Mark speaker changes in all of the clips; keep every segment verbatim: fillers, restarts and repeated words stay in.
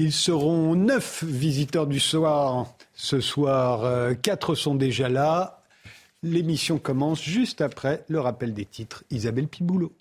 Speaker 1: Ils seront neuf visiteurs du soir. Ce soir, euh, quatre sont déjà là. L'émission commence juste après le rappel des titres. Isabelle Piboulot.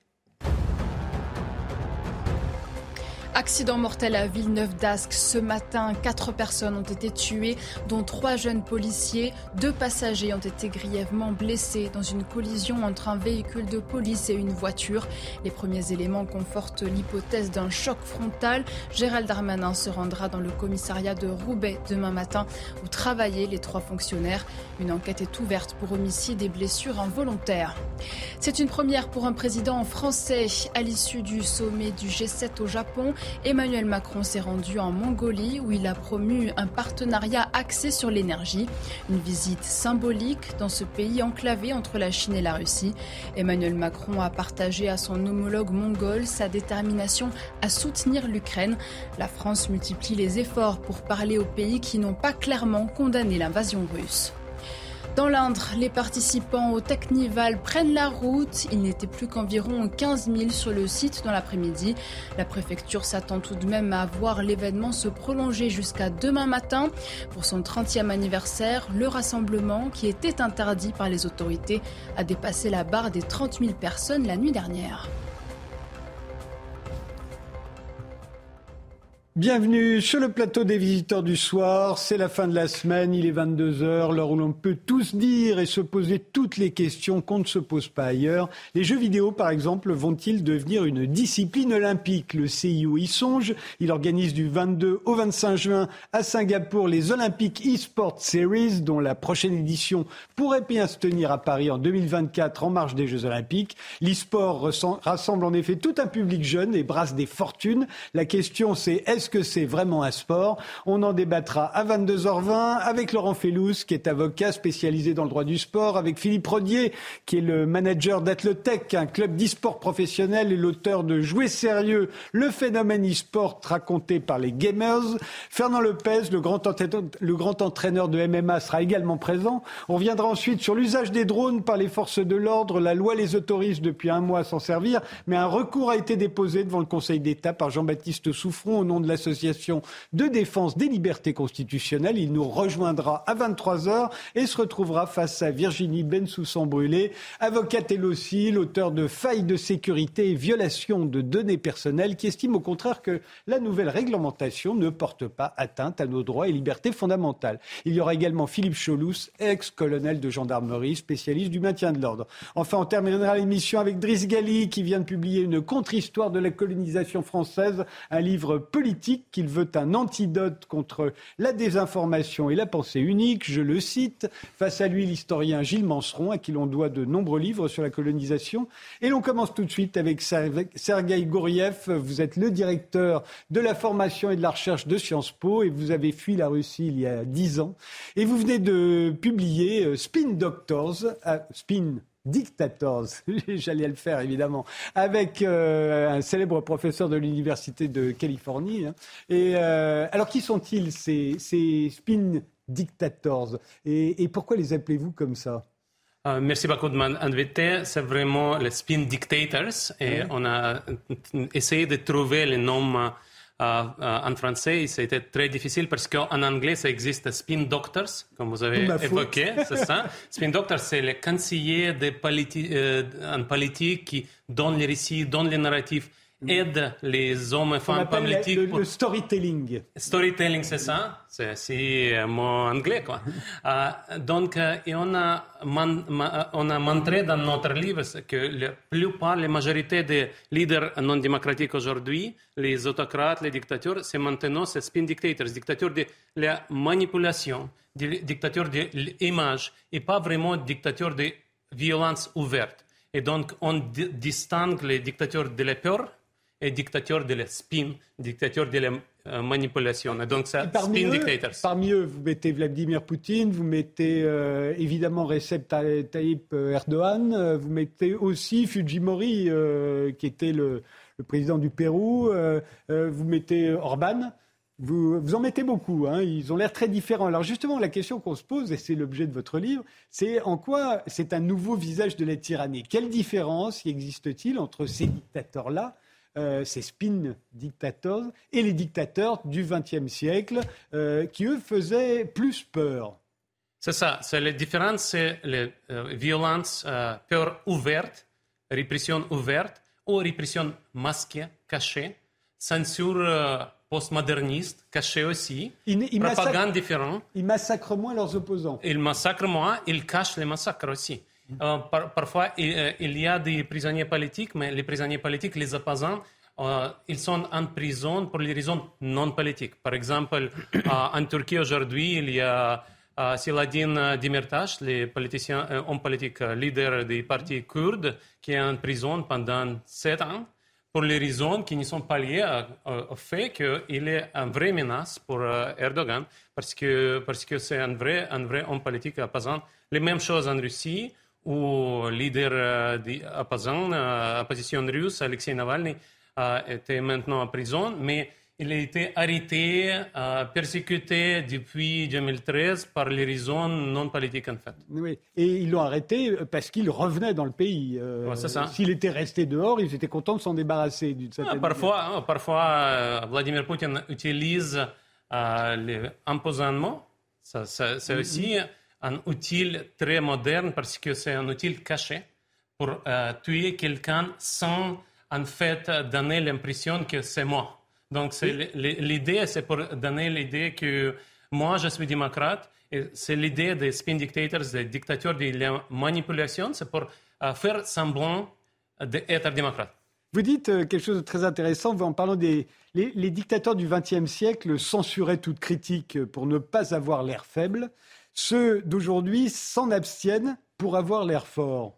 Speaker 2: Accident mortel à Villeneuve-d'Ascq ce matin. Quatre personnes ont été tuées, dont trois jeunes policiers. Deux passagers ont été grièvement blessés dans une collision entre un véhicule de police et une voiture. Les premiers éléments confortent l'hypothèse d'un choc frontal. Gérald Darmanin se rendra dans le commissariat de Roubaix demain matin où travaillaient les trois fonctionnaires. Une enquête est ouverte pour homicide et blessures involontaires. C'est une première pour un président français. À l'issue du sommet du G sept au Japon, Emmanuel Macron s'est rendu en Mongolie où il a promu un partenariat axé sur l'énergie. Une visite symbolique dans ce pays enclavé entre la Chine et la Russie. Emmanuel Macron a partagé à son homologue mongol sa détermination à soutenir l'Ukraine. La France multiplie les efforts pour parler aux pays qui n'ont pas clairement condamné l'invasion russe. Dans l'Indre, les participants au Technival prennent la route. Il n'était plus qu'environ quinze mille sur le site dans l'après-midi. La préfecture s'attend tout de même à voir l'événement se prolonger jusqu'à demain matin. Pour son trentième anniversaire, le rassemblement, qui était interdit par les autorités, a dépassé la barre des trente mille personnes la nuit dernière.
Speaker 1: Bienvenue sur le plateau des visiteurs du soir. C'est la fin de la semaine, il est vingt-deux heures, l'heure où l'on peut tous dire et se poser toutes les questions qu'on ne se pose pas ailleurs. Les jeux vidéo, par exemple, vont-ils devenir une discipline olympique ? Le C I O y songe. Il organise du vingt-deux au vingt-cinq juin à Singapour les Olympic eSport Series, dont la prochaine édition pourrait bien se tenir à Paris en deux mille vingt-quatre, en marge des Jeux Olympiques. L'e-sport rassemble en effet tout un public jeune et brasse des fortunes. La question, c'est est-ce que c'est vraiment un sport ? On en débattra à vingt-deux heures vingt avec Laurent Fellouz, qui est avocat spécialisé dans le droit du sport, avec Philippe Rodier, qui est le manager d'Athletech, un club d'e-sport professionnel et l'auteur de Jouer sérieux, le phénomène e-sport raconté par les gamers. Fernand Lopez, le grand, entraîneur, le grand entraîneur de M M A, sera également présent. On reviendra ensuite sur l'usage des drones par les forces de l'ordre. La loi les autorise depuis un mois à s'en servir, mais un recours a été déposé devant le Conseil d'État par Jean-Baptiste Souffron au nom de l'association de défense des libertés constitutionnelles. Il nous rejoindra à vingt-trois heures et se retrouvera face à Virginie Bensoussan-Brûlé, avocate elle aussi, l'auteur de Failles de sécurité et violation de données personnelles, qui estime au contraire que la nouvelle réglementation ne porte pas atteinte à nos droits et libertés fondamentales. Il y aura également Philippe Cholous, ex-colonel de gendarmerie, spécialiste du maintien de l'ordre. Enfin, on terminera l'émission avec Driss Ghali, qui vient de publier une contre-histoire de la colonisation française, un livre politique qu'il veut un antidote contre la désinformation et la pensée unique. Je le cite. Face à lui, l'historien Gilles Manceron, à qui l'on doit de nombreux livres sur la colonisation. Et l'on commence tout de suite avec Sergueï Gouriev. Vous êtes le directeur de la formation et de la recherche de Sciences Po et vous avez fui la Russie il y a dix ans. Et vous venez de publier Spin Doctors, euh, Spin Dictators, j'allais le faire évidemment, avec euh, un célèbre professeur de l'Université de Californie. Hein. Et euh, alors, qui sont-ils ces, ces Spin Dictators et, et pourquoi les appelez-vous comme ça ?
Speaker 3: Uh, merci beaucoup de m'inviter. C'est vraiment les Spin Dictators et oui. On a essayé de trouver le nom Uh, uh, en français, c'était très difficile parce qu'en anglais, ça existe Spin Doctors, comme vous avez évoqué, c'est ça. Spin Doctors, c'est les conseillers de politi- euh, en politique qui donnent les récits, donnent les narratifs, aident les hommes et femmes politiques.
Speaker 1: Le,
Speaker 3: pour...
Speaker 1: le storytelling.
Speaker 3: Storytelling, c'est ça. C'est, c'est un mot anglais, quoi. uh, donc, uh, et on a, man, ma, on a montré dans notre livre que la plupart, la majorité des leaders non démocratiques aujourd'hui, les autocrates, les dictateurs, c'est maintenant ces spin dictators, dictateurs de la manipulation, dictateurs de l'image, et pas vraiment dictateurs de violence ouverte. Et donc, on d- distingue les dictateurs de la peur et dictateurs de la spin, dictateurs de la euh, manipulation. Et donc, ça, spin
Speaker 1: eux,
Speaker 3: dictators.
Speaker 1: Parmi eux, vous mettez Vladimir Poutine, vous mettez euh, évidemment Recep Tayyip Erdogan, euh, vous mettez aussi Fujimori, euh, qui était le, le président du Pérou, euh, euh, vous mettez Orban. Vous, vous en mettez beaucoup, hein, ils ont l'air très différents. Alors justement, la question qu'on se pose, et c'est l'objet de votre livre, c'est en quoi c'est un nouveau visage de la tyrannie ? Quelle différence y existe-t-il entre ces dictateurs-là euh, ces spin dictators, et les dictateurs du vingtième siècle, euh, qui eux faisaient plus peur.
Speaker 3: C'est ça, c'est la différence, c'est la euh, violence, euh, peur ouverte, répression ouverte ou répression masquée, cachée, censure euh, postmoderniste, cachée aussi,
Speaker 1: il, il
Speaker 3: propagande
Speaker 1: massacre,
Speaker 3: différente.
Speaker 1: Ils massacrent moins leurs opposants.
Speaker 3: Ils massacrent moins, ils cachent les massacres aussi. Mmh. Euh, par, parfois, il, il y a des prisonniers politiques, mais les prisonniers politiques, les opposants, euh, ils sont en prison pour les raisons non politiques. Par exemple, euh, en Turquie aujourd'hui, il y a Uh, Selahattin Demirtas, le politicien, euh, homme politique, euh, leader des partis kurdes, qui est en prison pendant sept ans pour les raisons qui ne sont pas liées à, à, au fait qu'il est une vraie menace pour euh, Erdogan, parce que, parce que c'est un vrai, un vrai homme politique opposant. Les mêmes choses en Russie, où le leader euh, opposant, euh, opposition russe, Alexei Navalny, euh, était maintenant en prison, mais il a été arrêté, euh, persécuté depuis deux mille treize par les raisons non politiques, en fait.
Speaker 1: Oui, et ils l'ont arrêté parce qu'il revenait dans le pays. Euh,
Speaker 3: ouais, c'est ça.
Speaker 1: S'il était resté dehors, ils étaient contents de s'en débarrasser d'une certaine
Speaker 3: ah, Parfois, hein, parfois euh, Vladimir Poutine utilise euh, l'empoisonnement. Ça, ça, c'est mm-hmm. aussi un outil très moderne parce que c'est un outil caché pour euh, tuer quelqu'un sans, en fait, donner l'impression que c'est moi. Donc, c'est l'idée, c'est pour donner l'idée que moi, je suis démocrate. Et c'est l'idée des spin dictators, des dictatures de la manipulation, c'est pour euh, faire semblant d'être démocrate.
Speaker 1: Vous dites euh, quelque chose de très intéressant en parlant des les, les dictateurs du vingtième siècle censuraient toute critique pour ne pas avoir l'air faible. Ceux d'aujourd'hui s'en abstiennent pour avoir l'air fort.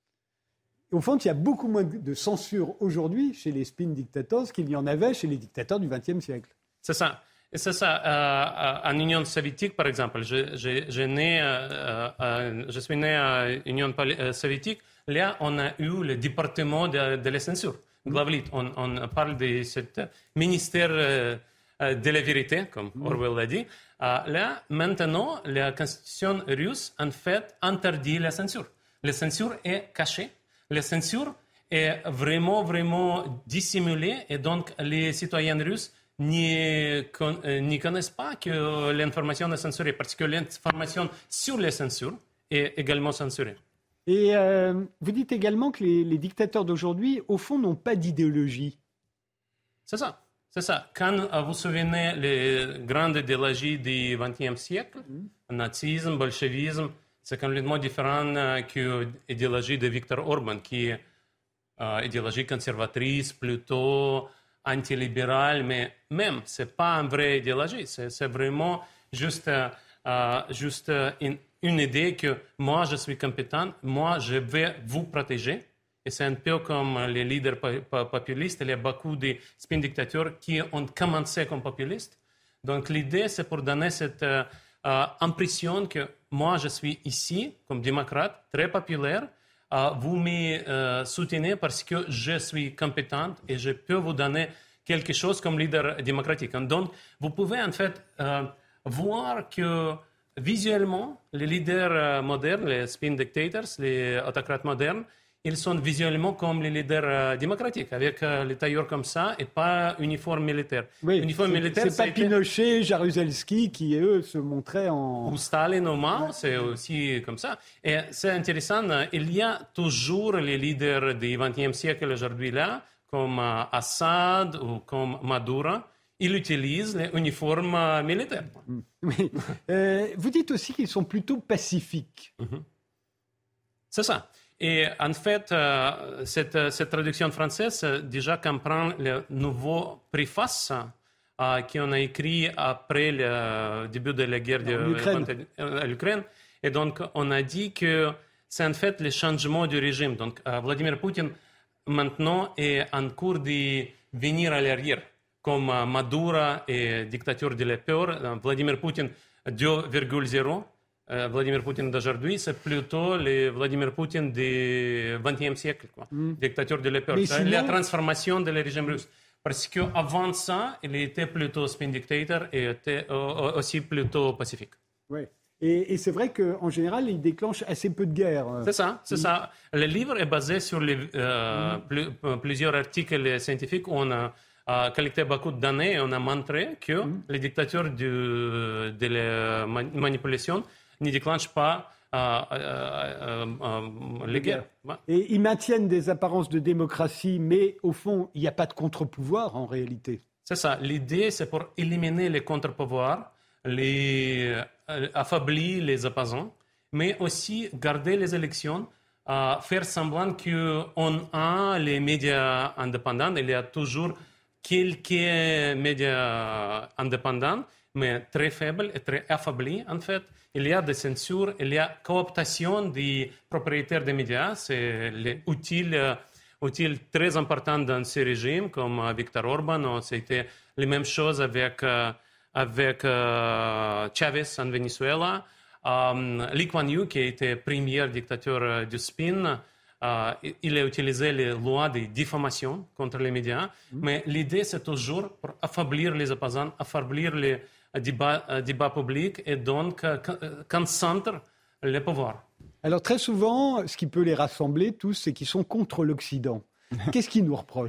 Speaker 1: Au fond, il y a beaucoup moins de censure aujourd'hui chez les spin dictators qu'il y en avait chez les dictateurs du vingtième siècle.
Speaker 3: C'est ça. Et c'est ça. Euh, en Union soviétique, par exemple, je, je, je, né, euh, euh, je suis né en Union soviétique. Là, on a eu le département de, de la censure. Glavlit. On, on parle de ce ministère euh, de la vérité, comme Orwell l'a dit. Euh, là, maintenant, la constitution russe, en fait, interdit la censure. La censure est cachée. La censure est vraiment, vraiment dissimulée et donc les citoyens russes ne con, connaissent pas que l'information est censurée parce que l'information sur la censure est également censurée.
Speaker 1: Et euh, vous dites également que les, les dictateurs d'aujourd'hui, au fond, n'ont pas d'idéologie.
Speaker 3: C'est ça. C'est ça. Quand vous vous souvenez les grandes idéologies du vingtième siècle, mmh. nazisme, bolchevisme, c'est complètement différent que l'idéologie de Viktor Orban, qui est euh, idéologie conservatrice, plutôt antilibérale, mais même, ce n'est pas une vraie idéologie, c'est, c'est vraiment juste, euh, juste une, une idée que moi, je suis compétent, moi, je vais vous protéger. Et c'est un peu comme les leaders populistes, il y a beaucoup de spin dictateurs qui ont commencé comme populistes. Donc l'idée, c'est pour donner cette euh, impression que moi, je suis ici, comme démocrate, très populaire. Euh, vous me euh, soutenez parce que je suis compétente et je peux vous donner quelque chose comme leader démocratique. Donc, vous pouvez en fait euh, voir que visuellement, les leaders euh, modernes, les spin dictators, les autocrates modernes, ils sont visuellement comme les leaders euh, démocratiques, avec euh, les tailleurs comme ça et pas uniforme militaire.
Speaker 1: Oui,
Speaker 3: uniforme
Speaker 1: c'est,
Speaker 3: militaire,
Speaker 1: c'est pas été... Pinochet, Jaruzelski qui, eux, se montraient en...
Speaker 3: Ou Staline ou Mao, c'est aussi comme ça. Et c'est intéressant, il y a toujours les leaders du vingtième siècle aujourd'hui là, comme euh, Assad ou comme Maduro, ils utilisent les uniformes euh, militaires.
Speaker 1: Oui. euh, vous dites aussi qu'ils sont plutôt pacifiques.
Speaker 3: Mm-hmm. C'est ça. Et en fait, euh, cette, cette traduction française euh, déjà comprend le nouveau préface euh, qu'on a écrit après le début de la guerre de
Speaker 1: l'Ukraine.
Speaker 3: Euh, l'Ukraine. Et donc, on a dit que c'est en fait le changement du régime. Donc, euh, Vladimir Poutine, maintenant, est en cours de venir à l'arrière. Comme euh, Maduro et dictature de la peur, euh, Vladimir Poutine deux virgule zéro. Euh, Vladimir Poutine d'aujourd'hui, c'est plutôt le Vladimir Poutine du vingtième siècle, quoi. Mm. Dictature de la peur. C'est sinon... la transformation du régime russe. Parce qu'avant ça, il était plutôt spin dictator et était euh, aussi plutôt pacifique.
Speaker 1: Oui. Et, et c'est vrai qu'en général, il déclenche assez peu de guerres.
Speaker 3: C'est ça, c'est mmh. ça. Le livre est basé sur les, euh, mmh. plus, plusieurs articles scientifiques où on a euh, collecté beaucoup de données et on a montré que mmh. les dictatures de, de la manipulation ne déclenchent pas Euh, euh, euh, les guerres.
Speaker 1: Et ils maintiennent des apparences de démocratie, mais au fond, il n'y a pas de contre-pouvoir en réalité.
Speaker 3: C'est ça. L'idée, c'est pour éliminer les contre-pouvoirs, les, euh, affaiblir les opposants, mais aussi garder les élections, euh, faire semblant qu'on a les médias indépendants. Il y a toujours quelques médias indépendants, mais très faibles et très affaiblis en fait. Il y a des censures, il y a cooptation des propriétaires des médias. C'est utile, utile très important dans ces régimes, comme Viktor Orban. C'était la même chose avec, avec uh, Chavez en Venezuela. Um, Lee Kuan Yew, qui était premier dictateur du spin, uh, il a utilisé les lois de diffamation contre les médias. Mm. Mais l'idée, c'est toujours pour affaiblir les opposants, affaiblir les Débat, débat public et donc euh, concentre le pouvoir.
Speaker 1: Alors très souvent, ce qui peut les rassembler tous, c'est qu'ils sont contre l'Occident. Qu'est-ce qu'ils nous reprochent ?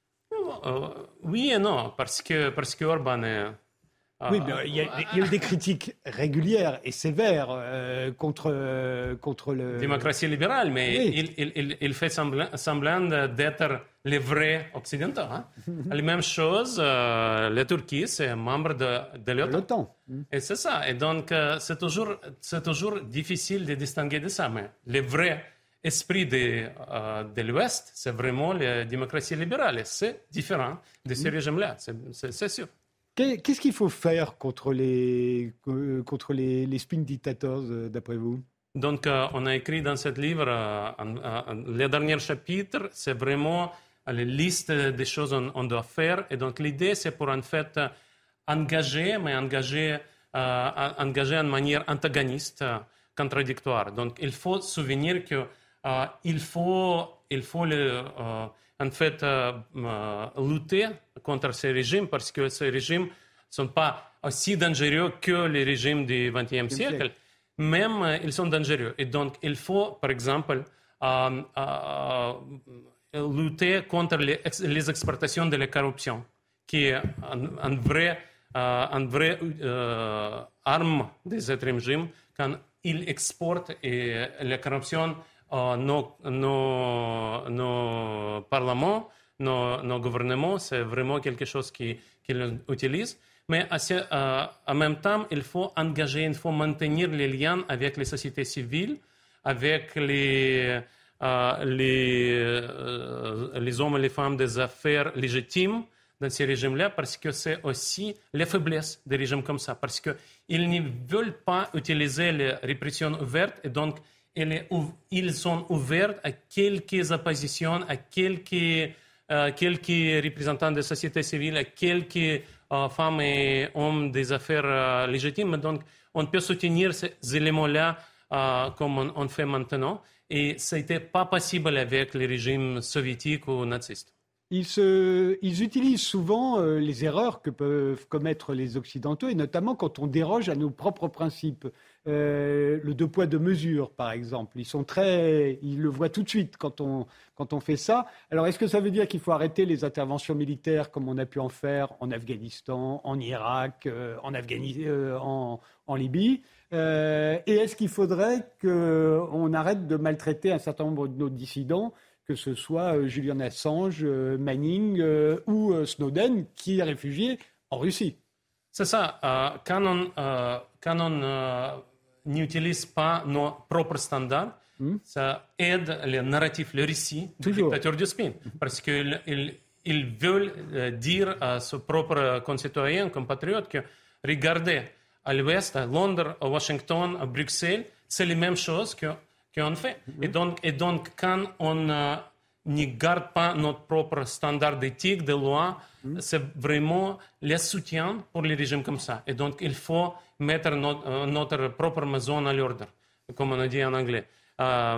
Speaker 3: euh, Oui et non, parce que, parce que Orban est...
Speaker 1: Euh, oui, mais il y, y a eu des critiques régulières et sévères euh, contre, euh, contre le...
Speaker 3: démocratie libérale, mais oui. il, il, il, il fait semblant, semblant d'être les vrais occidentaux. Hein. La même chose, euh, la Turquie, c'est un membre de, de l'OTAN. Et c'est ça. Et donc, euh, c'est, toujours, c'est toujours difficile de distinguer de ça. Mais le vrai esprit de, euh, de l'Ouest, c'est vraiment la démocratie libérale. Et c'est différent de ce régime-là, c'est, c'est, c'est sûr.
Speaker 1: Qu'est-ce qu'il faut faire contre les, contre les, les spin dictators, d'après vous ?
Speaker 3: Donc, euh, on a écrit dans ce livre, euh, euh, le dernier chapitre, c'est vraiment la liste des choses qu'on on doit faire. Et donc, l'idée, c'est pour en fait engager, mais engager, euh, engager en manière antagoniste, euh, contradictoire. Donc, il faut se souvenir qu'il euh, faut, il faut le, euh, en fait euh, euh, lutter contre ces régimes parce que ces régimes ne sont pas aussi dangereux que les régimes du vingtième siècle. Même euh, ils sont dangereux. Et donc, il faut, par exemple, euh, euh, lutter contre les, ex- les exportations de la corruption, qui est une vraie, euh, une vraie euh, arme de ce régime quand ils exportent et la corruption, euh, nos, nos, nos parlements, nos, nos gouvernements, c'est vraiment quelque chose qu'ils qui utilisent. Mais assez, euh, en même temps, il faut engager, il faut maintenir les liens avec les sociétés civiles, avec les, euh, les, euh, les hommes et les femmes des affaires légitimes dans ces régimes-là, parce que c'est aussi les faiblesses des régimes comme ça, parce qu'ils ne veulent pas utiliser les répressions ouvertes, et donc ils sont ouverts à quelques oppositions, à quelques, euh, quelques représentants des sociétés civiles, à quelques euh, femmes et hommes des affaires euh, légitimes. Donc, on peut soutenir ces éléments-là euh, comme on, on fait maintenant. Et ce n'était pas possible avec les régimes soviétiques ou nazistes.
Speaker 1: Ils, se, ils utilisent souvent euh, les erreurs que peuvent commettre les Occidentaux, et notamment quand on déroge à nos propres principes. Euh, le deux poids, deux mesures, par exemple. Ils sont très, ils le voient tout de suite quand on, quand on fait ça. Alors, est-ce que ça veut dire qu'il faut arrêter les interventions militaires comme on a pu en faire en Afghanistan, en Irak, euh, en, Afghani- euh, en, en Libye euh, Et est-ce qu'il faudrait qu'on arrête de maltraiter un certain nombre de nos dissidents, que ce soit euh, Julian Assange, euh, Manning euh, ou euh, Snowden, qui est réfugié en Russie?
Speaker 3: C'est ça. Euh, quand on, euh, quand on euh, n'utilise pas nos propres standards, mm. ça aide le narratif, le récit du dictateur du spin. Parce qu'ils ils, ils veulent euh, dire à ses propres concitoyens, compatriotes, que regardez, à l'ouest, à Londres, à Washington, à Bruxelles, c'est les mêmes choses que qu'on fait. Mm-hmm. Et, donc, et donc, quand on euh, ne garde pas notre propre standard d'éthique, de loi, mm-hmm. c'est vraiment le soutien pour les régimes comme ça. Et donc, il faut mettre notre, euh, notre propre maison à l'ordre, comme on a dit en anglais. Euh,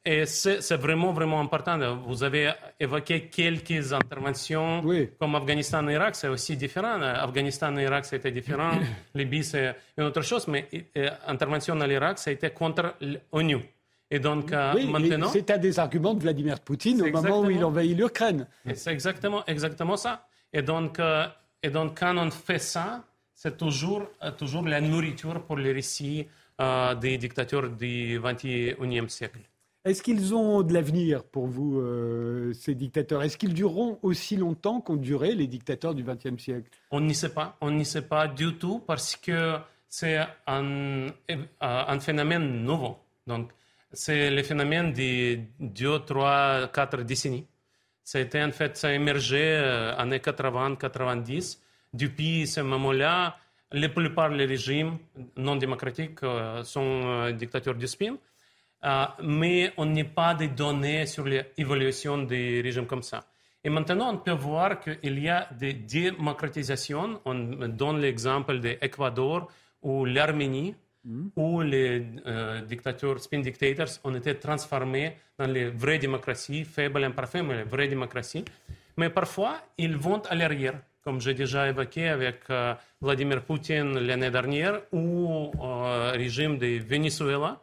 Speaker 3: Et c'est, c'est vraiment, vraiment important. Vous avez évoqué quelques interventions, oui. comme Afghanistan et Irak, c'est aussi différent. Afghanistan et Irak, c'était différent. Libye, c'est une autre chose. Mais euh, intervention en Irak, ça a été contre l'ONU. Et donc, euh,
Speaker 1: oui,
Speaker 3: maintenant...
Speaker 1: c'est un des arguments de Vladimir Poutine au moment où il envahit l'Ukraine.
Speaker 3: Et c'est exactement, exactement ça. Et donc, euh, et donc, quand on fait ça, c'est toujours, euh, toujours la nourriture pour les récits euh, des dictateurs du vingt et unième siècle.
Speaker 1: Est-ce qu'ils ont de l'avenir pour vous, euh, ces dictateurs ? Est-ce qu'ils dureront aussi longtemps qu'ont duré les dictateurs du vingtième siècle ?
Speaker 3: On n'y sait pas. On n'y sait pas du tout parce que c'est un, un phénomène nouveau. Donc, c'est le phénomène de deux, trois, quatre décennies. C'était en fait, ça a émergé euh, années quatre-vingts, quatre-vingt-dix. Depuis ce moment-là, la plupart des régimes non démocratiques euh, sont euh, dictatures du spin. Euh, mais on n'a pas de données sur l'évolution des régimes comme ça. Et maintenant, on peut voir qu'il y a des démocratisations. On donne l'exemple de l'Équateur ou l'Arménie, mm. où les euh, dictatures, spin dictators, ont été transformés dans les vraies démocraties, faibles, imparfaites, mais les vraies démocraties. Mais parfois, ils vont à l'arrière, comme j'ai déjà évoqué avec euh, Vladimir Poutine l'année dernière, ou le euh, régime de Venezuela,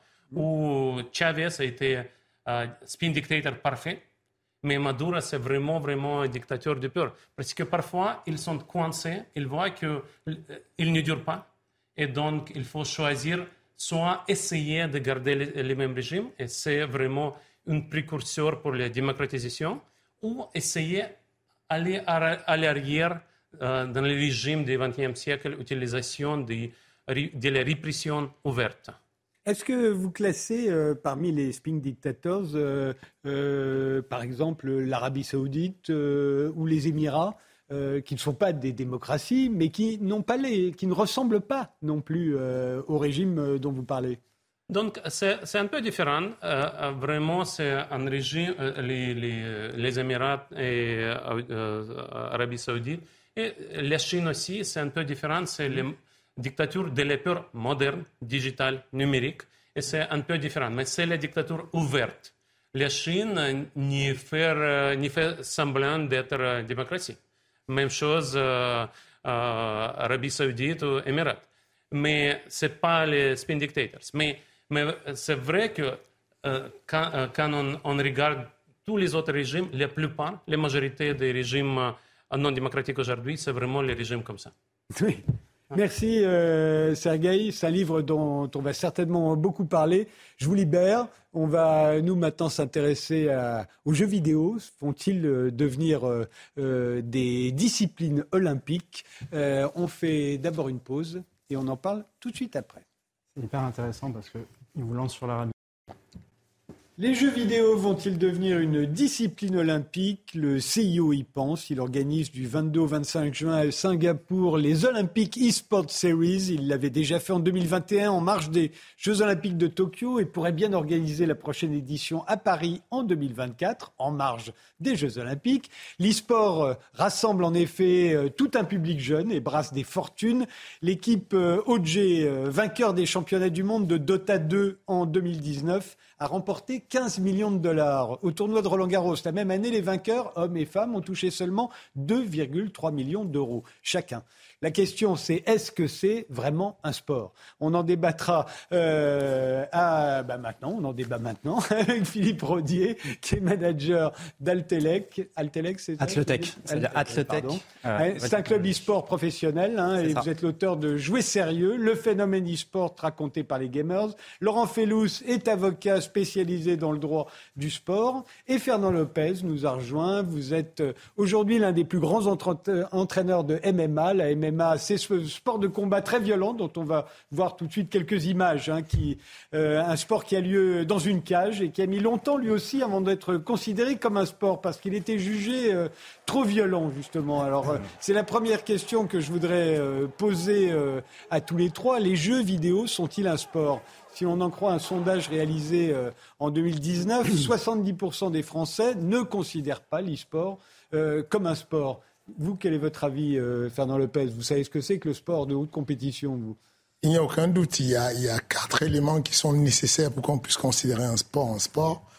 Speaker 3: où Chavez a été euh, spin dictator parfait, mais Maduro, c'est vraiment, vraiment un dictateur de peur. Parce que parfois, ils sont coincés, ils voient qu'ils ne durent pas, et donc il faut choisir, soit essayer de garder le, le même régime, et c'est vraiment une précurseur pour la démocratisation, ou essayer d'aller à, à l'arrière euh, dans le régime du vingtième siècle, utilisation de, de la répression ouverte.
Speaker 1: Est-ce que vous classez euh, parmi les spin dictators, euh, euh, par exemple, l'Arabie Saoudite euh, ou les Émirats, euh, qui ne sont pas des démocraties, mais qui n'ont pas les, qui ne ressemblent pas non plus euh, au régime dont vous parlez?
Speaker 3: Donc, c'est, c'est un peu différent. Euh, vraiment, c'est un régime, euh, les, les, les Émirats et l'Arabie euh, Saoudite. Et la Chine aussi, c'est un peu différent. C'est les dictature de l'épure moderne, digitale, numérique, et c'est un peu différent. Mais c'est la dictature ouverte. La Chine n'y fait, n'y fait semblant d'être démocratie. Même chose euh, euh, Arabie Saoudite ou Émirats. Mais ce n'est pas les spin dictators. Mais, mais c'est vrai que euh, quand, euh, quand on, on regarde tous les autres régimes, la plupart, la majorité des régimes euh, non démocratiques aujourd'hui, c'est vraiment les régimes comme ça.
Speaker 1: Oui. Merci euh, Sergueï, c'est un livre dont on va certainement beaucoup parler. Je vous libère, on va nous maintenant s'intéresser à, aux jeux vidéo. Vont-ils euh, devenir euh, euh, des disciplines olympiques? euh, On fait d'abord une pause et on en parle tout de suite après.
Speaker 4: C'est hyper intéressant parce qu'ils vous lancent sur l'Arabie.
Speaker 1: Les jeux vidéo vont-ils devenir une discipline olympique? Le C I O y pense. Il organise du vingt-deux au vingt-cinq juin à Singapour les Olympic eSports Series. Il l'avait déjà fait en deux mille vingt et un en marge des Jeux Olympiques de Tokyo et pourrait bien organiser la prochaine édition à Paris en deux mille vingt-quatre en marge des Jeux Olympiques. L'e-sport rassemble en effet tout un public jeune et brasse des fortunes. L'équipe O G, vainqueur des championnats du monde de Dota deux en deux mille dix-neuf, a remporté quinze millions de dollars. Au tournoi de Roland-Garros, la même année, les vainqueurs, hommes et femmes, ont touché seulement deux virgule trois millions d'euros chacun. La question, c'est est-ce que c'est vraiment un sport? On en débattra euh, à, bah maintenant, on en débat maintenant avec Philippe Rodier, qui est manager d'Altelec. Altelec, c'est ça?
Speaker 4: Athletech. C'est Athletech.
Speaker 1: Ah ouais, c'est un club e-sport professionnel, hein, et ça. Vous êtes l'auteur de Jouer sérieux, le phénomène e-sport raconté par les gamers. Laurent Fellous est avocat spécialisé dans le droit du sport. Et Fernand Lopez nous a rejoint. Vous êtes aujourd'hui l'un des plus grands entra- entraîneurs de M M A. La M M A, c'est ce sport de combat très violent dont on va voir tout de suite quelques images. Hein, qui, euh, un sport qui a lieu dans une cage et qui a mis longtemps lui aussi avant d'être considéré comme un sport parce qu'il était jugé euh, trop violent justement. Alors euh, c'est la première question que je voudrais euh, poser euh, à tous les trois. Les jeux vidéo sont-ils un sport ? Si on en croit un sondage réalisé euh, en deux mille dix-neuf, soixante-dix pour cent des Français ne considèrent pas l'e-sport euh, comme un sport. Vous, quel est votre avis, euh, Fernand Lopez? Vous savez ce que c'est que le sport de haute compétition, vous?
Speaker 5: Il n'y a aucun doute. Il y a, il y a quatre éléments qui sont nécessaires pour qu'on puisse considérer un sport un sport.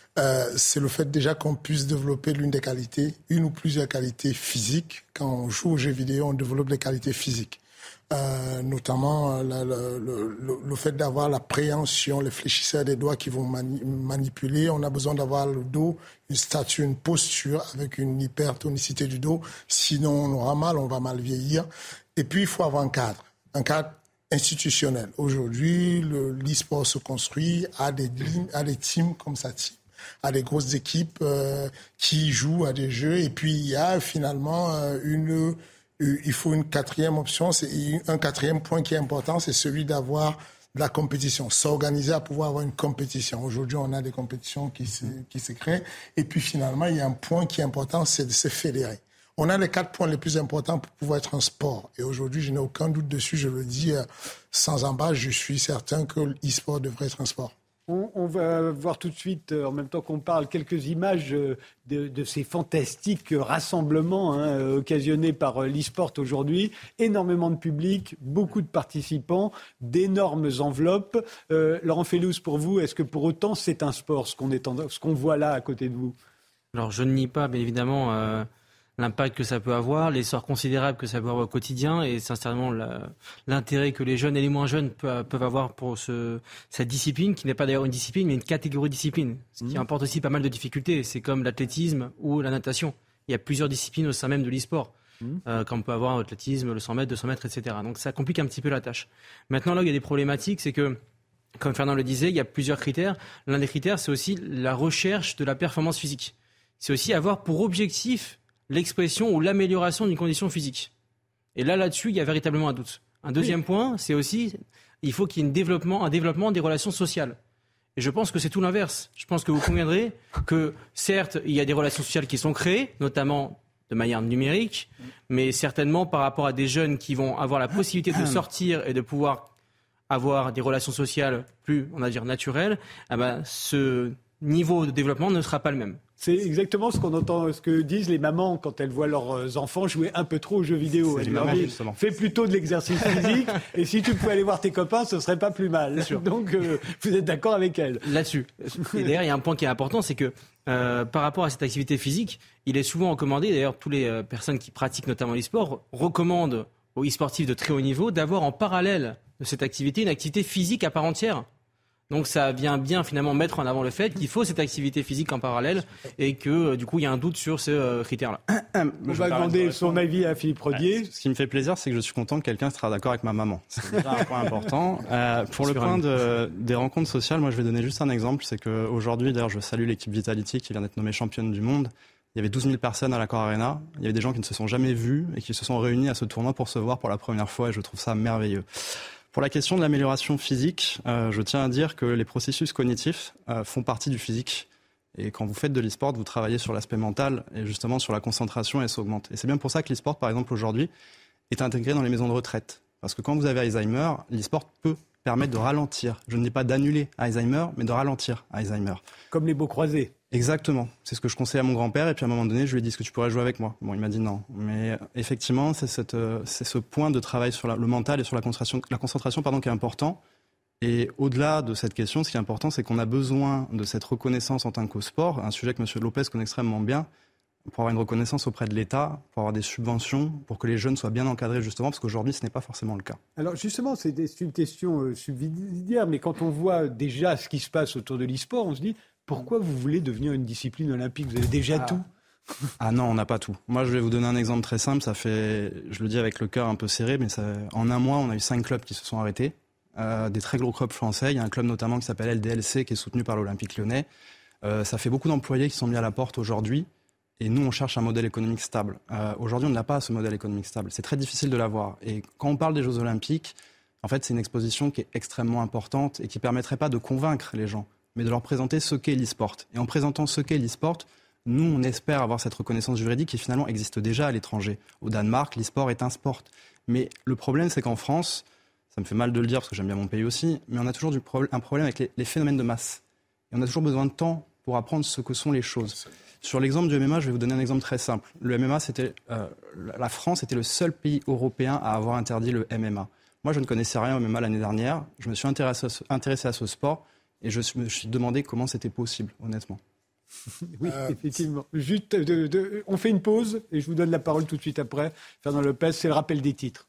Speaker 5: Euh, c'est le fait déjà qu'on puisse développer l'une des qualités, une ou plusieurs qualités physiques. Quand on joue aux jeux vidéo, on développe des qualités physiques. Euh, notamment euh, la, la, le, le, le fait d'avoir la préhension, les fléchisseurs des doigts qui vont mani- manipuler. On a besoin d'avoir le dos, une stature, une posture avec une hypertonicité du dos. Sinon, on aura mal, on va mal vieillir. Et puis, il faut avoir un cadre, un cadre institutionnel. Aujourd'hui, le, l'e-sport se construit à des, à des teams comme ça, team, à des grosses équipes euh, qui jouent à des jeux. Et puis, il y a finalement euh, une... Il faut une quatrième option, c'est un quatrième point qui est important, c'est celui d'avoir de la compétition, s'organiser à pouvoir avoir une compétition. Aujourd'hui, on a des compétitions qui se, qui se créent. Et puis finalement, il y a un point qui est important, c'est de se fédérer. On a les quatre points les plus importants pour pouvoir être un sport. Et aujourd'hui, je n'ai aucun doute dessus, je le dis sans embâche, je suis certain que l'e-sport devrait être un sport.
Speaker 1: On, on va voir tout de suite, en même temps qu'on parle, quelques images de, de ces fantastiques rassemblements hein, occasionnés par l'e-sport aujourd'hui. Énormément de public, beaucoup de participants, d'énormes enveloppes. Euh, Laurent Fellouz, pour vous, est-ce que pour autant c'est un sport, ce qu'on, est en, ce qu'on voit là à côté de vous ?
Speaker 4: Alors je ne nie pas, bien évidemment, euh, l'impact que ça peut avoir, l'essor considérable que ça peut avoir au quotidien et sincèrement la, l'intérêt que les jeunes et les moins jeunes peuvent, peuvent avoir pour ce, cette discipline, qui n'est pas d'ailleurs une discipline, mais une catégorie de discipline. Ce qui mmh. importe aussi pas mal de difficultés. C'est comme l'athlétisme ou la natation. Il y a plusieurs disciplines au sein même de l'e-sport. Mmh. Euh, comme on peut avoir l'athlétisme, le cent mètres, deux cents mètres, et cetera. Donc ça complique un petit peu la tâche. Maintenant, là où il y a des problématiques, c'est que, comme Fernand le disait, il y a plusieurs critères. L'un des critères, c'est aussi la recherche de la performance physique. C'est aussi avoir pour objectif l'expression ou l'amélioration d'une condition physique. Et là, là-dessus, il y a véritablement un doute. Un deuxième oui. point, c'est aussi, il faut qu'il y ait un développement, un développement des relations sociales. Et je pense que c'est tout l'inverse. Je pense que vous conviendrez que, certes, il y a des relations sociales qui sont créées, notamment de manière numérique, mais certainement par rapport à des jeunes qui vont avoir la possibilité de sortir et de pouvoir avoir des relations sociales plus, on va dire, naturelles, eh ben, ce niveau de développement ne sera pas le même.
Speaker 1: C'est exactement ce qu'on entend, ce que disent les mamans quand elles voient leurs enfants jouer un peu trop aux jeux vidéo.
Speaker 4: C'est
Speaker 1: elles leur disent, fais plutôt de l'exercice physique et si tu pouvais aller voir tes copains, ce serait pas plus mal. Donc, euh, vous êtes d'accord avec elles
Speaker 4: là-dessus. Et d'ailleurs, il y a un point qui est important, c'est que euh, par rapport à cette activité physique, il est souvent recommandé, d'ailleurs, toutes les euh, personnes qui pratiquent notamment l'e-sport recommandent aux e-sportifs de très haut niveau d'avoir en parallèle de cette activité une activité physique à part entière. Donc ça vient bien finalement mettre en avant le fait qu'il faut cette activité physique en parallèle et que du coup il y a un doute sur ce euh, critère-là.
Speaker 1: On va demander son avis à Philippe Rodier.
Speaker 6: Ouais, ce qui me fait plaisir, c'est que je suis content que quelqu'un sera d'accord avec ma maman. C'est déjà un point important. Euh, pour le point de, des rencontres sociales, moi je vais donner juste un exemple. C'est qu'aujourd'hui, d'ailleurs je salue l'équipe Vitality qui vient d'être nommée championne du monde. Il y avait douze mille personnes à l'Accor Arena. Il y avait des gens qui ne se sont jamais vus et qui se sont réunis à ce tournoi pour se voir pour la première fois et je trouve ça merveilleux. Pour la question de l'amélioration physique, euh, je tiens à dire que les processus cognitifs euh, font partie du physique. Et quand vous faites de l'e-sport, vous travaillez sur l'aspect mental et justement sur la concentration et ça augmente. Et c'est bien pour ça que l'e-sport, par exemple, aujourd'hui, est intégré dans les maisons de retraite. Parce que quand vous avez Alzheimer, l'e-sport peut permettre de ralentir. Je ne dis pas d'annuler Alzheimer, mais de ralentir Alzheimer.
Speaker 1: Comme les beaux croisés.
Speaker 6: Exactement. C'est ce que je conseille à mon grand-père. Et puis à un moment donné, je lui ai dit, est-ce que tu pourrais jouer avec moi ? Bon, il m'a dit non. Mais effectivement, c'est, cette, c'est ce point de travail sur la, le mental et sur la concentration, la concentration pardon, qui est important. Et au-delà de cette question, ce qui est important, c'est qu'on a besoin de cette reconnaissance en tant que sport, un sujet que M. Lopez connaît extrêmement bien, pour avoir une reconnaissance auprès de l'État, pour avoir des subventions, pour que les jeunes soient bien encadrés justement, parce qu'aujourd'hui, ce n'est pas forcément le cas.
Speaker 1: Alors justement, c'est une question euh, subsidiaire, mais quand on voit déjà ce qui se passe autour de l'e-sport, on se dit, pourquoi vous voulez devenir une discipline olympique ? Vous avez déjà ah. tout ?
Speaker 6: Ah non, on n'a pas tout. Moi, je vais vous donner un exemple très simple. Ça fait, je le dis avec le cœur un peu serré, mais ça, en un mois, on a eu cinq clubs qui se sont arrêtés. Euh, des très gros clubs français. Il y a un club notamment qui s'appelle L D L C, qui est soutenu par l'Olympique Lyonnais. Euh, ça fait beaucoup d'employés qui sont mis à la porte aujourd'hui. Et nous, on cherche un modèle économique stable. Euh, aujourd'hui, on n'a pas ce modèle économique stable. C'est très difficile de l'avoir. Et quand on parle des Jeux Olympiques, en fait, c'est une exposition qui est extrêmement importante et qui ne permettrait pas de convaincre les gens, mais de leur présenter ce qu'est l'e-sport. Et en présentant ce qu'est l'e-sport, nous, on espère avoir cette reconnaissance juridique qui finalement existe déjà à l'étranger. Au Danemark, l'e-sport est un sport. Mais le problème, c'est qu'en France, ça me fait mal de le dire parce que j'aime bien mon pays aussi, mais on a toujours du pro- un problème avec les, les phénomènes de masse. Et on a toujours besoin de temps pour apprendre ce que sont les choses. Sur l'exemple du M M A, je vais vous donner un exemple très simple. Le M M A, c'était, euh, la France était le seul pays européen à avoir interdit le M M A. Moi, je ne connaissais rien au M M A l'année dernière. Je me suis intéressé à ce, intéressé à ce sport et je me suis demandé comment c'était possible, honnêtement.
Speaker 1: Oui, euh, effectivement. Juste, de, de, on fait une pause et je vous donne la parole tout de suite après. Fernand Lopez, c'est le rappel des titres.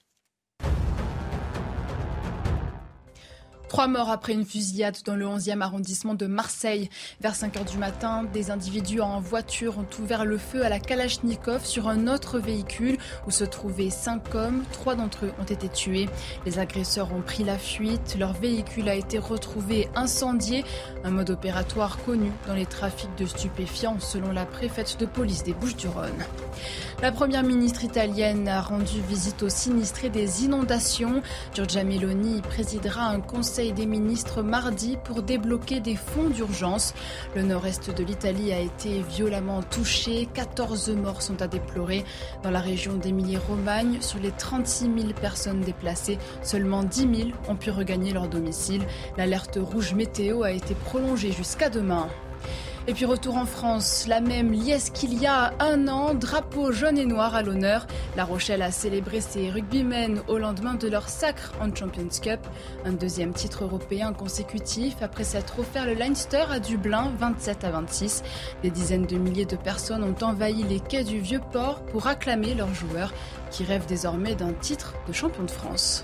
Speaker 2: Trois morts après une fusillade dans le onzième arrondissement de Marseille. Vers cinq heures du matin, des individus en voiture ont ouvert le feu à la Kalachnikov sur un autre véhicule où se trouvaient cinq hommes. Trois d'entre eux ont été tués. Les agresseurs ont pris la fuite. Leur véhicule a été retrouvé incendié. Un mode opératoire connu dans les trafics de stupéfiants selon la préfète de police des Bouches-du-Rhône. La première ministre italienne a rendu visite aux sinistrés des inondations. Giorgia Meloni présidera un conseil des ministres mardi pour débloquer des fonds d'urgence. Le nord-est de l'Italie a été violemment touché. quatorze morts sont à déplorer. Dans la région d'Émilie-Romagne, sur les trente-six mille personnes déplacées, seulement dix mille ont pu regagner leur domicile. L'alerte rouge météo a été prolongée jusqu'à demain. Et puis retour en France, la même liesse qu'il y a un an, drapeau jaune et noir à l'honneur. La Rochelle a célébré ses rugbymen au lendemain de leur sacre en Champions Cup. Un deuxième titre européen consécutif après s'être offert le Leinster à Dublin, vingt-sept à vingt-six. Des dizaines de milliers de personnes ont envahi les quais du Vieux-Port pour acclamer leurs joueurs qui rêvent désormais d'un titre de champion de France.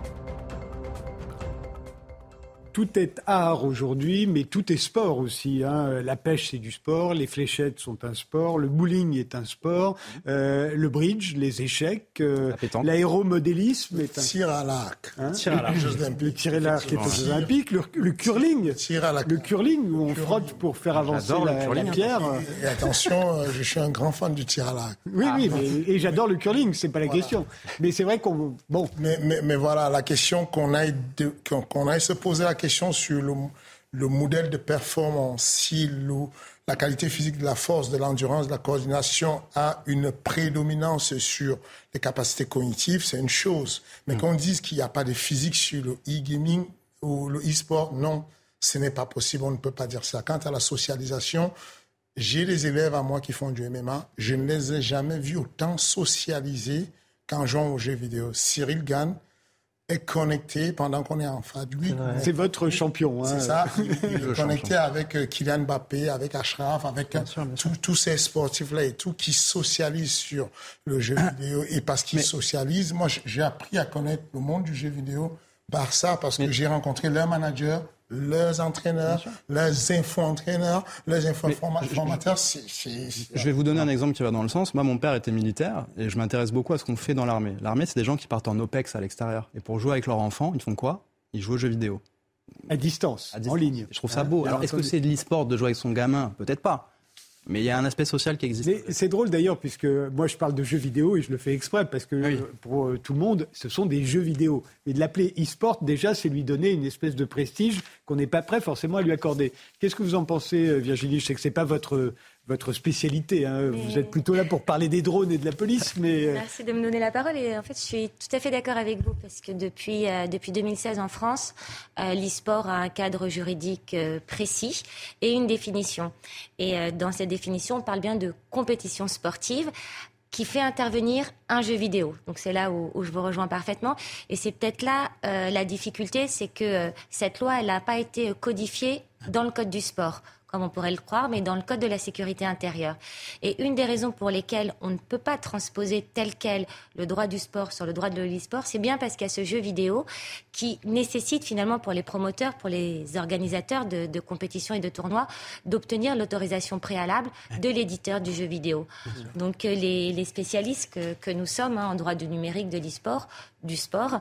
Speaker 1: Tout est art aujourd'hui, mais tout est sport aussi. Hein. La pêche, c'est du sport. Les fléchettes sont un sport. Le bowling est un sport. Euh, le bridge, les échecs. Euh, l'aéromodélisme est un...
Speaker 5: Tir à l'arc.
Speaker 1: Hein
Speaker 5: tir à l'arc.
Speaker 1: Le tir à l'arc est aux Jeux Olympiques. Le, le curling.
Speaker 5: Tir à l'arc.
Speaker 1: Le curling, où on curling. frotte pour faire avancer la, la pierre.
Speaker 5: Et, et attention, je suis un grand fan du tir à l'arc.
Speaker 1: Oui, ah, oui, mais, et j'adore le curling, c'est pas la voilà. question. Mais c'est vrai qu'on... Bon.
Speaker 5: Mais, mais, mais voilà, la question qu'on aille, de, qu'on, qu'on aille se poser la question sur le, le modèle de performance, si le, la qualité physique de la force, de l'endurance, de la coordination a une prédominance sur les capacités cognitives, c'est une chose. Mais mmh. qu'on dise qu'il n'y a pas de physique sur le e-gaming ou le e-sport, non, ce n'est pas possible, on ne peut pas dire ça. Quant à la socialisation, j'ai des élèves à moi qui font du M M A, je ne les ai jamais vus autant socialiser qu'en jouant aux jeux vidéo. Cyril Gann est connecté pendant qu'on est en face de lui.
Speaker 1: C'est votre champion. Hein.
Speaker 5: C'est ça. Il, il est connecté avec euh, Kylian Mbappé, avec Achraf, avec euh, tous ces sportifs-là et tout qui socialisent sur le jeu ah. vidéo. Et parce qu'ils Mais... socialisent, moi j'ai appris à connaître le monde du jeu vidéo par ça, parce que Mais... j'ai rencontré leurs managers, leurs entraîneurs, leurs info-entraîneurs, leurs info-formateurs. C'est, c'est, c'est...
Speaker 6: Je vais vous donner un exemple qui va dans le sens. Moi, mon père était militaire et je m'intéresse beaucoup à ce qu'on fait dans l'armée. L'armée, c'est des gens qui partent en OPEX à l'extérieur. Et pour jouer avec leurs enfants, ils font quoi ? Ils jouent aux jeux vidéo.
Speaker 1: À distance, à distance. En ligne.
Speaker 6: Je trouve ça beau. Alors, est-ce que c'est de l'e-sport de jouer avec son gamin ? Peut-être pas. Mais il y a un aspect social qui existe.
Speaker 1: Mais c'est drôle d'ailleurs, puisque moi je parle de jeux vidéo et je le fais exprès, parce que oui. pour euh, tout le monde, ce sont des jeux vidéo. Mais de l'appeler e-sport, déjà, c'est lui donner une espèce de prestige qu'on n'est pas prêt forcément à lui accorder. Qu'est-ce que vous en pensez, Virginie ? Je sais que ce n'est pas votre, votre spécialité. Hein. Mais... Vous êtes plutôt là pour parler des drones et de la police. Mais...
Speaker 7: Merci de me donner la parole. Et en fait, je suis tout à fait d'accord avec vous, parce que depuis, euh, depuis deux mille seize en France, euh, l'e-sport a un cadre juridique euh, précis et une définition. Et euh, dans cette définition, on parle bien de compétition sportive qui fait intervenir un jeu vidéo. Donc c'est là où, où je vous rejoins parfaitement. Et c'est peut-être là euh, la difficulté, c'est que euh, cette loi, elle n'a pas été codifiée dans le code du sport, comme on pourrait le croire, mais dans le code de la sécurité intérieure. Et une des raisons pour lesquelles on ne peut pas transposer tel quel le droit du sport sur le droit de l'e-sport, c'est bien parce qu'il y a ce jeu vidéo qui nécessite finalement pour les promoteurs, pour les organisateurs de, de compétitions et de tournois, d'obtenir l'autorisation préalable de l'éditeur du jeu vidéo. Donc les, les spécialistes que, que nous sommes hein, en droit du numérique, de l'e-sport, du sport,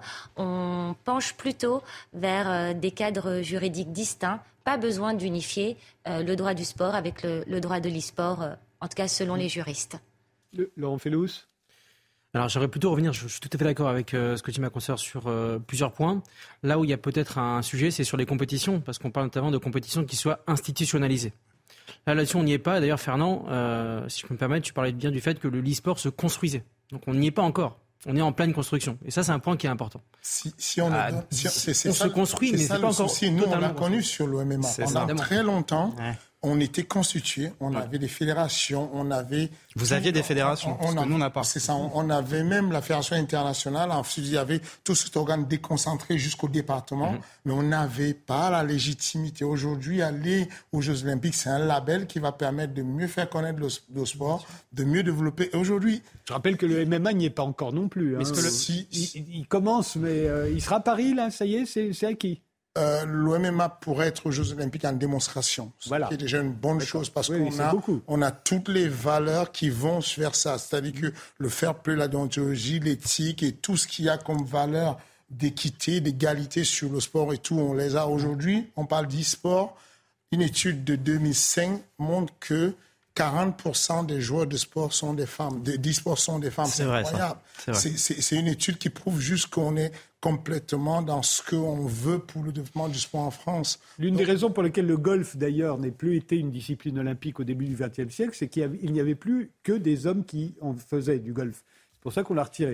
Speaker 7: on penche plutôt vers euh, des cadres juridiques distincts. Pas besoin d'unifier euh, le droit du sport avec le, le droit de l'e-sport, euh, en tout cas selon les juristes.
Speaker 1: Le, Laurent Felous ?
Speaker 4: Alors j'aimerais plutôt revenir, je, je suis tout à fait d'accord avec euh, ce que dit ma consoeur sur euh, plusieurs points. Là où il y a peut-être un sujet, c'est sur les compétitions, parce qu'on parle notamment de compétitions qui soient institutionnalisées. Là, là-dessus, on n'y est pas. D'ailleurs, Fernand, euh, si je peux me permettre, tu parlais bien du fait que le e-sport se construisait. Donc on n'y est pas encore. On est en pleine construction. Et ça, c'est un point qui est important.
Speaker 5: Si, si on,
Speaker 4: ah,
Speaker 5: est, si, c'est, c'est
Speaker 4: on
Speaker 5: ça,
Speaker 4: se construit,
Speaker 5: c'est
Speaker 4: mais
Speaker 5: ça
Speaker 4: c'est pas encore
Speaker 5: souci. Nous, on l'a connu sur le M M A.
Speaker 4: C'est
Speaker 5: Pendant
Speaker 4: ça.
Speaker 5: très longtemps, ouais. on était constitué, on ouais. avait des fédérations, on avait...
Speaker 6: Vous tout, aviez des fédérations, on, on, parce que nous, on n'a pas.
Speaker 5: C'est ça, on, on avait même la fédération internationale, ensuite il y avait tout cet organe déconcentré jusqu'au département, mm-hmm. mais on n'avait pas la légitimité. Aujourd'hui, aller aux Jeux Olympiques, c'est un label qui va permettre de mieux faire connaître le, le sport, de mieux développer. Et aujourd'hui...
Speaker 1: Je rappelle que le M M A n'y est pas encore non plus. Hein.
Speaker 5: Que le... si,
Speaker 1: il, il commence, mais euh, il sera à Paris, là, ça y est, c'est, c'est acquis.
Speaker 5: Euh, le M M A pourrait être aux Jeux Olympiques en démonstration, ce voilà. qui est déjà une bonne D'accord. chose parce oui, qu'on a, on a toutes les valeurs qui vont vers ça. C'est-à-dire que le fair play, la déontologie, l'éthique et tout ce qu'il y a comme valeur d'équité, d'égalité sur le sport et tout, on les a aujourd'hui. On parle d'e-sport. Une étude de deux mille cinq montre que quarante pour cent des joueurs de sport sont des femmes, de d'e-sport sont des femmes. C'est, c'est vrai, incroyable. C'est, vrai. C'est, c'est, c'est une étude qui prouve juste qu'on est complètement dans ce qu'on veut pour le développement du sport en France.
Speaker 1: L'une
Speaker 5: Donc,
Speaker 1: des raisons pour lesquelles le golf, d'ailleurs, n'est plus été une discipline olympique au début du vingtième siècle, c'est qu'il n'y avait plus que des hommes qui en faisaient du golf. C'est pour ça qu'on l'a retiré.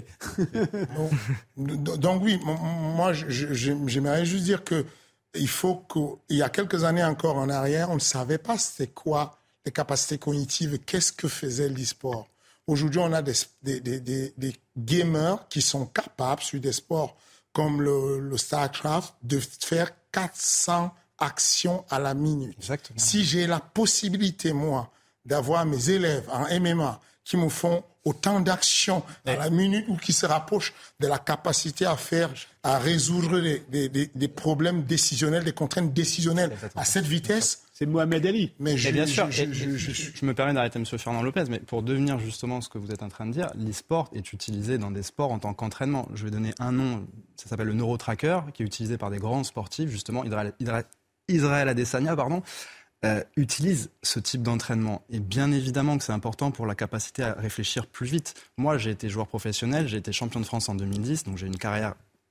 Speaker 5: donc, donc oui, moi, j'aimerais juste dire que il faut qu'il y a quelques années encore en arrière, on ne savait pas c'était quoi les capacités cognitives, qu'est-ce que faisait l'e-sport. Aujourd'hui, on a des, des, des, des, des gamers qui sont capables, sur des sports comme le, le StarCraft, de faire quatre cents actions à la minute.
Speaker 6: Exactement.
Speaker 5: Si j'ai la possibilité, moi, d'avoir mes élèves en M M A qui me font autant d'actions à la minute ou qui se rapprochent de la capacité à faire, à résoudre des, des, des, des problèmes décisionnels, des contraintes décisionnelles à cette vitesse.
Speaker 1: C'est Mohamed Ali.
Speaker 6: Mais je, bien sûr, je, je, je, je, je me permets d'arrêter M. Fernand Lopez, mais pour devenir justement ce que vous êtes en train de dire, l'e-sport est utilisé dans des sports en tant qu'entraînement. Je vais donner un nom, ça s'appelle le NeuroTracker, qui est utilisé par des grands sportifs, justement, Israël, Israël, Israël Adesanya, pardon, euh, utilise ce type d'entraînement. Et bien évidemment que c'est important pour la capacité à réfléchir plus vite. Moi, j'ai été joueur professionnel, j'ai été champion de France en deux mille dix, donc j'ai une carrière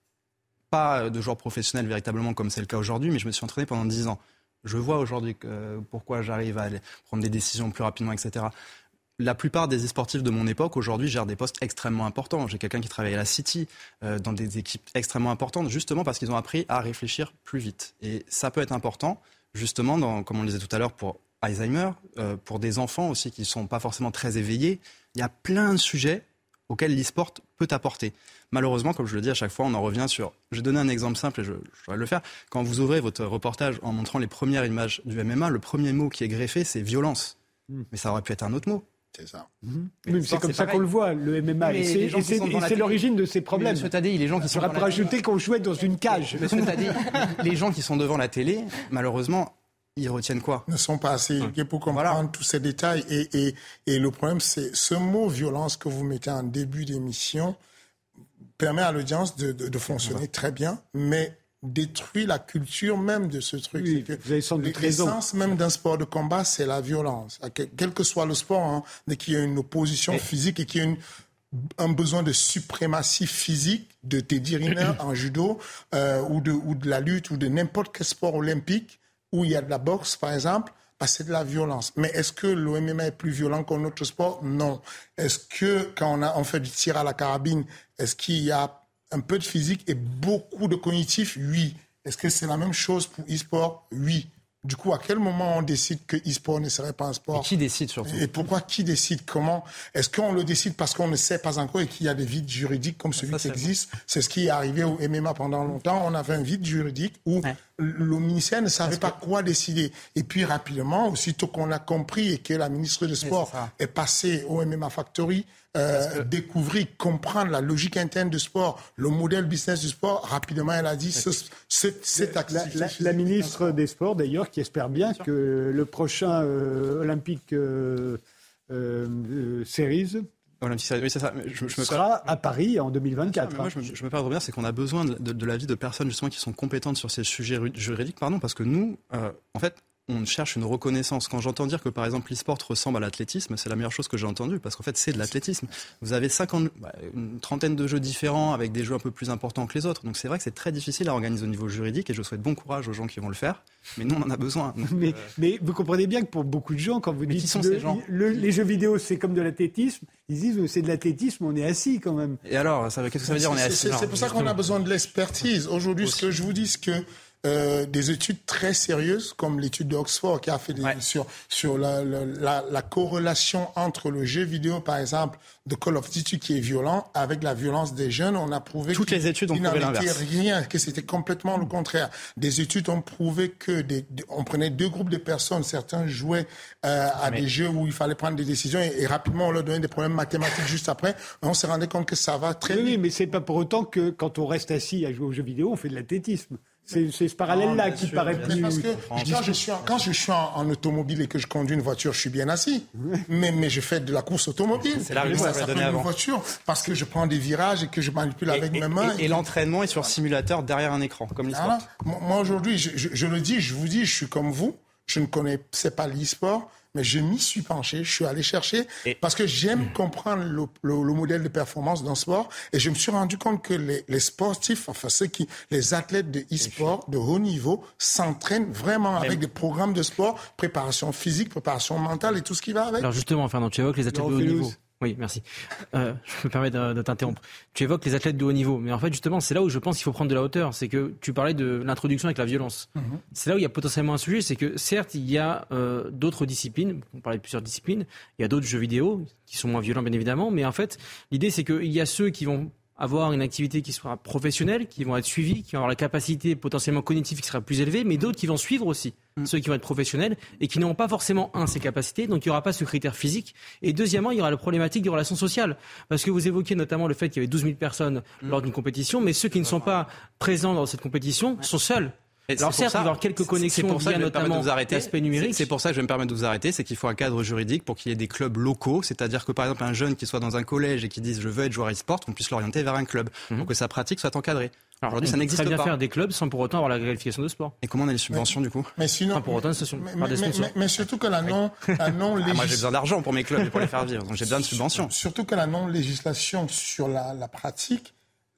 Speaker 6: pas de joueur professionnel véritablement comme c'est le cas aujourd'hui, mais je me suis entraîné pendant dix ans. Je vois aujourd'hui euh, pourquoi j'arrive à aller prendre des décisions plus rapidement, et cetera. La plupart des e-sportifs de mon époque, aujourd'hui, gèrent des postes extrêmement importants. J'ai quelqu'un qui travaille à la City, euh, dans des équipes extrêmement importantes, justement parce qu'ils ont appris à réfléchir plus vite. Et ça peut être important, justement, dans, comme on le disait tout à l'heure, pour Alzheimer, euh, pour des enfants aussi qui ne sont pas forcément très éveillés. Il y a plein de sujets auxquels l'e-sport peut apporter. Malheureusement, comme je le dis à chaque fois, on en revient sur... Je vais donner un exemple simple et je, je vais le faire. Quand vous ouvrez votre reportage en montrant les premières images du M M A, le premier mot qui est greffé, c'est violence. Mmh. Mais ça aurait pu être un autre mot.
Speaker 5: C'est ça.
Speaker 1: Mmh. Mais c'est comme c'est ça pareil. Qu'on le voit, le M M A. Mais et c'est, et c'est, et c'est l'origine de ces problèmes.
Speaker 6: Monsieur Tadei, les gens qui sont...
Speaker 1: J'aurais pu rajouter qu'on jouait dans une cage.
Speaker 6: Monsieur Tadei, les gens qui sont devant la télé, malheureusement... Ils retiennent quoi ?
Speaker 5: Ne sont pas assez éduqués pour comprendre voilà. tous ces détails. Et, et, et le problème, c'est ce mot violence que vous mettez en début d'émission permet à l'audience de, de, de fonctionner voilà. très bien, mais détruit la culture même de ce truc.
Speaker 1: Oui, c'est que vous avez sans doute raison.
Speaker 5: L'essence même d'un sport de combat, c'est la violence. Quel que soit le sport, hein, dès qu'il y a une opposition et... physique et qu'il y a une un besoin de suprématie physique de Teddy Riner en judo euh, ou, de, ou de la lutte ou de n'importe quel sport olympique, où il y a de la boxe, par exemple, bah, c'est de la violence. Mais est-ce que le M M A est plus violent qu'un autre sport ? Non. Est-ce que quand on, a, on fait du tir à la carabine, est-ce qu'il y a un peu de physique et beaucoup de cognitif ? Oui. Est-ce que c'est la même chose pour e-sport ? Oui. Du coup, à quel moment on décide que e-sport ne serait pas un sport ?
Speaker 6: Et qui décide surtout ?
Speaker 5: Et pourquoi qui décide ? Comment ? Est-ce qu'on le décide parce qu'on ne sait pas encore et qu'il y a des vides juridiques comme celui ça, qui existe ? C'est ce qui est arrivé au M M A pendant longtemps. On avait un vide juridique où ouais. le ministère ne savait parce pas que... quoi décider. Et puis rapidement, aussitôt qu'on a compris et que la ministre des Sports est passée au M M A Factory, Euh, que... découvrir, comprendre la logique interne du sport, le modèle business du sport, rapidement elle a dit ce, ce, c'est actif.
Speaker 1: La, la, la ministre des Sports d'ailleurs qui espère bien que le prochain euh, Olympique euh, euh, Series
Speaker 6: Olympique, oui, c'est ça.
Speaker 1: Je, je me sera à Paris en deux mille vingt-quatre.
Speaker 6: Moi, je me, je me perds de revenir, c'est qu'on a besoin de, de, de l'avis de personnes justement qui sont compétentes sur ces sujets juridiques, pardon, parce que nous, euh, en fait, on cherche une reconnaissance. Quand j'entends dire que, par exemple, l'e-sport ressemble à l'athlétisme, c'est la meilleure chose que j'ai entendue, parce qu'en fait, c'est de l'athlétisme. Vous avez cinquante, bah, une trentaine de jeux différents, avec des jeux un peu plus importants que les autres. Donc c'est vrai que c'est très difficile à organiser au niveau juridique, et je souhaite bon courage aux gens qui vont le faire. Mais nous, on en a besoin. Donc,
Speaker 1: mais,
Speaker 6: euh...
Speaker 1: mais vous comprenez bien que pour beaucoup de gens, quand vous
Speaker 6: mais
Speaker 1: dites
Speaker 6: qui sont
Speaker 1: le,
Speaker 6: ces gens
Speaker 1: le, les jeux vidéo, c'est comme de l'athlétisme, ils disent c'est de l'athlétisme, on est assis quand même.
Speaker 6: Et alors, ça veut, qu'est-ce que ça veut dire, on est assis ?
Speaker 5: C'est, c'est, c'est pour ça qu'on a besoin de l'expertise. Aujourd'hui, ce que je vous dis, c'est que euh, des études très sérieuses, comme l'étude d'Oxford qui a fait des, ouais. sur, sur la, la, la corrélation entre le jeu vidéo, par exemple, de Call of Duty qui est violent, avec la violence des jeunes. On a prouvé
Speaker 6: Toutes les études ont prouvé l'inverse.
Speaker 5: Rien, que c'était complètement le contraire. Des études ont prouvé que des, on prenait deux groupes de personnes, certains jouaient euh, à Mais... des jeux où il fallait prendre des décisions et, et rapidement on leur donnait des problèmes mathématiques juste après. On s'est rendu compte que ça va très
Speaker 1: oui,
Speaker 5: vite.
Speaker 1: Oui, mais c'est pas pour autant que quand on reste assis à jouer aux jeux vidéo, on fait de l'athlétisme. C'est, c'est ce parallèle-là qui sûr, paraît plus...
Speaker 5: Parce que quand je suis, en, quand je suis en, en automobile et que je conduis une voiture, je suis bien assis. mais, mais je fais de la course automobile.
Speaker 6: C'est là que ça
Speaker 5: s'appelle une avant. voiture parce que je prends des virages et que je manipule et, avec
Speaker 6: et,
Speaker 5: mes mains.
Speaker 6: Et, et, et l'entraînement est sur simulateur derrière un écran, comme l'e-sport.
Speaker 5: Voilà. Moi, aujourd'hui, je, je, je le dis, je vous dis, je suis comme vous. Je ne connaissais pas l'e-sport, mais je m'y suis penché, je suis allé chercher, et... parce que j'aime mmh. comprendre le, le, le modèle de performance d'un sport, et je me suis rendu compte que les, les sportifs, enfin ceux qui, les athlètes de e-sport de haut niveau, s'entraînent vraiment mais... avec des programmes de sport, préparation physique, préparation mentale et tout ce qui va avec.
Speaker 4: Alors justement, Fernand, tu évoques les athlètes de haut niveau. Oui, merci. Euh, je me permets de, de t'interrompre. Tu évoques les athlètes de haut niveau, mais en fait, justement, c'est là où je pense qu'il faut prendre de la hauteur. C'est que tu parlais de l'introduction avec la violence. Mm-hmm. C'est là où il y a potentiellement un sujet, c'est que certes, il y a euh, d'autres disciplines, on parlait de plusieurs disciplines, il y a d'autres jeux vidéo qui sont moins violents, bien évidemment, mais en fait, l'idée, c'est qu'il y a ceux qui vont avoir une activité qui sera professionnelle, qui vont être suivis, qui vont avoir la capacité potentiellement cognitive qui sera plus élevée, mais d'autres qui vont suivre aussi, mmh. ceux qui vont être professionnels et qui n'auront pas forcément, un, ces capacités, donc il n'y aura pas ce critère physique. Et deuxièmement, il y aura la problématique des relations sociales. Parce que vous évoquiez notamment le fait qu'il y avait douze mille personnes mmh. lors d'une compétition, mais ceux qui ne sont pas présents dans cette compétition ouais. sont seuls. Et alors certes, il va y avoir quelques connexions via notamment l'aspect numérique.
Speaker 6: C'est pour ça que je vais me permettre de vous arrêter, c'est qu'il faut un cadre juridique pour qu'il y ait des clubs locaux, c'est-à-dire que par exemple un jeune qui soit dans un collège et qui dise je veux être joueur e-sport, qu'on puisse l'orienter vers un club, mmh. pour que sa pratique soit encadrée.
Speaker 4: Alors, aujourd'hui, ça n'existe pas. On peut très bien faire des clubs sans pour autant avoir la qualification de sport.
Speaker 6: Et comment on a les subventions
Speaker 5: mais,
Speaker 6: du coup
Speaker 5: mais sinon,
Speaker 4: sans pour autant, c'est
Speaker 5: mais, mais, mais, mais, mais surtout que la non, la non
Speaker 6: ah, moi j'ai besoin d'argent pour mes clubs et pour les faire vivre, donc j'ai besoin de subventions.
Speaker 5: Surtout que la non législation sur la, la pratique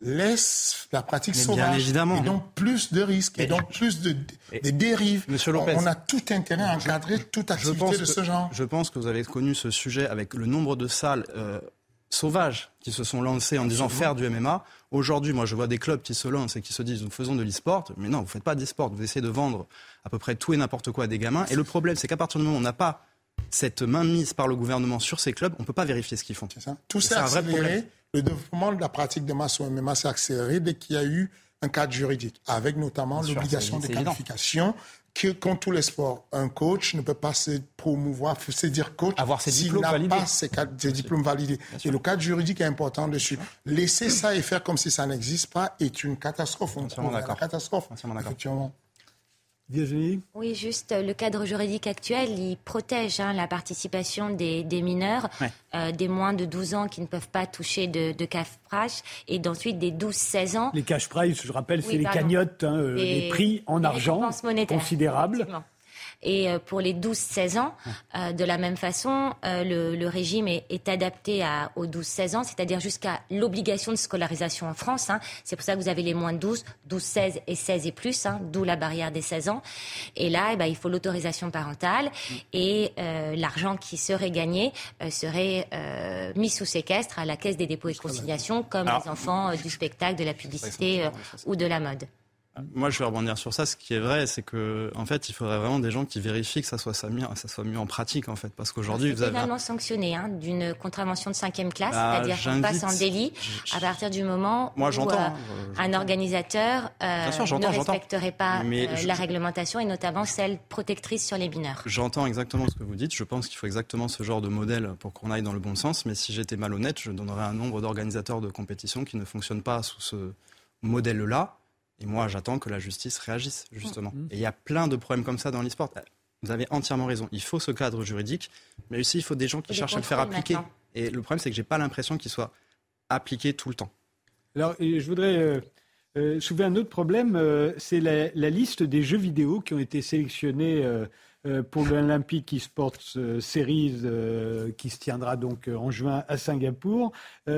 Speaker 5: laisse la pratique mais sauvage, bien
Speaker 6: évidemment.
Speaker 5: Et donc plus de risques, et, et donc plus de, de, de dérives.
Speaker 6: Monsieur Lopez,
Speaker 5: on, on a tout intérêt à encadrer toute activité de ce
Speaker 6: que,
Speaker 5: genre.
Speaker 6: Je pense que vous avez connu ce sujet avec le nombre de salles euh, sauvages qui se sont lancées en disant Absolument. faire du M M A. Aujourd'hui, moi, je vois des clubs qui se lancent et qui se disent nous faisons de l'e-sport. Mais non, vous faites pas d'e-sport. Vous essayez de vendre à peu près tout et n'importe quoi à des gamins. Et le problème, c'est qu'à partir du moment où on n'a pas cette mainmise par le gouvernement sur ces clubs, on peut pas vérifier ce qu'ils font.
Speaker 5: C'est ça. Tout ça, c'est un vrai problème. Le développement de la pratique de masse au M M A s'est accéléré dès qu'il y a eu un cadre juridique, avec notamment Bien l'obligation sûr, de qualification, que, comme tous les sports, un coach ne peut pas se promouvoir, se dire coach,
Speaker 4: avoir ses diplômes
Speaker 5: s'il n'a
Speaker 4: validés.
Speaker 5: pas ses, ses diplômes validés. Et le cadre juridique est important dessus. Laisser ça et faire comme si ça n'existe pas est une catastrophe. On
Speaker 6: trouve une
Speaker 5: catastrophe, effectivement.
Speaker 1: Virginie ?
Speaker 7: Oui, juste le cadre juridique actuel, il protège hein, la participation des, des mineurs, ouais. euh, des moins de douze ans qui ne peuvent pas toucher de, de cash prize, et ensuite des douze seize ans.
Speaker 1: Les cash prize, je rappelle, oui, c'est pardon. les cagnottes, hein, les, les prix en argent considérables.
Speaker 7: Et pour les douze seize ans, euh, de la même façon, euh, le, le régime est, est adapté à, aux douze seize ans, c'est-à-dire jusqu'à l'obligation de scolarisation en France. Hein. C'est pour ça que vous avez les moins de douze, douze seize et seize et plus, hein, d'où la barrière des seize ans. Et là, eh ben, il faut l'autorisation parentale et euh, l'argent qui serait gagné euh, serait euh, mis sous séquestre à la Caisse des dépôts et consignations, comme Alors, les enfants euh, du spectacle, de la publicité euh, ou de la mode.
Speaker 6: Moi, je vais rebondir sur ça. Ce qui est vrai, c'est que, en fait, il faudrait vraiment des gens qui vérifient que ça soit, ça mis, ça soit mis en pratique, en fait, parce qu'aujourd'hui, vous avez
Speaker 7: pénalement sanctionné, hein, d'une contravention de cinquième classe, bah, c'est-à-dire qu'on passe en délit je... à partir du moment
Speaker 6: Moi,
Speaker 7: où
Speaker 6: j'entends,
Speaker 7: euh,
Speaker 6: j'entends.
Speaker 7: un organisateur euh,
Speaker 6: sûr,
Speaker 7: ne respecterait pas
Speaker 6: Mais
Speaker 7: euh,
Speaker 6: je...
Speaker 7: la réglementation et notamment celle protectrice sur les mineurs.
Speaker 6: J'entends exactement ce que vous dites. Je pense qu'il faut exactement ce genre de modèle pour qu'on aille dans le bon sens. Mais si j'étais malhonnête, je donnerais un nombre d'organisateurs de compétitions qui ne fonctionnent pas sous ce modèle-là. Et moi, j'attends que la justice réagisse, justement. Mmh. Et il y a plein de problèmes comme ça dans l'e-sport. Vous avez entièrement raison. Il faut ce cadre juridique, mais aussi il faut des gens qui et cherchent à le faire appliquer. Maintenant. Et le problème, c'est que je n'ai pas l'impression qu'il soit appliqué tout le temps.
Speaker 1: Alors, je voudrais euh, euh, soulever un autre problème. Euh, c'est la, la liste des jeux vidéo qui ont été sélectionnés euh, euh, pour l'Olympic eSports euh, Series euh, qui se tiendra donc euh, en juin à Singapour.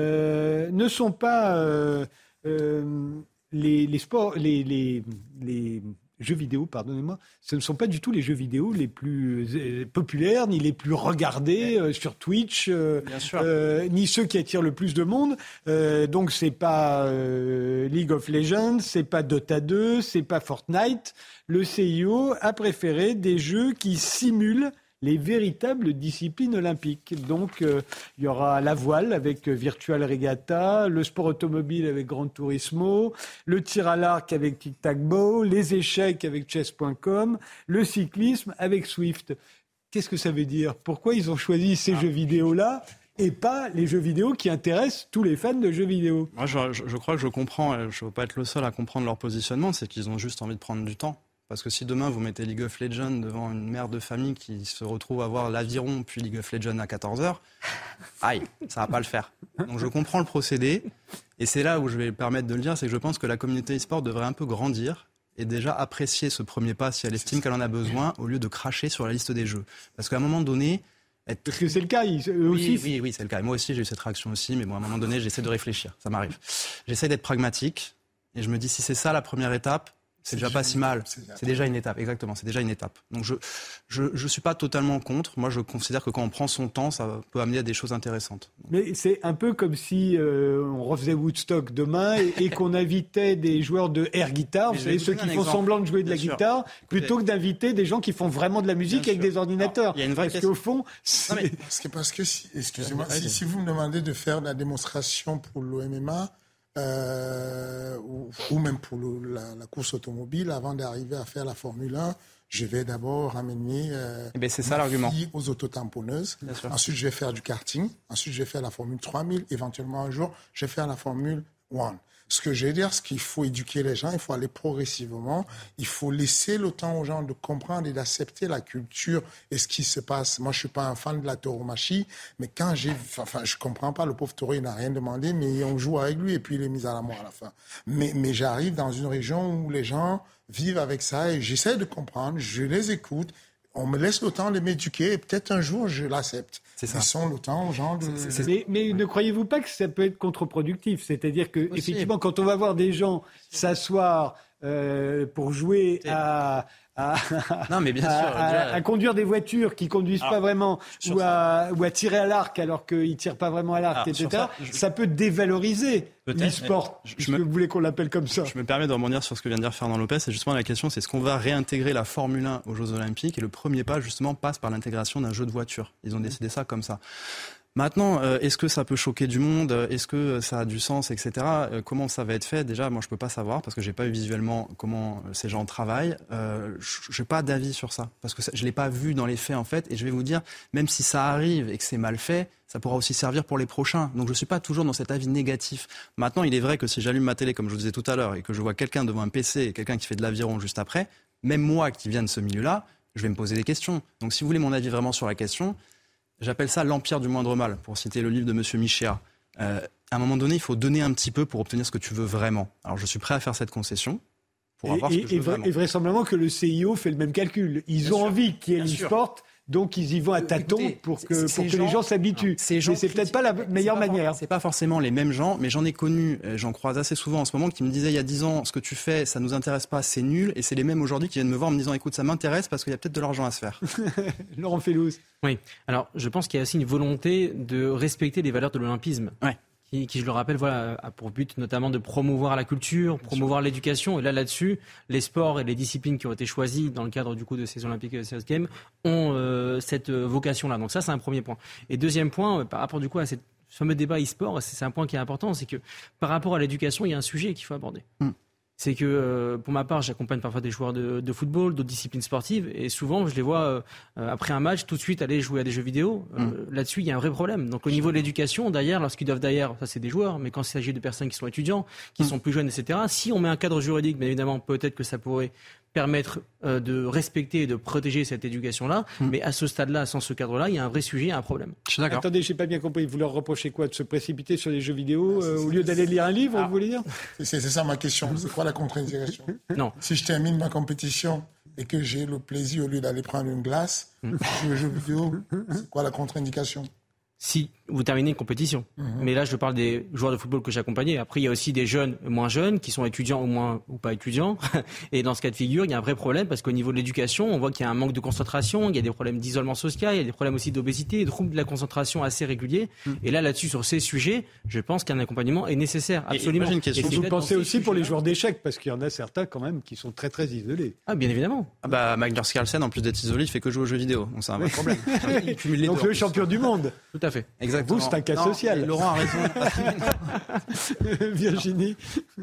Speaker 1: Euh, ne sont pas... Euh, euh, Les, les sports, les, les, les jeux vidéo, pardonnez-moi, ce ne sont pas du tout les jeux vidéo les plus euh, populaires, ni les plus regardés euh, sur Twitch, euh, euh, ni ceux qui attirent le plus de monde. Euh, donc c'est pas euh, League of Legends, c'est pas Dota deux, c'est pas Fortnite. Le C I O a préféré des jeux qui simulent les véritables disciplines olympiques. Donc, euh, il y aura la voile avec Virtual Regatta, le sport automobile avec Gran Turismo, le tir à l'arc avec Tic Tac Bow, les échecs avec chess point com, le cyclisme avec Swift. Qu'est-ce que ça veut dire ? Pourquoi ils ont choisi ces ah. jeux vidéo-là et pas les jeux vidéo qui intéressent tous les fans de jeux vidéo ?
Speaker 6: Moi, je, je, je crois que je comprends, je ne veux pas être le seul à comprendre leur positionnement, c'est qu'ils ont juste envie de prendre du temps. Parce que si demain vous mettez League of Legends devant une mère de famille qui se retrouve à voir l'Aviron puis League of Legends à quatorze heures, aïe, ça va pas le faire. Donc je comprends le procédé et c'est là où je vais me permettre de le dire, c'est que je pense que la communauté e-sport devrait un peu grandir et déjà apprécier ce premier pas si elle estime qu'elle en a besoin au lieu de cracher sur la liste des jeux. Parce qu'à un moment donné...
Speaker 1: Être... Parce que c'est le cas, ils, eux
Speaker 6: oui,
Speaker 1: aussi.
Speaker 6: Oui, oui, c'est le cas. Et moi aussi j'ai eu cette réaction aussi, mais bon, à un moment donné j'essaie de réfléchir, ça m'arrive. J'essaie d'être pragmatique et je me dis si c'est ça la première étape, c'est, c'est déjà pas si mal. C'est, c'est déjà une étape, exactement. C'est déjà une étape. Donc je, je, je suis pas totalement contre. Moi, je considère que quand on prend son temps, ça peut amener à des choses intéressantes.
Speaker 1: Mais c'est un peu comme si euh, on refaisait Woodstock demain et, et qu'on invitait des joueurs de air guitare, vous savez, ceux qui font exemple. semblant de jouer de Bien la sûr. guitare, plutôt que d'inviter des gens qui font vraiment de la musique Bien avec sûr. des ordinateurs.
Speaker 6: Il y a une vraie
Speaker 1: parce
Speaker 6: question.
Speaker 1: qu'au fond, c'est...
Speaker 5: Non, mais parce que parce que si, excusez-moi, si, si vous me demandez de faire la démonstration pour l'O M M A. Euh, ou, ou même pour le, la, la course automobile, avant d'arriver à faire la Formule un, je vais d'abord amener euh,
Speaker 6: eh bien, c'est ça, l'argument.
Speaker 5: fille aux autotamponneuses. Ensuite, je vais faire du karting. Ensuite, je vais faire la Formule trois mille. Éventuellement, un jour, je vais faire la Formule un. Ce que je veux dire, c'est qu'il faut éduquer les gens, il faut aller progressivement, il faut laisser le temps aux gens de comprendre et d'accepter la culture et ce qui se passe. Moi, je suis pas un fan de la tauromachie, mais quand j'ai... Enfin, je comprends pas, le pauvre taureau, il n'a rien demandé, mais on joue avec lui et puis il est mis à la mort à la fin. Mais, mais j'arrive dans une région où les gens vivent avec ça et j'essaie de comprendre, je les écoute. On me laisse le temps de m'éduquer et peut-être un jour je l'accepte.
Speaker 6: C'est ça.
Speaker 5: Laissons le temps aux gens de...
Speaker 1: C'est, c'est, mais mais ouais. ne croyez-vous pas que ça peut être contre-productif ? C'est-à-dire que, Aussi. effectivement, quand on va voir des gens s'asseoir euh, pour jouer à... À,
Speaker 6: non, mais bien
Speaker 1: à,
Speaker 6: sûr,
Speaker 1: à,
Speaker 6: déjà...
Speaker 1: à conduire des voitures qui conduisent alors, pas vraiment ou à, ou à tirer à l'arc alors qu'ils tirent pas vraiment à l'arc, alors, et cetera. Ça, je... ça peut dévaloriser Peut-être, l'e-sport, je, je me... vous voulez qu'on l'appelle comme ça.
Speaker 6: Je me permets de rebondir sur ce que vient de dire Fernand Lopez. Et justement, la question, c'est est-ce qu'on va réintégrer la Formule un aux Jeux Olympiques ? Et le premier pas, justement, passe par l'intégration d'un jeu de voiture. Ils ont décidé ça comme ça. Maintenant, euh, est-ce que ça peut choquer du monde ? Est-ce que ça a du sens, et cetera. Euh, comment ça va être fait ? Déjà, moi, je peux pas savoir parce que j'ai pas vu visuellement comment ces gens travaillent. Euh, j'ai pas d'avis sur ça parce que ça, je l'ai pas vu dans les faits en fait. Et je vais vous dire, même si ça arrive et que c'est mal fait, ça pourra aussi servir pour les prochains. Donc, je suis pas toujours dans cet avis négatif. Maintenant, il est vrai que si j'allume ma télé, comme je vous disais tout à l'heure, et que je vois quelqu'un devant un P C et quelqu'un qui fait de l'aviron juste après, même moi qui viens de ce milieu-là, je vais me poser des questions. Donc, si vous voulez mon avis vraiment sur la question. J'appelle ça l'empire du moindre mal, pour citer le livre de Monsieur Michéa. Euh, à un moment donné, il faut donner un petit peu pour obtenir ce que tu veux vraiment. Alors, je suis prêt à faire cette concession pour
Speaker 1: et,
Speaker 6: avoir
Speaker 1: et,
Speaker 6: ce que je veux
Speaker 1: et,
Speaker 6: vraiment.
Speaker 1: Et vraisemblablement que le C I O fait le même calcul. Ils Bien ont sûr. envie qu'il y ait l'e-sport, donc ils y vont à tâtons Écoutez, pour que, pour que gens, les gens s'habituent. Mais c'est peut-être pas la meilleure
Speaker 6: c'est
Speaker 1: manière.
Speaker 6: Pas, c'est pas forcément les mêmes gens, mais j'en ai connu, j'en croise assez souvent en ce moment, qui me disaient il y a dix ans, ce que tu fais, ça nous intéresse pas, c'est nul. Et c'est les mêmes aujourd'hui qui viennent me voir en me disant écoute, ça m'intéresse parce qu'il y a peut-être de l'argent à se faire.
Speaker 1: Laurent Fellouz.
Speaker 4: Oui, alors je pense qu'il y a aussi une volonté de respecter les valeurs de l'olympisme.
Speaker 6: Ouais.
Speaker 4: Qui, qui, je le rappelle, voilà, a pour but notamment de promouvoir la culture, Bien promouvoir sûr. l'éducation. Et là, là-dessus, les sports et les disciplines qui ont été choisies dans le cadre du coup de ces Olympiques et des Serious Games ont euh, cette vocation-là. Donc ça, c'est un premier point. Et deuxième point, euh, par rapport du coup à cette fameux débat e-sport, c'est, c'est un point qui est important, c'est que par rapport à l'éducation, il y a un sujet qu'il faut aborder. Mm. C'est que, euh, pour ma part, j'accompagne parfois des joueurs de, de football, d'autres disciplines sportives, et souvent, je les vois, euh, après un match, tout de suite aller jouer à des jeux vidéo. Euh, mmh. Là-dessus, il y a un vrai problème. Donc, au niveau de l'éducation, d'ailleurs, lorsqu'ils doivent d'ailleurs, ça c'est des joueurs, mais quand il s'agit de personnes qui sont étudiants, qui mmh. sont plus jeunes, et cetera, si on met un cadre juridique, bien évidemment, peut-être que ça pourrait permettre euh, de respecter et de protéger cette éducation-là, mmh. mais à ce stade-là, sans ce cadre-là, il y a un vrai sujet, un problème.
Speaker 1: Je suis d'accord. Attendez, j'ai pas bien compris. Vous leur reprochez quoi ? De se précipiter sur les jeux vidéo euh, au lieu d'aller lire un livre, ah. vous voulez dire ?
Speaker 5: c'est, c'est ça ma question. C'est quoi la contre-indication ?
Speaker 4: Non.
Speaker 5: Si je termine ma compétition et que j'ai le plaisir, au lieu d'aller prendre une glace, mmh. jouer aux jeux vidéo, c'est quoi la contre-indication ?
Speaker 4: si vous terminez une compétition. Mmh. Mais là, je parle des joueurs de football que j'ai accompagnés. Après, il y a aussi des jeunes moins jeunes qui sont étudiants ou moins ou pas étudiants. Et dans ce cas de figure, il y a un vrai problème parce qu'au niveau de l'éducation, on voit qu'il y a un manque de concentration, il y a des problèmes d'isolement social, il y a des problèmes aussi d'obésité, des troubles de la concentration assez réguliers. Mmh. Et là, là-dessus, sur ces sujets, je pense qu'un accompagnement est nécessaire, absolument.
Speaker 1: Et, une question. Et vous pensez aussi pour les joueurs d'échecs, parce qu'il y en a certains quand même qui sont très très isolés.
Speaker 4: Ah, bien évidemment.
Speaker 6: Ah bah, Magnus Carlsen, en plus d'être isolé, il fait que jouer aux jeux vidéo. Donc c'est un vrai problème. Il cumule les
Speaker 1: Donc
Speaker 6: deux,
Speaker 1: le champion du monde.
Speaker 4: Tout à fait.
Speaker 6: Exactement.
Speaker 1: Vous, c'est un cas non, social.
Speaker 6: Laurent a raison.
Speaker 1: Virginie.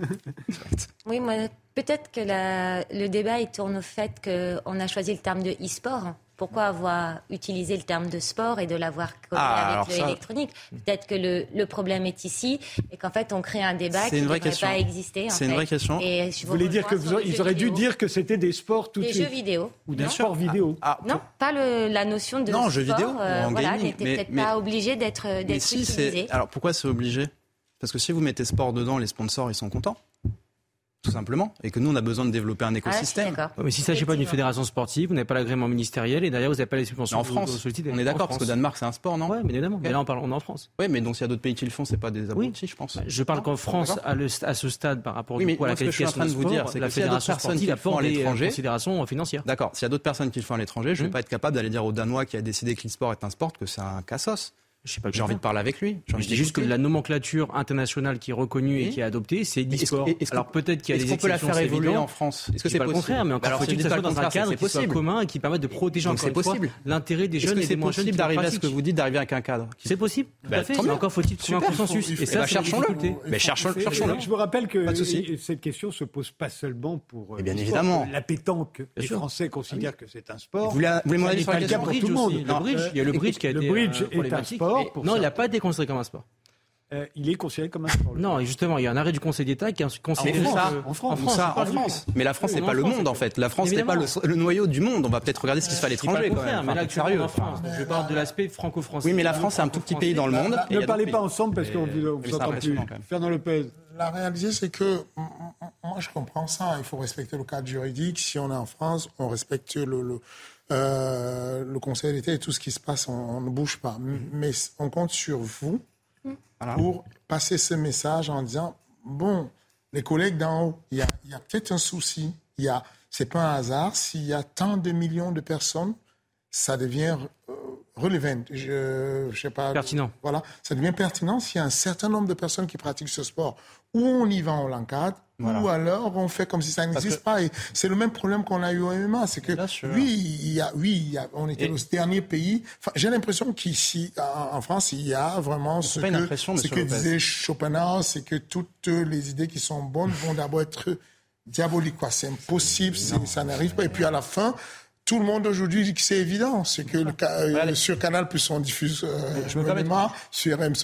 Speaker 7: Oui, moi, peut-être que la, le débat il tourne au fait qu'on a choisi le terme de e-sport. Pourquoi avoir utilisé le terme de sport et de l'avoir collé ah, avec l'électronique ? Peut-être que le, le problème est ici et qu'en fait on crée un débat qui ne devrait pas exister. En
Speaker 6: c'est
Speaker 7: fait.
Speaker 6: une vraie question.
Speaker 1: Et je vous voulez dire qu'ils auraient dû dire que c'était des sports tout de suite ?
Speaker 7: Des jeux vidéo.
Speaker 1: Ou des non. sports vidéo.
Speaker 7: Ah, ah, non, pas le, la notion de
Speaker 6: non,
Speaker 7: sport.
Speaker 6: Jeux vidéo,
Speaker 7: euh, voilà,
Speaker 6: gaming,
Speaker 7: n'était
Speaker 6: mais,
Speaker 7: peut-être
Speaker 6: mais,
Speaker 7: pas obligé d'être, d'être
Speaker 6: mais si,
Speaker 7: utilisé.
Speaker 6: C'est... Alors pourquoi c'est obligé ? Parce que si vous mettez sport dedans, les sponsors ils sont contents. Tout simplement, et que nous on a besoin de développer un écosystème.
Speaker 7: Ah,
Speaker 4: ouais, mais s'il ne s'agit pas d'une fédération sportive, vous n'avez pas l'agrément ministériel et derrière vous n'avez pas les subventions.
Speaker 6: En France, on est d'accord, parce qu'au Danemark c'est un sport, non ?
Speaker 4: Oui, mais évidemment. Okay. Mais là on parle, on est en France.
Speaker 6: Oui, mais donc s'il y a d'autres pays qui le font, c'est pas des abrutis, oui. je pense.
Speaker 4: Je parle non, qu'en France, à, le, à ce stade, par rapport oui, mais à la qualification de sport,
Speaker 6: dire, c'est
Speaker 4: la fédération sportive apporte des considérations financières.
Speaker 6: D'accord. S'il y a d'autres personnes qui le font à l'étranger, je ne vais pas être capable d'aller dire aux Danois qui a décidé que l'e-sport est un sport que c'est un cassos. Je sais pas, j'ai envie de parler avec lui.
Speaker 4: Je dis juste que la nomenclature internationale qui est reconnue oui. et qui est adoptée, c'est l'e-sport. Alors peut-être qu'il y a des exceptions,
Speaker 6: est-ce qu'on peut la faire évoluer en France ?
Speaker 4: Est-ce que c'est pas le contraire ? Mais encore faut-il que ça soit dans un cadre qui soit commun et qui permette de protéger encore une fois l'intérêt des jeunes et des moins jeunes.
Speaker 6: C'est possible d'arriver à ce que vous dites, d'arriver avec un cadre.
Speaker 4: C'est possible. Tout à fait. Mais encore faut-il trouver un consensus. Et ça,
Speaker 6: cherchons-le. Mais cherchons-le.
Speaker 1: Je vous rappelle que cette question se pose pas seulement pour
Speaker 6: bien évidemment
Speaker 1: la pétanque. Les Français considèrent que c'est un sport.
Speaker 6: Vous voulez mon avis sur la question ?
Speaker 1: Pour tout le monde.
Speaker 4: Il y a le bridge qui a été
Speaker 1: le bridge est un sport.
Speaker 4: Non, il n'a pas été considéré comme un sport.
Speaker 1: Euh, il est considéré comme un sport.
Speaker 4: Non, et justement, il y a un arrêt du Conseil d'État qui est considéré
Speaker 6: en France.
Speaker 4: Que...
Speaker 6: En France, en France, ça, en France. Mais la France, c'est pas le monde, en fait. La France, c'est pas le, le noyau du monde. On va peut-être regarder ce qui se fait à l'étranger, quand même.
Speaker 4: Mais là, sérieux, en France. Je parle de l'aspect franco-français.
Speaker 6: Oui, mais la France, c'est un tout petit pays dans le monde.
Speaker 1: Ne parlez pas ensemble parce qu'on vous entend plus. Fernand Lopez.
Speaker 5: La réalité, c'est que moi, je comprends ça. Il faut respecter le cadre juridique. Si on est en France, on respecte le, le, euh, le Conseil d'État et tout ce qui se passe, on, on ne bouge pas. Mais on compte sur vous voilà. pour passer ce message en disant, bon, les collègues d'en haut, il y a, y a peut-être un souci. Il y a, c'est pas un hasard. S'il y a tant de millions de personnes, ça devient euh, relevant. Je, je sais pas.
Speaker 4: Pertinent.
Speaker 5: Voilà, ça devient pertinent s'il y a un certain nombre de personnes qui pratiquent ce sport. Ou on y va, on l'encadre, voilà. ou alors on fait comme si ça n'existe que... pas. Et c'est le même problème qu'on a eu au M M A. C'est que, oui, il y a, oui, il y a, on était et... le dernier pays. Enfin, j'ai l'impression qu'ici, en France, il y a vraiment ce que, ce que disait Schopenhauer, c'est que toutes les idées qui sont bonnes vont d'abord être diaboliques, quoi. C'est impossible, c'est, ça n'arrive pas. Et puis à la fin, tout le monde aujourd'hui dit que c'est évident, c'est que le, euh, sur Canal Plus on diffuse euh, je M M A, sur M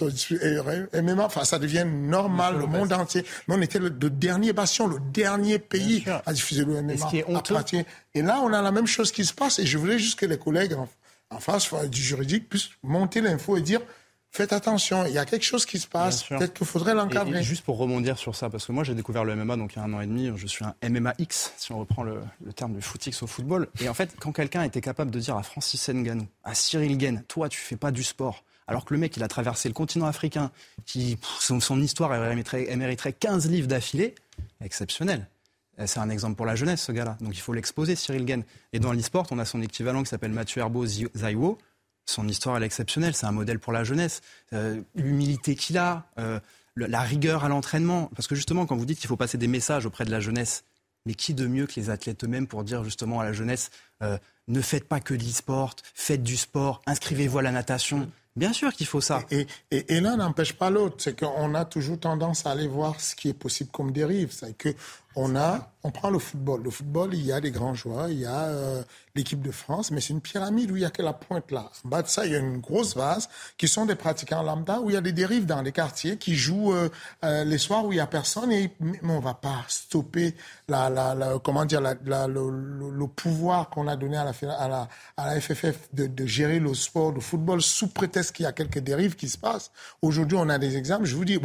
Speaker 5: M A, enfin ça devient normal, le monde entier. Mais on était le, le dernier bastion, le dernier pays à diffuser le M M A.
Speaker 6: Et,
Speaker 5: à pratiquer. Et là, on a la même chose qui se passe. Et je voulais juste que les collègues en, en face du juridique puissent monter l'info et dire faites attention, il y a quelque chose qui se passe, peut-être qu'il faudrait l'encadrer.
Speaker 6: Et, et juste pour rebondir sur ça, parce que moi j'ai découvert le M M A donc il y a un an et demi, je suis un M M A X, si on reprend le, le terme de footix au football. Et en fait, quand quelqu'un était capable de dire à Francis Ngannou, à Cyril Gane, toi tu fais pas du sport, alors que le mec il a traversé le continent africain, qui son, son histoire elle mériterait, elle mériterait quinze livres d'affilée, exceptionnel. C'est un exemple pour la jeunesse ce gars-là, donc il faut l'exposer Cyril Gane. Et dans l'e-sport, on a son équivalent qui s'appelle Mathieu Herbeau Zaiwo. Son histoire, elle est exceptionnelle. C'est un modèle pour la jeunesse. Euh, l'humilité qu'il a, euh, le, la rigueur à l'entraînement. Parce que justement, quand vous dites qu'il faut passer des messages auprès de la jeunesse, mais qui de mieux que les athlètes eux-mêmes pour dire justement à la jeunesse euh, ne faites pas que de l'e-sport, faites du sport, inscrivez-vous à la natation. Bien sûr qu'il faut ça.
Speaker 5: Et, et, et l'un n'empêche pas l'autre. C'est qu'on a toujours tendance à aller voir ce qui est possible comme dérive. C'est que on a, on prend le football. Le football, il y a des grands joueurs, il y a euh, l'équipe de France, mais c'est une pyramide où il y a que la pointe là. En bas de ça, il y a une grosse vase qui sont des pratiquants lambda où il y a des dérives dans les quartiers qui jouent euh, euh, les soirs où il y a personne et mais on va pas stopper la, la, la comment dire la, la, le, le, le pouvoir qu'on a donné à la à la, à la F F F de, de gérer le sport, le football sous prétexte qu'il y a quelques dérives qui se passent. Aujourd'hui, on a des exemples. Je vous dis bon.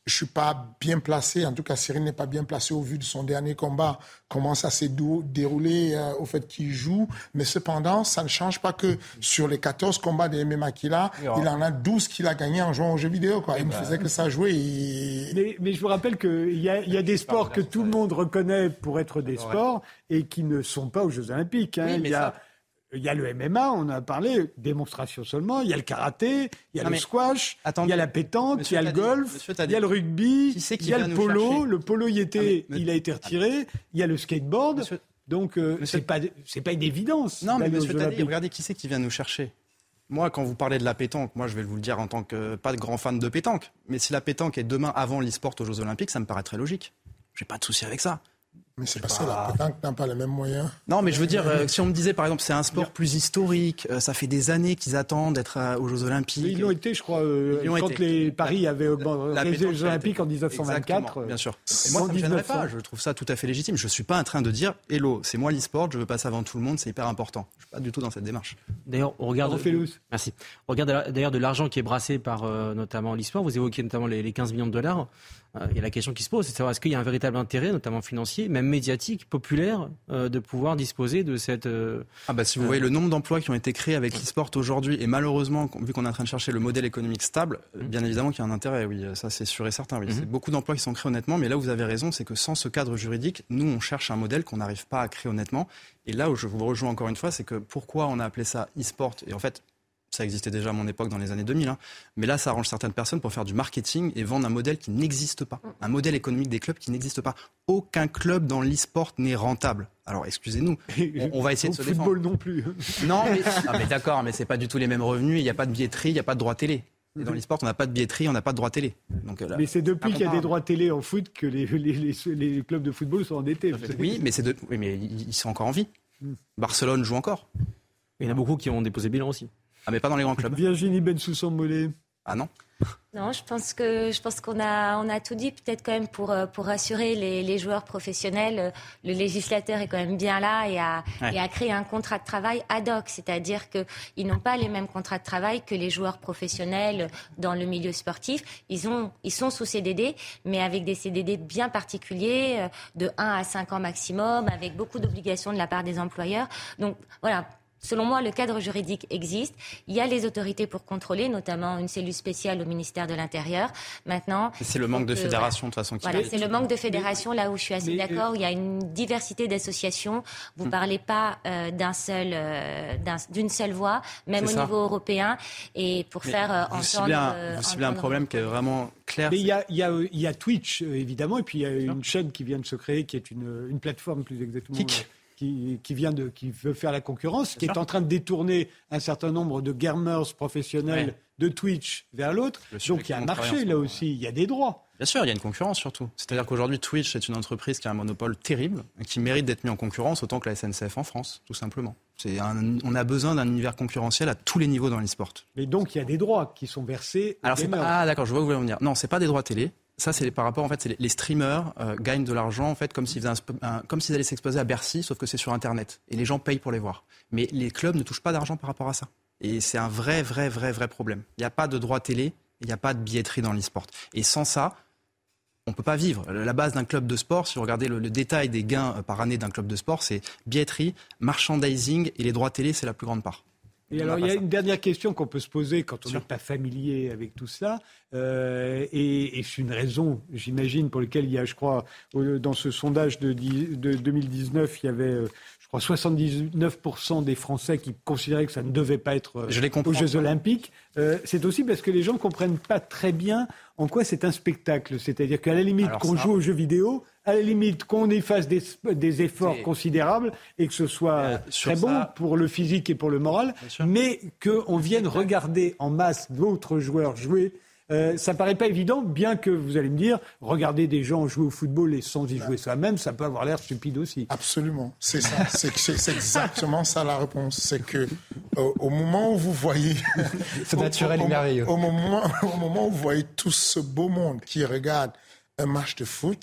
Speaker 5: je suis pas bien placé, en tout cas Cyril n'est pas bien placé au vu de son dernier combat, comment ça s'est dou- déroulé euh, au fait qu'il joue, mais cependant, ça ne change pas que sur les quatorze combats de M M A qu'il a, oui, il en a douze qu'il a gagné en jouant aux jeux vidéo, quoi. Il ne bah, faisait que ça jouer. Et...
Speaker 1: Mais, mais je vous rappelle qu'il y a, il y a des sports que tout le monde reconnaît pour être des sports et qui ne sont pas aux Jeux Olympiques. Hein. Oui, il y a... Il y a le M M A, on en a parlé, démonstration seulement. Il y a le karaté, il y a non le squash, attendez, il y a la pétanque, Monsieur il y a le golf, il y a le rugby, il y a le polo. Chercher. Le polo, y était, ah, mais, il a été retiré. Il y a le skateboard. Monsieur, Donc, euh, c'est pas, c'est pas une évidence.
Speaker 6: Non, mais Monsieur Tadi, regardez qui c'est qui vient nous chercher. Moi, quand vous parlez de la pétanque, moi, je vais vous le dire en tant que pas de grand fan de pétanque. Mais si la pétanque est demain avant l'e-sport aux Jeux Olympiques, ça me paraît très logique. J'ai pas de souci avec ça.
Speaker 5: Mais c'est pas ça, la pétanque n'a pas les mêmes moyens.
Speaker 6: Non, mais je veux dire, euh, si on me disait, par exemple, c'est un sport plus historique, euh, ça fait des années qu'ils attendent d'être euh, aux Jeux Olympiques.
Speaker 1: Mais ils l'ont été, je crois, euh, quand été. les Paris avaient organisé les Jeux Olympiques en dix-neuf cent vingt-quatre.
Speaker 6: Exactement, bien sûr. Et moi, ça ne me gênerait pas. Je trouve ça tout à fait légitime. Je ne suis pas en train de dire, hello, c'est moi l'e-sport, je veux passer avant tout le monde, c'est hyper important. Je ne suis pas du tout dans cette démarche.
Speaker 4: D'ailleurs, on regarde... Merci. On regarde d'ailleurs de l'argent qui est brassé par euh, notamment l'e-sport. Vous évoquez notamment les, les quinze millions de dollars. Il y a la question qui se pose, c'est de savoir est-ce qu'il y a un véritable intérêt, notamment financier, même médiatique, populaire, euh, de pouvoir disposer de cette... Euh,
Speaker 6: ah bah si vous euh... voyez le nombre d'emplois qui ont été créés avec l'e-sport aujourd'hui, et malheureusement, vu qu'on est en train de chercher le modèle économique stable, mmh. bien évidemment qu'il y a un intérêt, oui, ça c'est sûr et certain. Oui. Mmh. C'est beaucoup d'emplois qui sont créés honnêtement, mais là où vous avez raison, c'est que sans ce cadre juridique, nous on cherche un modèle qu'on n'arrive pas à créer honnêtement. Et là où je vous rejoins encore une fois, c'est que pourquoi on a appelé ça e-sport, et en fait... Ça existait déjà à mon époque dans les années deux mille. Hein. Mais là, ça arrange certaines personnes pour faire du marketing et vendre un modèle qui n'existe pas. Un modèle économique des clubs qui n'existe pas. Aucun club dans l'e-sport n'est rentable. Alors, excusez-nous, on, on va essayer de se défendre.
Speaker 1: Au football non plus.
Speaker 6: Non, mais, non, mais d'accord, mais c'est pas du tout les mêmes revenus. Il n'y a pas de billetterie, il n'y a pas de droit télé. Et dans l'e-sport, on n'a pas de billetterie, on n'a pas de droit télé. Donc, là,
Speaker 1: mais c'est depuis qu'il y a des droits télé en foot que les, les, les, les clubs de football sont endettés.
Speaker 6: Oui, mais, c'est de, oui, mais ils sont encore en vie. Barcelone joue encore.
Speaker 4: Il y en a beaucoup qui ont déposé bilan aussi.
Speaker 6: Ah, mais pas dans les grands clubs.
Speaker 1: Virginie Bensoussan-Mollet.
Speaker 6: Ah non?
Speaker 7: Non, je pense que je pense qu'on a on a tout dit, peut-être quand même pour pour rassurer les, les joueurs professionnels. Le législateur est quand même bien là et a ouais. et a créé un contrat de travail ad hoc, c'est-à-dire que ils n'ont pas les mêmes contrats de travail que les joueurs professionnels dans le milieu sportif. Ils ont ils sont sous C D D, mais avec des C D D bien particuliers, de un à cinq ans maximum, avec beaucoup d'obligations de la part des employeurs. Donc voilà. Selon moi, le cadre juridique existe. Il y a les autorités pour contrôler, notamment une cellule spéciale au ministère de l'Intérieur. Maintenant,
Speaker 6: c'est le manque de fédération de toute façon. Qui
Speaker 7: voilà, c'est le manque de fédération là où je suis assez mais, d'accord. Où il y a une diversité d'associations. Vous ne hum. parlez pas euh, d'un seul, euh, d'un, d'une seule voix, même c'est au ça. niveau européen. Et pour mais faire euh, entendre,
Speaker 6: ciblez un, euh, vous ciblez un problème qui est vraiment clair.
Speaker 1: Mais il y a, il y a, il y a Twitch évidemment, et puis il y a une chaîne qui vient de se créer, qui est une, une plateforme plus exactement. Kik. Qui, qui vient de, qui veut faire la concurrence, Bien qui sûr. est en train de détourner un certain nombre de gamers professionnels ouais. de Twitch vers l'autre. Donc il y a un marché là aussi, il y a des droits.
Speaker 6: Bien sûr, il y a une concurrence surtout. C'est-à-dire qu'aujourd'hui, Twitch est une entreprise qui a un monopole terrible, qui mérite d'être mis en concurrence autant que la S N C F en France, tout simplement. C'est un, on a besoin d'un univers concurrentiel à tous les niveaux dans l'e-sport.
Speaker 1: Mais donc il y a des droits qui sont versés.
Speaker 6: Alors c'est pas, ah d'accord, je vois où vous voulez en venir. Non, c'est pas des droits télé. Ça, c'est par rapport, en fait, c'est les, les streamers euh, gagnent de l'argent, en fait, comme s'ils, faisaient un, un, comme s'ils allaient s'exposer à Bercy, sauf que c'est sur Internet. Et les gens payent pour les voir. Mais les clubs ne touchent pas d'argent par rapport à ça. Et c'est un vrai, vrai, vrai, vrai problème. Il n'y a pas de droit télé, il n'y a pas de billetterie dans l'e-sport. Et sans ça, on ne peut pas vivre. La base d'un club de sport, si vous regardez le, le détail des gains par année d'un club de sport, c'est billetterie, merchandising et les droits télé, c'est la plus grande part.
Speaker 1: Et alors, il y a une dernière question qu'on peut se poser quand on n'est pas familier avec tout cela. Euh, et, et c'est une raison, j'imagine, pour laquelle il y a, je crois, dans ce sondage de, de deux mille dix-neuf, il y avait, je crois, soixante-dix-neuf pour cent des Français qui considéraient que ça ne devait pas être aux Jeux Olympiques. Euh, c'est aussi parce que les gens ne comprennent pas très bien en quoi c'est un spectacle. C'est-à-dire qu'à la limite, alors qu'on ça... joue aux jeux vidéo, à la limite qu'on y fasse des, des efforts c'est... considérables et que ce soit euh, très bon ça... pour le physique et pour le moral, mais qu'on vienne regarder en masse d'autres joueurs jouer, euh, ça paraît pas évident, bien que vous allez me dire, regarder des gens jouer au football et sans y jouer soi-même, ça peut avoir l'air stupide aussi.
Speaker 5: Absolument, c'est ça, c'est, c'est, c'est exactement ça la réponse. C'est que euh, au moment où vous voyez...
Speaker 6: c'est naturel et merveilleux.
Speaker 5: Au moment, au moment où vous voyez tout ce beau monde qui regarde un match de foot,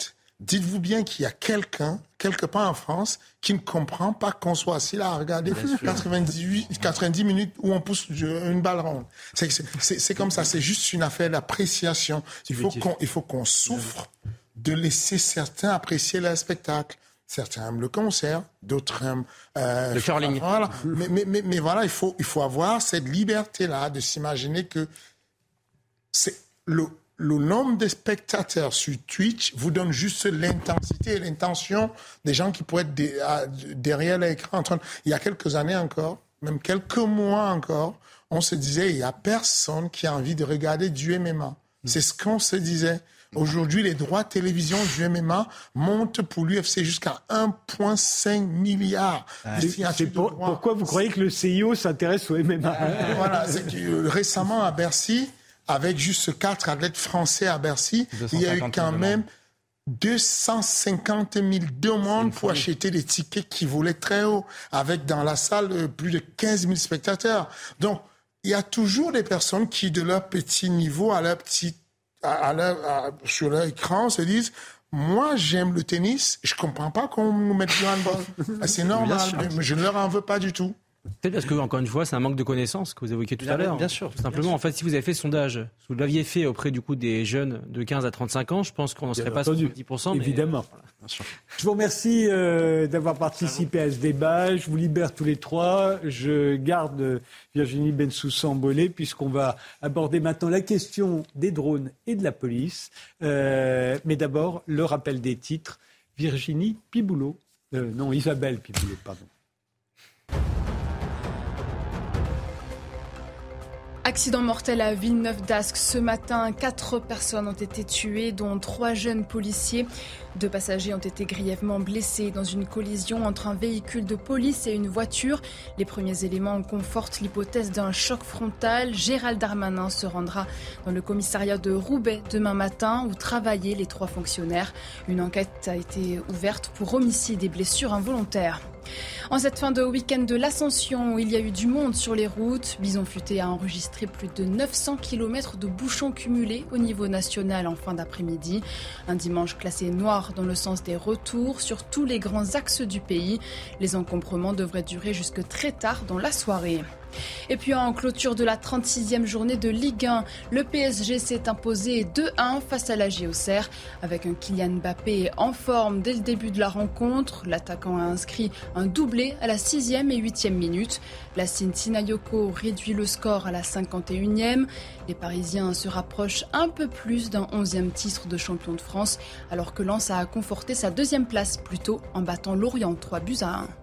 Speaker 5: dites-vous bien qu'il y a quelqu'un, quelque part en France, qui ne comprend pas qu'on soit assis là à regarder quatre-vingt-dix-huit, quatre-vingt-dix minutes où on pousse une balle ronde. C'est, c'est, c'est comme ça, c'est juste une affaire d'appréciation. Il faut qu'on, il faut qu'on souffre de laisser certains apprécier le spectacle. Certains aiment le concert, d'autres aiment euh,
Speaker 4: le curling.
Speaker 5: Voilà. mais, mais, mais, mais voilà, il faut, il faut avoir cette liberté-là de s'imaginer que c'est le, le nombre de spectateurs sur Twitch vous donne juste l'intensité et l'intention des gens qui pourraient être des, à, derrière l'écran. En train de... Il y a quelques années encore, même quelques mois encore, on se disait il n'y a personne qui a envie de regarder du M M A. C'est ce qu'on se disait. Aujourd'hui, les droits de télévision du M M A montent pour l'U F C jusqu'à un virgule cinq milliard.
Speaker 1: Ah, c'est, c'est pour, pourquoi vous croyez que le C I O s'intéresse au M M A?
Speaker 5: Voilà, c'est que, euh, récemment à Bercy, avec juste quatre athlètes français à Bercy, il y a eu quand même deux cent cinquante mille demandes pour acheter des tickets qui volaient très haut, avec dans la salle plus de quinze mille spectateurs. Donc, il y a toujours des personnes qui, de leur petit niveau à leur petit À leur, à, sur leur écran, se disent « Moi, j'aime le tennis, je comprends pas qu'on nous mette du handball. C'est normal, mais je ne leur en veux pas du tout. »
Speaker 4: Peut-être parce que, encore une fois, c'est un manque de connaissances que vous évoquiez tout
Speaker 6: bien,
Speaker 4: à l'heure.
Speaker 6: Bien sûr.
Speaker 4: Tout simplement, bien en fait, si vous avez fait ce sondage, si vous l'aviez fait auprès du coup des jeunes de quinze à trente-cinq ans, je pense qu'on n'en serait bien pas sur dix pour cent.
Speaker 1: Évidemment.
Speaker 4: Mais, voilà. Bien sûr.
Speaker 1: Je vous remercie euh, d'avoir participé à ce débat. Je vous libère tous les trois. Je garde Virginie Bensoussan-Bollet puisqu'on va aborder maintenant la question des drones et de la police. Euh, mais d'abord, le rappel des titres. Virginie Piboulot. Euh, non, Isabelle Piboulot, pardon.
Speaker 2: Accident mortel à Villeneuve-d'Ascq ce matin. Quatre personnes ont été tuées, dont trois jeunes policiers. Deux passagers ont été grièvement blessés dans une collision entre un véhicule de police et une voiture. Les premiers éléments confortent l'hypothèse d'un choc frontal. Gérald Darmanin se rendra dans le commissariat de Roubaix demain matin où travaillaient les trois fonctionnaires. Une enquête a été ouverte pour homicide et blessures involontaires. En cette fin de week-end de l'Ascension, il y a eu du monde sur les routes. Bison Futé a enregistré plus de neuf cents kilomètres de bouchons cumulés au niveau national en fin d'après-midi. Un dimanche classé noir dans le sens des retours sur tous les grands axes du pays. Les encombrements devraient durer jusque très tard dans la soirée. Et puis en clôture de la trente-sixième journée de Ligue un, le P S G s'est imposé deux un face à la J O C R. Avec un Kylian Mbappé en forme dès le début de la rencontre, l'attaquant a inscrit un doublé à la sixième et huitième minute. Lacine Sinayoko réduit le score à la cinquante et unième. Les Parisiens se rapprochent un peu plus d'un onzième titre de champion de France, alors que Lens a conforté sa deuxième place plus tôt en battant Lorient trois buts à un.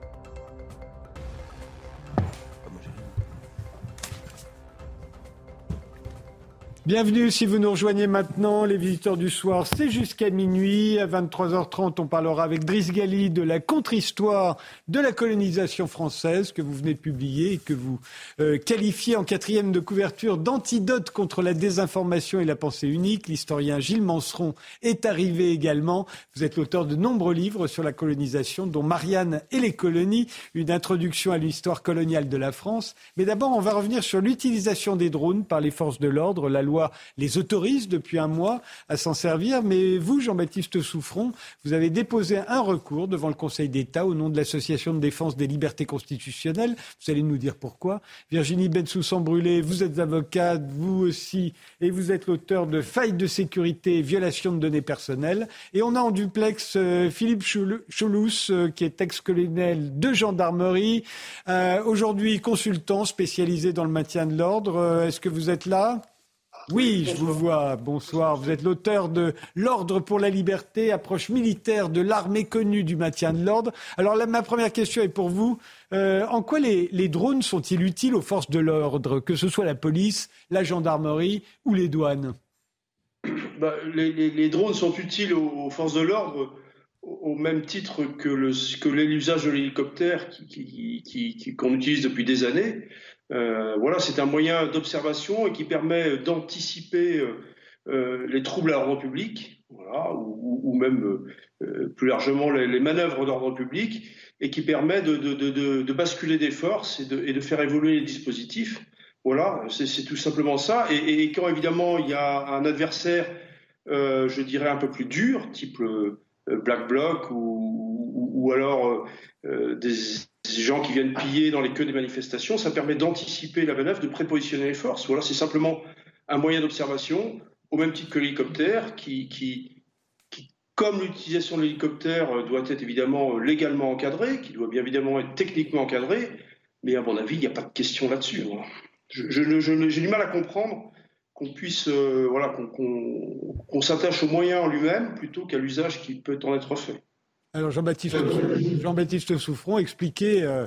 Speaker 1: Bienvenue si vous nous rejoignez maintenant, les visiteurs du soir, c'est jusqu'à minuit. À vingt-trois heures trente, on parlera avec Driss Ghali de la contre-histoire de la colonisation française que vous venez de publier et que vous euh, qualifiez en quatrième de couverture d'antidote contre la désinformation et la pensée unique. L'historien Gilles Manceron est arrivé également. Vous êtes l'auteur de nombreux livres sur la colonisation, dont Marianne et les colonies, une introduction à l'histoire coloniale de la France. Mais d'abord, on va revenir sur l'utilisation des drones par les forces de l'ordre. La loi les autorise depuis un mois à s'en servir. Mais vous, Jean-Baptiste Souffron, vous avez déposé un recours devant le Conseil d'État au nom de l'Association de défense des libertés constitutionnelles. Vous allez nous dire pourquoi. Virginie Bensoussan-Bollet, vous êtes avocate, vous aussi, et vous êtes l'auteur de Failles de sécurité et violation de données personnelles. Et on a en duplex euh, Philippe Choulous, euh, qui est ex-colonel de gendarmerie, euh, aujourd'hui consultant spécialisé dans le maintien de l'ordre. Euh, est-ce que vous êtes là ? Oui, je vous vois. Bonsoir. Vous êtes l'auteur de L'Ordre pour la liberté, approche militaire de l'armée connue du maintien de l'ordre. Alors là, ma première question est pour vous. Euh, en quoi les, les drones sont-ils utiles aux forces de l'ordre, que ce soit la police, la gendarmerie ou les douanes ?
Speaker 8: bah, les, les, les drones sont utiles aux, aux forces de l'ordre au, au même titre que, le, que l'usage de l'hélicoptère qui, qui, qui, qui, qu'on utilise depuis des années. Euh, voilà, c'est un moyen d'observation et qui permet d'anticiper euh, euh, les troubles à l'ordre public, voilà, ou, ou même euh, plus largement les, les manœuvres d'ordre public, et qui permet de, de, de, de basculer des forces et de, et de faire évoluer les dispositifs. Voilà, c'est, c'est tout simplement ça. Et, et quand évidemment il y a un adversaire, euh, je dirais un peu plus dur, type le, Black Bloc ou, ou, ou alors euh, des, des gens qui viennent piller dans les queues des manifestations. Ça permet d'anticiper la manœuvre, de prépositionner les forces. Ou alors c'est simplement un moyen d'observation, au même titre que l'hélicoptère, qui, qui, qui comme l'utilisation de l'hélicoptère doit être évidemment légalement encadrée, qui doit bien évidemment être techniquement encadrée, mais à mon avis, il n'y a pas de question là-dessus. Hein. Je, je, je, j'ai du mal à comprendre qu'on puisse, euh, voilà, qu'on, qu'on, qu'on s'attache au moyen en lui-même plutôt qu'à l'usage qui peut en être fait.
Speaker 1: Alors Jean-Baptiste, Jean-Baptiste Souffron, expliquez euh,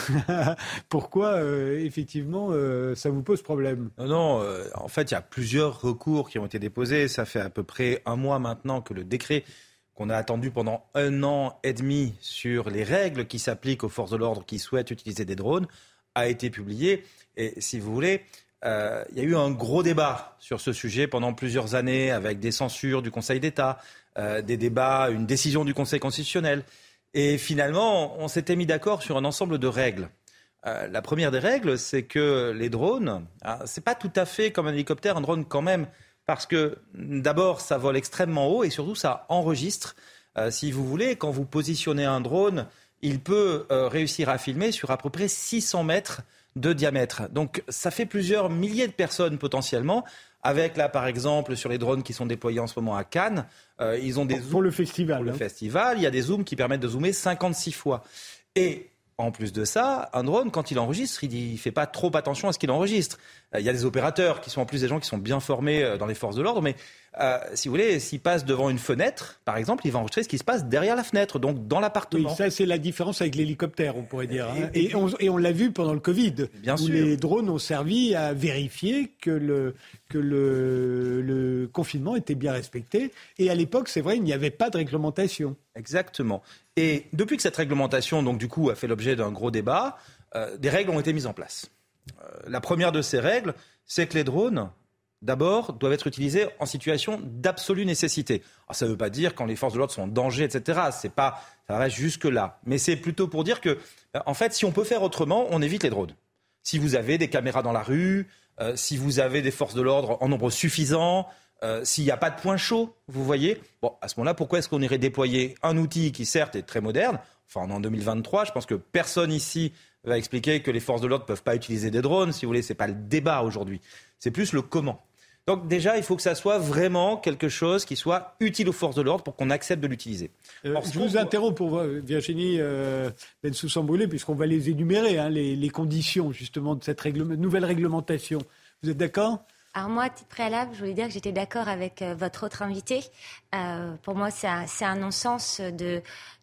Speaker 1: pourquoi euh, effectivement euh, ça vous pose problème.
Speaker 9: Non, non, euh, en fait il y a plusieurs recours qui ont été déposés. Ça fait à peu près un mois maintenant que le décret qu'on a attendu pendant un an et demi sur les règles qui s'appliquent aux forces de l'ordre qui souhaitent utiliser des drones a été publié. Et si vous voulez, euh, il y a eu un gros débat sur ce sujet pendant plusieurs années avec des censures du Conseil d'État, euh, des débats, une décision du Conseil constitutionnel. Et finalement, on s'était mis d'accord sur un ensemble de règles. Euh, la première des règles, c'est que les drones, hein, c'est pas tout à fait comme un hélicoptère, un drone quand même, parce que d'abord, ça vole extrêmement haut et surtout, ça enregistre. Euh, si vous voulez, quand vous positionnez un drone, il peut euh, réussir à filmer sur à peu près six cents mètres de diamètre. Donc ça fait plusieurs milliers de personnes potentiellement. Avec là par exemple sur les drones qui sont déployés en ce moment à Cannes, euh, ils ont des zooms
Speaker 1: pour le festival.
Speaker 9: Pour le
Speaker 1: hein.
Speaker 9: festival, il y a des zooms qui permettent de zoomer cinquante-six fois. Et en plus de ça, un drone, quand il enregistre, il ne fait pas trop attention à ce qu'il enregistre. Il y a des opérateurs qui sont en plus des gens qui sont bien formés dans les forces de l'ordre, mais euh, si vous voulez, s'il passe devant une fenêtre, par exemple, il va enregistrer ce qui se passe derrière la fenêtre, donc dans l'appartement.
Speaker 1: Oui, ça c'est la différence avec l'hélicoptère, on pourrait dire. Hein. Et, et, on, et on l'a vu pendant le Covid,
Speaker 9: bien
Speaker 1: où
Speaker 9: sûr.
Speaker 1: les drones ont servi à vérifier que le, que le, le confinement était bien respecté. Et à l'époque, c'est vrai, il n'y avait pas de réglementation.
Speaker 9: Exactement. Et depuis que cette réglementation, donc du coup, a fait l'objet d'un gros débat, euh, des règles ont été mises en place. Euh, la première de ces règles, c'est que les drones, d'abord, doivent être utilisés en situation d'absolue nécessité. Alors, ça ne veut pas dire quand les forces de l'ordre sont en danger, et cetera. C'est pas, ça reste jusque-là. Mais c'est plutôt pour dire que, en fait, si on peut faire autrement, on évite les drones. Si vous avez des caméras dans la rue, euh, si vous avez des forces de l'ordre en nombre suffisant, Euh, s'il n'y a pas de point chaud, vous voyez, bon, à ce moment-là, pourquoi est-ce qu'on irait déployer un outil qui, certes, est très moderne ? Enfin, on est en deux mille vingt-trois, je pense que personne ici va expliquer que les forces de l'ordre ne peuvent pas utiliser des drones. Si vous voulez, ce n'est pas le débat aujourd'hui. C'est plus le comment. Donc déjà, il faut que ça soit vraiment quelque chose qui soit utile aux forces de l'ordre pour qu'on accepte de l'utiliser.
Speaker 1: Euh, je vous interromps pour Virginie euh, Bensoussan-Brûlé, puisqu'on va les énumérer, hein, les, les conditions justement de cette règle, nouvelle réglementation. Vous êtes d'accord ?
Speaker 7: Alors moi, à titre préalable, je voulais dire que j'étais d'accord avec euh, votre autre invité. Euh, pour moi, c'est un, c'est un non-sens de,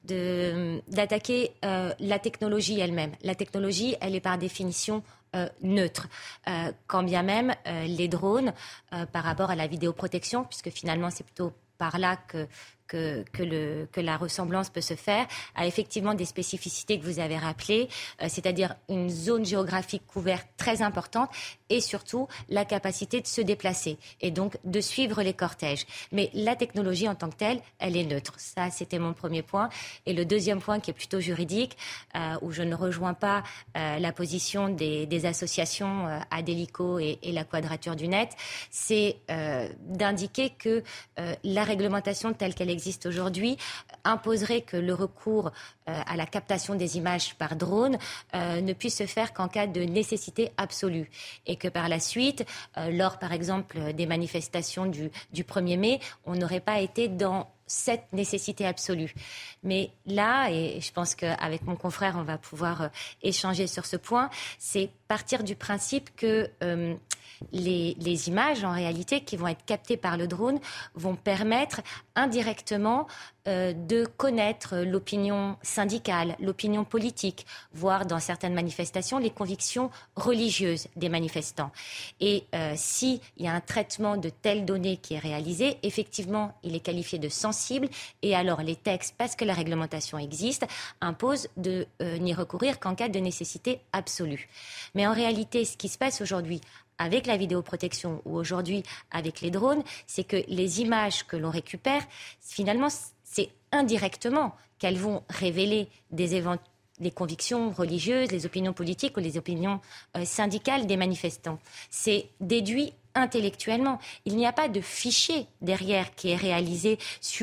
Speaker 7: de, d'attaquer euh, la technologie elle-même. La technologie, elle est par définition euh, neutre. Euh, quand bien même euh, les drones, euh, par rapport à la vidéoprotection, puisque finalement c'est plutôt par là que Que, que, le, que la ressemblance peut se faire, a effectivement des spécificités que vous avez rappelées, euh, c'est-à-dire une zone géographique couverte très importante et surtout la capacité de se déplacer et donc de suivre les cortèges. Mais la technologie en tant que telle, elle est neutre. Ça, c'était mon premier point. Et le deuxième point qui est plutôt juridique, euh, où je ne rejoins pas euh, la position des, des associations euh, Adélico et, et la Quadrature du Net, c'est euh, d'indiquer que euh, la réglementation telle qu'elle existe aujourd'hui imposerait que le recours euh, à la captation des images par drone euh, ne puisse se faire qu'en cas de nécessité absolue et que par la suite, euh, lors par exemple des manifestations du, du premier mai, on n'aurait pas été dans cette nécessité absolue. Mais là, et je pense qu'avec mon confrère, on va pouvoir euh, échanger sur ce point, c'est partir du principe que euh, les, les images, en réalité, qui vont être captées par le drone, vont permettre indirectement euh, de connaître l'opinion syndicale, l'opinion politique, voire dans certaines manifestations, les convictions religieuses des manifestants. Et euh, s'il y a un traitement de telles données qui est réalisé, effectivement, il est qualifié de sensible. Et alors, les textes, parce que la réglementation existe, imposent de euh, n'y recourir qu'en cas de nécessité absolue. Mais en réalité, ce qui se passe aujourd'hui avec la vidéoprotection ou aujourd'hui avec les drones, c'est que les images que l'on récupère, finalement, c'est indirectement qu'elles vont révéler des éventuels les convictions religieuses, les opinions politiques ou les opinions euh, syndicales des manifestants. C'est déduit intellectuellement. Il n'y a pas de fichier derrière qui est réalisé sur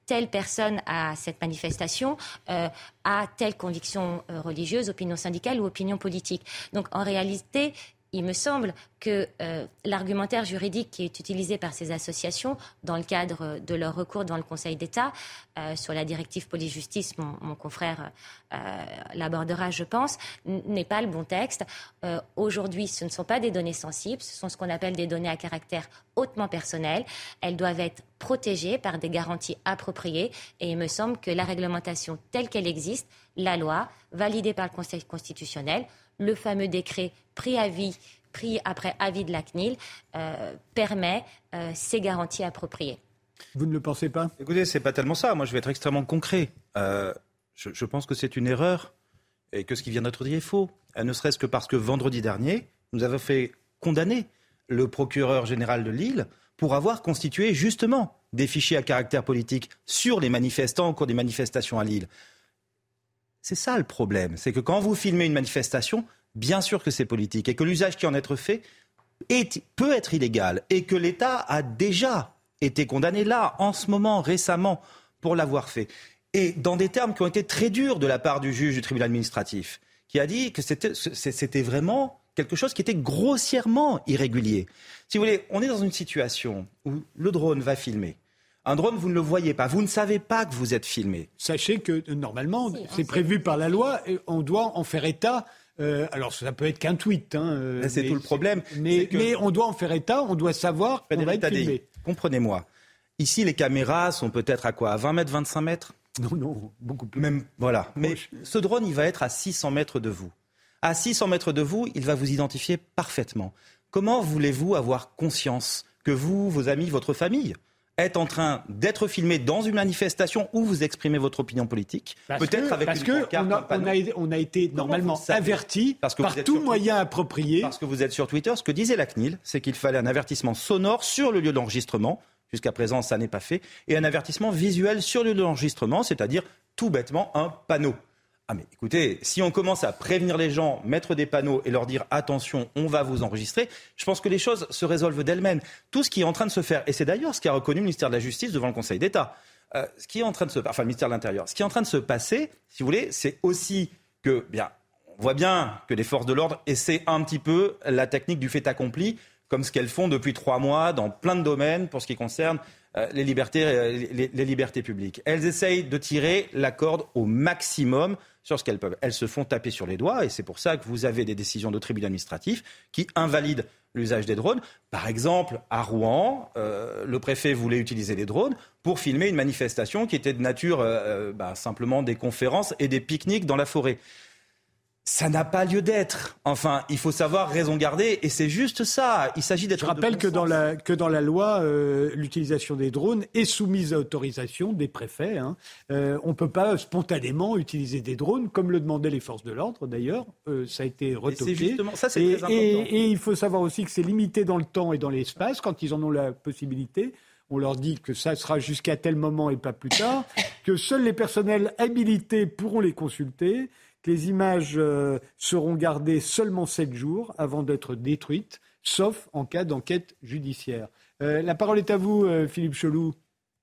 Speaker 7: telle personne à cette manifestation euh, a telle conviction euh, religieuse, opinion syndicale ou opinion politique. Donc en réalité, il me semble que euh, l'argumentaire juridique qui est utilisé par ces associations dans le cadre de leur recours devant le Conseil d'État euh, sur la directive police-justice, mon, mon confrère euh, l'abordera, je pense, n- n'est pas le bon texte. Euh, aujourd'hui, ce ne sont pas des données sensibles, ce sont ce qu'on appelle des données à caractère hautement personnel. Elles doivent être protégées par des garanties appropriées et il me semble que la réglementation telle qu'elle existe, la loi, validée par le Conseil constitutionnel, le fameux décret pris, avis, pris après avis de la C N I L, euh, permet euh, ces garanties appropriées.
Speaker 1: Vous ne le pensez pas ?
Speaker 9: Écoutez, c'est pas tellement ça. Moi, je vais être extrêmement concret. Euh, je, je pense que c'est une erreur et que ce qui vient d'être dit est faux. Euh, ne serait-ce que parce que vendredi dernier, nous avons fait condamner le procureur général de Lille pour avoir constitué justement des fichiers à caractère politique sur les manifestants au cours des manifestations à Lille. C'est ça le problème, c'est que quand vous filmez une manifestation, bien sûr que c'est politique et que l'usage qui en est fait est, peut être illégal et que l'État a déjà été condamné là, en ce moment, récemment, pour l'avoir fait. Et dans des termes qui ont été très durs de la part du juge du tribunal administratif, qui a dit que c'était, c'était vraiment quelque chose qui était grossièrement irrégulier. Si vous voulez, on est dans une situation où le drone va filmer. Un drone, vous ne le voyez pas. Vous ne savez pas que vous êtes filmé.
Speaker 1: Sachez que, normalement,
Speaker 7: si,
Speaker 1: c'est prévu par la loi et on doit en faire état. Euh, alors, ça peut être qu'un tweet. Hein,
Speaker 9: Là, c'est tout le problème.
Speaker 1: Mais,
Speaker 9: que...
Speaker 1: mais on doit en faire état, on doit savoir qu'on va être filmé.
Speaker 9: Comprenez-moi. Ici, les caméras sont peut-être à quoi ? À vingt mètres, vingt-cinq mètres ?
Speaker 1: Non, non, beaucoup plus.
Speaker 9: Même, voilà. Mais ce drone, il va être à six cents mètres de vous. À six cents mètres de vous, il va vous identifier parfaitement. Comment voulez-vous avoir conscience que vous, vos amis, votre famille êtes en train d'être filmé dans une manifestation où vous exprimez votre opinion politique,
Speaker 1: parce
Speaker 9: peut-être
Speaker 1: que,
Speaker 9: avec
Speaker 1: parce
Speaker 9: une
Speaker 1: que
Speaker 9: pancarte,
Speaker 1: on a,
Speaker 9: un panneau.
Speaker 1: on a, on a été
Speaker 9: Comment
Speaker 1: normalement averti par tout moyen approprié.
Speaker 9: Parce que vous êtes sur Twitter, ce que disait la C N I L, c'est qu'il fallait un avertissement sonore sur le lieu d'enregistrement. Jusqu'à présent, ça n'est pas fait. Et un avertissement visuel sur le lieu d'enregistrement, c'est-à-dire tout bêtement un panneau. Ah mais écoutez, si on commence à prévenir les gens, mettre des panneaux et leur dire attention, on va vous enregistrer, je pense que les choses se résolvent d'elles-mêmes. Tout ce qui est en train de se faire, et c'est d'ailleurs ce qu'a reconnu le ministère de la Justice devant le Conseil d'État, euh, ce qui est en train de se, enfin le ministère de l'Intérieur, ce qui est en train de se passer, si vous voulez, c'est aussi que, bien, on voit bien que les forces de l'ordre essaient un petit peu la technique du fait accompli, comme ce qu'elles font depuis trois mois dans plein de domaines pour ce qui concerne euh, les libertés, euh, les, les libertés publiques. Elles essayent de tirer la corde au maximum sur ce qu'elles peuvent. Elles se font taper sur les doigts et c'est pour ça que vous avez des décisions de tribunal administratif qui invalident l'usage des drones. Par exemple, à Rouen, euh, le préfet voulait utiliser les drones pour filmer une manifestation qui était de nature euh, bah, simplement des conférences et des pique-niques dans la forêt. Ça n'a pas lieu d'être. Enfin, il faut savoir raison garder et c'est juste ça. Il s'agit d'être.
Speaker 1: Je rappelle que dans la que dans la loi, euh, l'utilisation des drones est soumise à autorisation des préfets. Hein. Euh, on ne peut pas spontanément utiliser des drones, comme le demandaient les forces de l'ordre. D'ailleurs, euh, ça a été retoqué.
Speaker 9: Et c'est justement ça, c'est
Speaker 1: et,
Speaker 9: très important.
Speaker 1: Et, et il faut savoir aussi que c'est limité dans le temps et dans l'espace quand ils en ont la possibilité. On leur dit que ça sera jusqu'à tel moment et pas plus tard, que seuls les personnels habilités pourront les consulter. Que les images euh, seront gardées seulement sept jours avant d'être détruites, sauf en cas d'enquête judiciaire. Euh, la parole est à vous, euh, Philippe Chelou.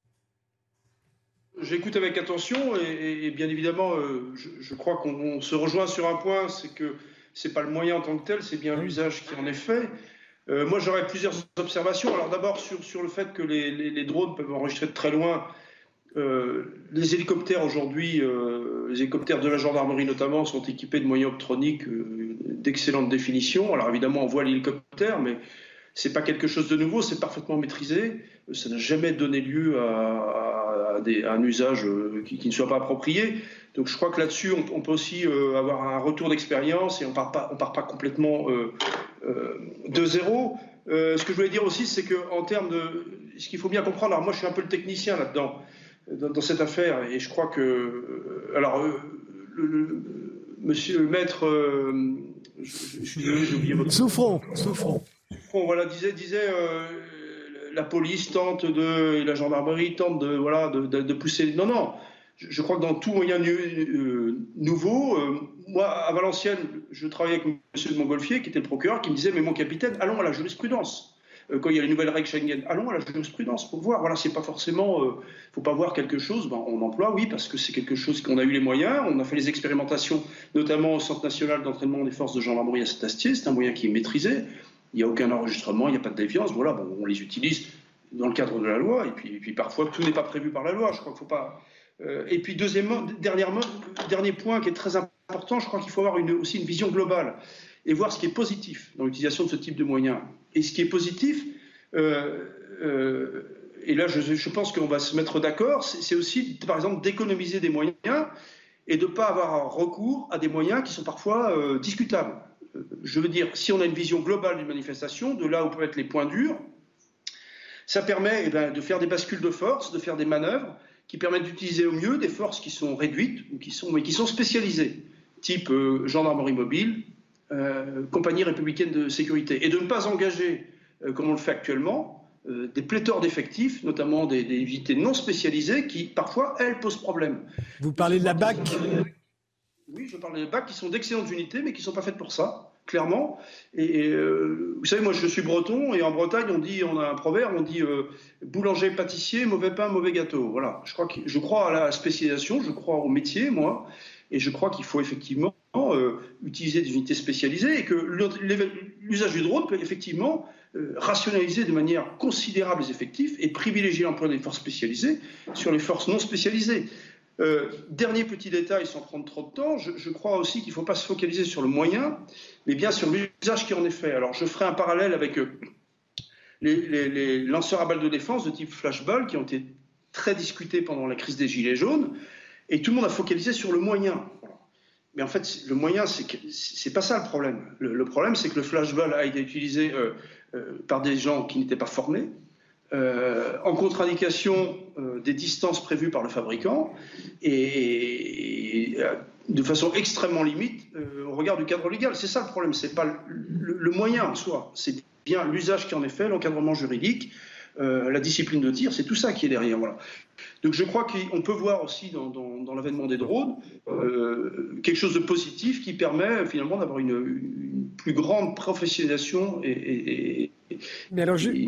Speaker 8: J'écoute avec attention et, et bien évidemment, euh, je, je crois qu'on se rejoint sur un point, c'est que c'est pas le moyen en tant que tel, c'est bien l'usage qui en est fait. Euh, moi, j'aurais plusieurs observations. Alors d'abord sur, sur le fait que les, les, les drones peuvent enregistrer de très loin. Euh, les hélicoptères aujourd'hui, euh, les hélicoptères de la gendarmerie notamment, sont équipés de moyens optroniques euh, d'excellente définition. Alors évidemment, on voit l'hélicoptère, mais c'est pas quelque chose de nouveau, c'est parfaitement maîtrisé. Ça n'a jamais donné lieu à, à, à, des, à un usage euh, qui, qui ne soit pas approprié. Donc je crois que là-dessus, on, on peut aussi euh, avoir un retour d'expérience et on part pas, on part pas complètement euh, euh, de zéro. Euh, ce que je voulais dire aussi, c'est qu'en termes de, ce qu'il faut bien comprendre, alors moi je suis un peu le technicien là-dedans. Dans, dans cette affaire, et je crois que euh, alors euh, le, le, monsieur le maître euh, je, je suis désolé, j'ai oublié votre
Speaker 1: Souffrons, souffrons.
Speaker 8: Souffrons, voilà, disait disait euh, la police tente de et la gendarmerie tente de voilà de, de, de pousser. Non non, je, je crois que dans tout moyen euh, nouveau, euh, moi à Valenciennes, je travaillais avec monsieur de Montgolfier qui était le procureur, qui me disait mais mon capitaine, allons à la jurisprudence. euh, quand il y a les nouvelles règles Schengen. Allons à la jurisprudence pour voir. Voilà, c'est pas forcément, euh, faut pas voir quelque chose. Ben, on emploie, oui, parce que c'est quelque chose qu'on a eu les moyens. On a fait les expérimentations, notamment au Centre national d'entraînement des forces de gendarmerie à Saint-Astier. C'est un moyen qui est maîtrisé. Il n'y a aucun enregistrement, il n'y a pas de déviance. Voilà, bon, on les utilise dans le cadre de la loi. Et puis, et puis parfois, tout n'est pas prévu par la loi. Je crois qu'il faut pas. Euh, et puis, deuxièmement, dernièrement, dernier point qui est très important, je crois qu'il faut avoir une, aussi une vision globale et voir ce qui est positif dans l'utilisation de ce type de moyens. Et ce qui est positif, euh, euh, et là, je, je pense qu'on va se mettre d'accord, c'est, c'est aussi, par exemple, d'économiser des moyens et de ne pas avoir recours à des moyens qui sont parfois euh, discutables. Je veux dire, si on a une vision globale d'une manifestation, de là où peuvent être les points durs, ça permet eh bien, de faire des bascules de force, de faire des manœuvres qui permettent d'utiliser au mieux des forces qui sont réduites, ou qui sont, mais qui sont spécialisées, type euh, gendarmerie mobile, euh, compagnie républicaine de sécurité, et de ne pas engager, euh, comme on le fait actuellement, euh, des pléthores d'effectifs, notamment des, des unités non spécialisées, qui parfois, elles, posent problème.
Speaker 1: Vous parlez de la B A C ?
Speaker 8: Oui, je parle des B A C qui sont d'excellentes unités, mais qui ne sont pas faites pour ça, clairement. Et, et euh, vous savez, moi, je suis breton, et en Bretagne, on dit, on a un proverbe, on dit euh, boulanger, pâtissier, mauvais pain, mauvais gâteau. Voilà. Je crois que, je crois à la spécialisation, je crois au métier, moi, et je crois qu'il faut effectivement euh, utiliser des unités spécialisées, et que l'usage du drone peut effectivement euh, rationaliser de manière considérable les effectifs et privilégier l'emploi des forces spécialisées sur les forces non spécialisées. Euh, dernier petit détail, sans prendre trop de temps, je, je crois aussi qu'il ne faut pas se focaliser sur le moyen, mais bien sur l'usage qui en est fait. Alors je ferai un parallèle avec euh, les, les, les lanceurs à balles de défense de type flashball qui ont été très discutés pendant la crise des Gilets jaunes, et tout le monde a focalisé sur le moyen. Mais en fait, le moyen, c'est, que, c'est pas ça le problème. Le, le problème, c'est que le flashball a été utilisé euh, euh, par des gens qui n'étaient pas formés, Euh, en contre-indication euh, des distances prévues par le fabricant et, et, et de façon extrêmement limite euh, au regard du cadre légal. C'est ça le problème, c'est pas le, le, le moyen en soi, c'est bien l'usage qui en est fait, l'encadrement juridique, euh, la discipline de tir, c'est tout ça qui est derrière. Voilà. Donc je crois qu'on peut voir aussi dans, dans, dans l'avènement des drones euh, quelque chose de positif qui permet finalement d'avoir une, une plus grande professionnalisation et, et, et
Speaker 1: Mais alors, je...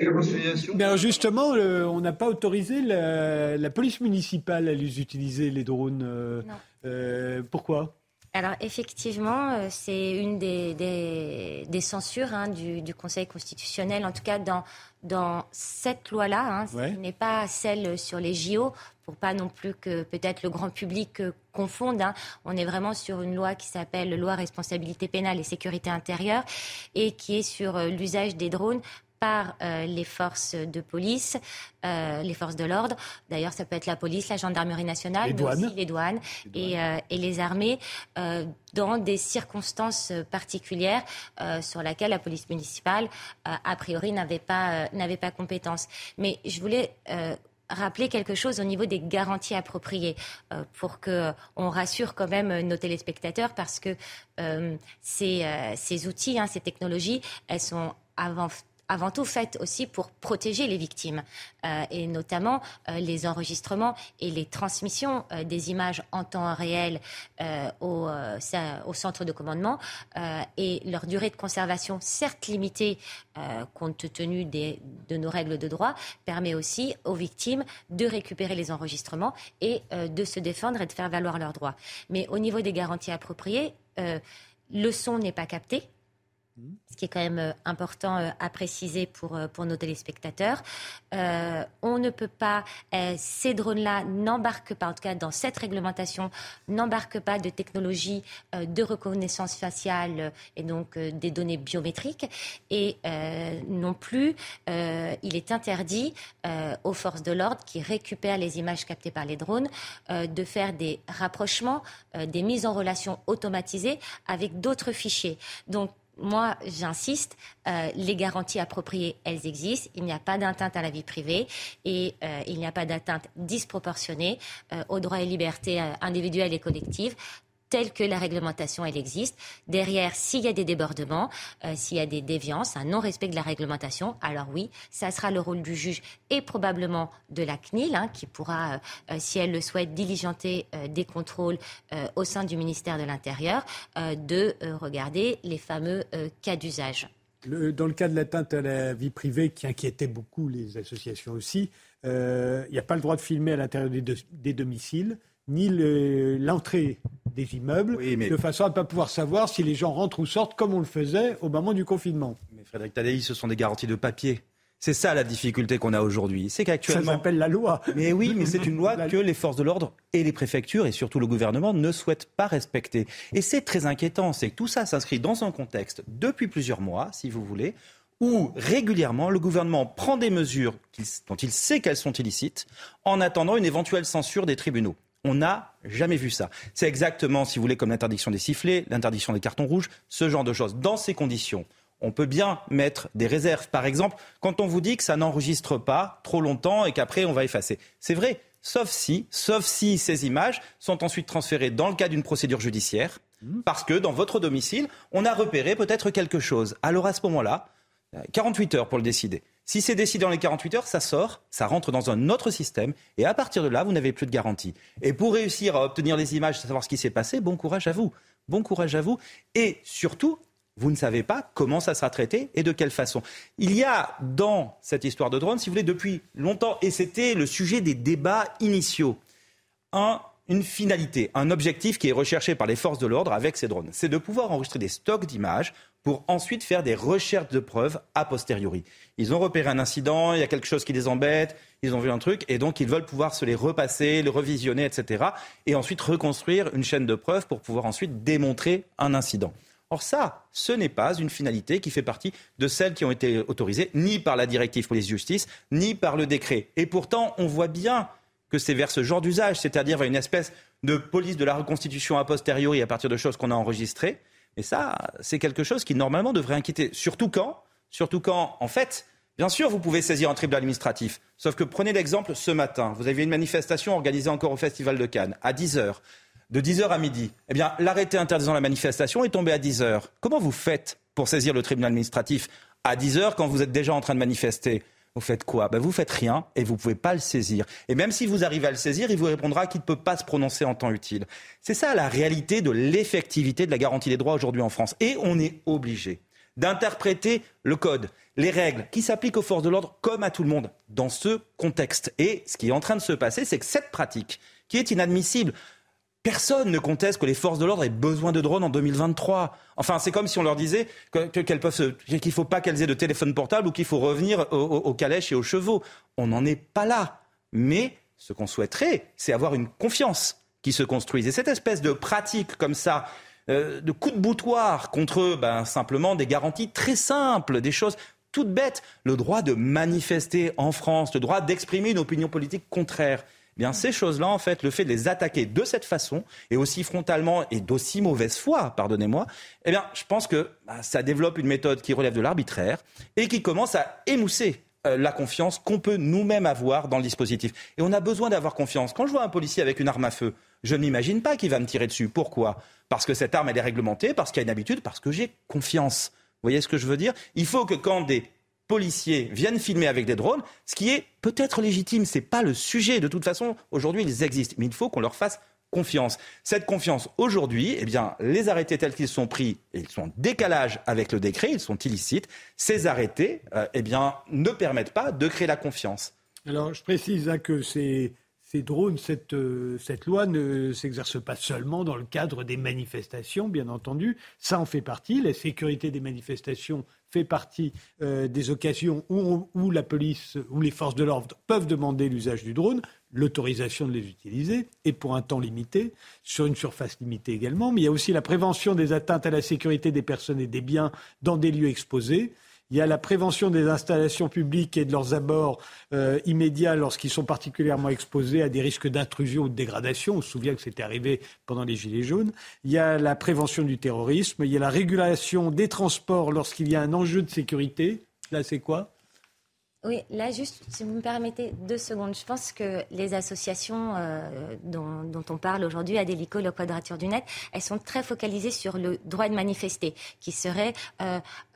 Speaker 1: Mais alors justement, euh, on n'a pas autorisé la, la police municipale à les utiliser, les drones. Euh, euh, pourquoi ?
Speaker 7: Alors effectivement, c'est une des, des, des censures hein, du, du Conseil constitutionnel, en tout cas dans, dans cette loi-là, hein, ouais. Ce n'est pas celle sur les J O, pour pas non plus que peut-être le grand public euh, confonde. Hein. On est vraiment sur une loi qui s'appelle Loi responsabilité pénale et sécurité intérieure et qui est sur euh, l'usage des drones par euh, les forces de police, euh, les forces de l'ordre. D'ailleurs, ça peut être la police, la gendarmerie nationale,
Speaker 1: les
Speaker 7: mais
Speaker 1: douanes.
Speaker 7: aussi les douanes, les douanes. Et, euh, et les armées, euh, dans des circonstances particulières euh, sur lesquelles la police municipale, euh, a priori, n'avait pas, euh, n'avait pas compétence. Mais je voulais... Euh, rappeler quelque chose au niveau des garanties appropriées euh, pour que on rassure quand même nos téléspectateurs parce que euh, ces, euh, ces outils, hein, ces technologies, elles sont avant avant tout faites aussi pour protéger les victimes euh, et notamment euh, les enregistrements et les transmissions euh, des images en temps réel euh, au, euh, ça, au centre de commandement euh, et leur durée de conservation, certes limitée euh, compte tenu des, de nos règles de droit, permet aussi aux victimes de récupérer les enregistrements et euh, de se défendre et de faire valoir leurs droits. Mais au niveau des garanties appropriées, euh, le son n'est pas capté. Ce qui est quand même important à préciser pour, pour nos téléspectateurs. Euh, on ne peut pas, euh, ces drones-là n'embarquent pas, en tout cas dans cette réglementation, n'embarquent pas de technologie euh, de reconnaissance faciale et donc euh, des données biométriques. Et euh, non plus, euh, il est interdit euh, aux forces de l'ordre qui récupèrent les images captées par les drones euh, de faire des rapprochements, euh, des mises en relation automatisées avec d'autres fichiers. Donc, moi, j'insiste, euh, les garanties appropriées, elles existent. Il n'y a pas d'atteinte à la vie privée et euh, il n'y a pas d'atteinte disproportionnée euh, aux droits et libertés euh, individuelles et collectives, telle que la réglementation, elle existe. Derrière, s'il y a des débordements, euh, s'il y a des déviances, un non-respect de la réglementation, alors oui, ça sera le rôle du juge et probablement de la C N I L, hein, qui pourra, euh, si elle le souhaite, diligenter euh, des contrôles euh, au sein du ministère de l'Intérieur, euh, de euh, regarder les fameux euh, cas d'usage.
Speaker 1: Le, dans le cas de l'atteinte à la vie privée, qui inquiétait beaucoup les associations aussi, il euh, n'y a pas le droit de filmer à l'intérieur des, de, des domiciles, ni le, l'entrée des immeubles, oui, mais... de façon à ne pas pouvoir savoir si les gens rentrent ou sortent, comme on le faisait au moment du confinement.
Speaker 9: Mais Frédéric Tadei, ce sont des garanties de papier. C'est ça la difficulté qu'on a aujourd'hui. C'est qu'actuellement...
Speaker 1: Ça s'appelle la loi.
Speaker 9: Mais oui, mais c'est une loi que les forces de l'ordre et les préfectures et surtout le gouvernement ne souhaitent pas respecter. Et c'est très inquiétant, c'est que tout ça s'inscrit dans un contexte depuis plusieurs mois, si vous voulez, où régulièrement le gouvernement prend des mesures dont il sait qu'elles sont illicites en attendant une éventuelle censure des tribunaux. On n'a jamais vu ça. C'est exactement, si vous voulez, comme l'interdiction des sifflets, l'interdiction des cartons rouges, ce genre de choses. Dans ces conditions, on peut bien mettre des réserves. Par exemple, quand on vous dit que ça n'enregistre pas trop longtemps et qu'après on va effacer. C'est vrai, sauf si, sauf si ces images sont ensuite transférées dans le cadre d'une procédure judiciaire, parce que dans votre domicile, on a repéré peut-être quelque chose. Alors à ce moment-là, quarante-huit heures pour le décider. Si c'est décidé dans les quarante-huit heures, ça sort, ça rentre dans un autre système et à partir de là, vous n'avez plus de garantie. Et pour réussir à obtenir les images, savoir ce qui s'est passé, bon courage à vous. Bon courage à vous. Et surtout, vous ne savez pas comment ça sera traité et de quelle façon. Il y a dans cette histoire de drone, si vous voulez, depuis longtemps, et c'était le sujet des débats initiaux, un, une finalité, un objectif qui est recherché par les forces de l'ordre avec ces drones. C'est de pouvoir enregistrer des stocks d'images pour ensuite faire des recherches de preuves a posteriori. Ils ont repéré un incident, il y a quelque chose qui les embête, ils ont vu un truc, et donc ils veulent pouvoir se les repasser, les revisionner, et cetera, et ensuite reconstruire une chaîne de preuves pour pouvoir ensuite démontrer un incident. Or ça, ce n'est pas une finalité qui fait partie de celles qui ont été autorisées ni par la directive police-justice, ni par le décret. Et pourtant, on voit bien que c'est vers ce genre d'usage, c'est-à-dire vers une espèce de police de la reconstitution a posteriori à partir de choses qu'on a enregistrées. Et ça, c'est quelque chose qui normalement devrait inquiéter. Surtout quand, surtout quand, en fait, bien sûr, vous pouvez saisir un tribunal administratif. Sauf que prenez l'exemple ce matin. Vous avez une manifestation organisée encore au Festival de Cannes à dix heures. De dix heures à midi, eh bien, l'arrêté interdisant la manifestation est tombé à dix heures. Comment vous faites pour saisir le tribunal administratif à dix heures quand vous êtes déjà en train de manifester ? Vous faites quoi ? Ben, vous faites rien et vous ne pouvez pas le saisir. Et même si vous arrivez à le saisir, il vous répondra qu'il ne peut pas se prononcer en temps utile. C'est ça la réalité de l'effectivité de la garantie des droits aujourd'hui en France. Et on est obligé d'interpréter le code, les règles qui s'appliquent aux forces de l'ordre comme à tout le monde dans ce contexte. Et ce qui est en train de se passer, c'est que cette pratique qui est inadmissible, personne ne conteste que les forces de l'ordre aient besoin de drones en deux mille vingt-trois. Enfin, c'est comme si on leur disait que, que, qu'elles peuvent se, qu'il ne faut pas qu'elles aient de téléphone portable ou qu'il faut revenir aux, aux, aux calèches et aux chevaux. On n'en est pas là. Mais ce qu'on souhaiterait, c'est avoir une confiance qui se construise. Et cette espèce de pratique comme ça, euh, de coup de boutoir contre ben, simplement des garanties très simples, des choses toutes bêtes, le droit de manifester en France, le droit d'exprimer une opinion politique contraire. Bien, ces choses-là, en fait, le fait de les attaquer de cette façon, et aussi frontalement, et d'aussi mauvaise foi, pardonnez-moi, eh bien, je pense que bah, ça développe une méthode qui relève de l'arbitraire et qui commence à émousser euh, la confiance qu'on peut nous-mêmes avoir dans le dispositif. Et on a besoin d'avoir confiance. Quand je vois un policier avec une arme à feu, je ne m'imagine pas qu'il va me tirer dessus. Pourquoi ? Parce que cette arme, elle est réglementée, parce qu'il y a une habitude, parce que j'ai confiance. Vous voyez ce que je veux dire ? Il faut que quand des policiers viennent filmer avec des drones, ce qui est peut-être légitime, c'est pas le sujet. De toute façon, aujourd'hui, ils existent, mais il faut qu'on leur fasse confiance. Cette confiance, aujourd'hui, eh bien, les arrêtés tels qu'ils sont pris, et ils sont en décalage avec le décret, ils sont illicites. Ces arrêtés, euh, eh bien, ne permettent pas de créer la confiance.
Speaker 1: Alors, je précise hein, que ces, ces drones, cette, euh, cette loi ne s'exerce pas seulement dans le cadre des manifestations, bien entendu. Ça en fait partie. La sécurité des manifestations fait partie euh, des occasions où, où la police, où les forces de l'ordre peuvent demander l'usage du drone, l'autorisation de les utiliser, et pour un temps limité, sur une surface limitée également. Mais il y a aussi la prévention des atteintes à la sécurité des personnes et des biens dans des lieux exposés. Il y a la prévention des installations publiques et de leurs abords euh, immédiats lorsqu'ils sont particulièrement exposés à des risques d'intrusion ou de dégradation. On se souvient que c'était arrivé pendant les Gilets jaunes. Il y a la prévention du terrorisme. Il y a la régulation des transports lorsqu'il y a un enjeu de sécurité. Là, c'est quoi ?
Speaker 7: Oui, là, juste, si vous me permettez deux secondes. Je pense que les associations euh, dont, dont on parle aujourd'hui, Adélico, la Quadrature du Net, elles sont très focalisées sur le droit de manifester, qui serait euh, euh,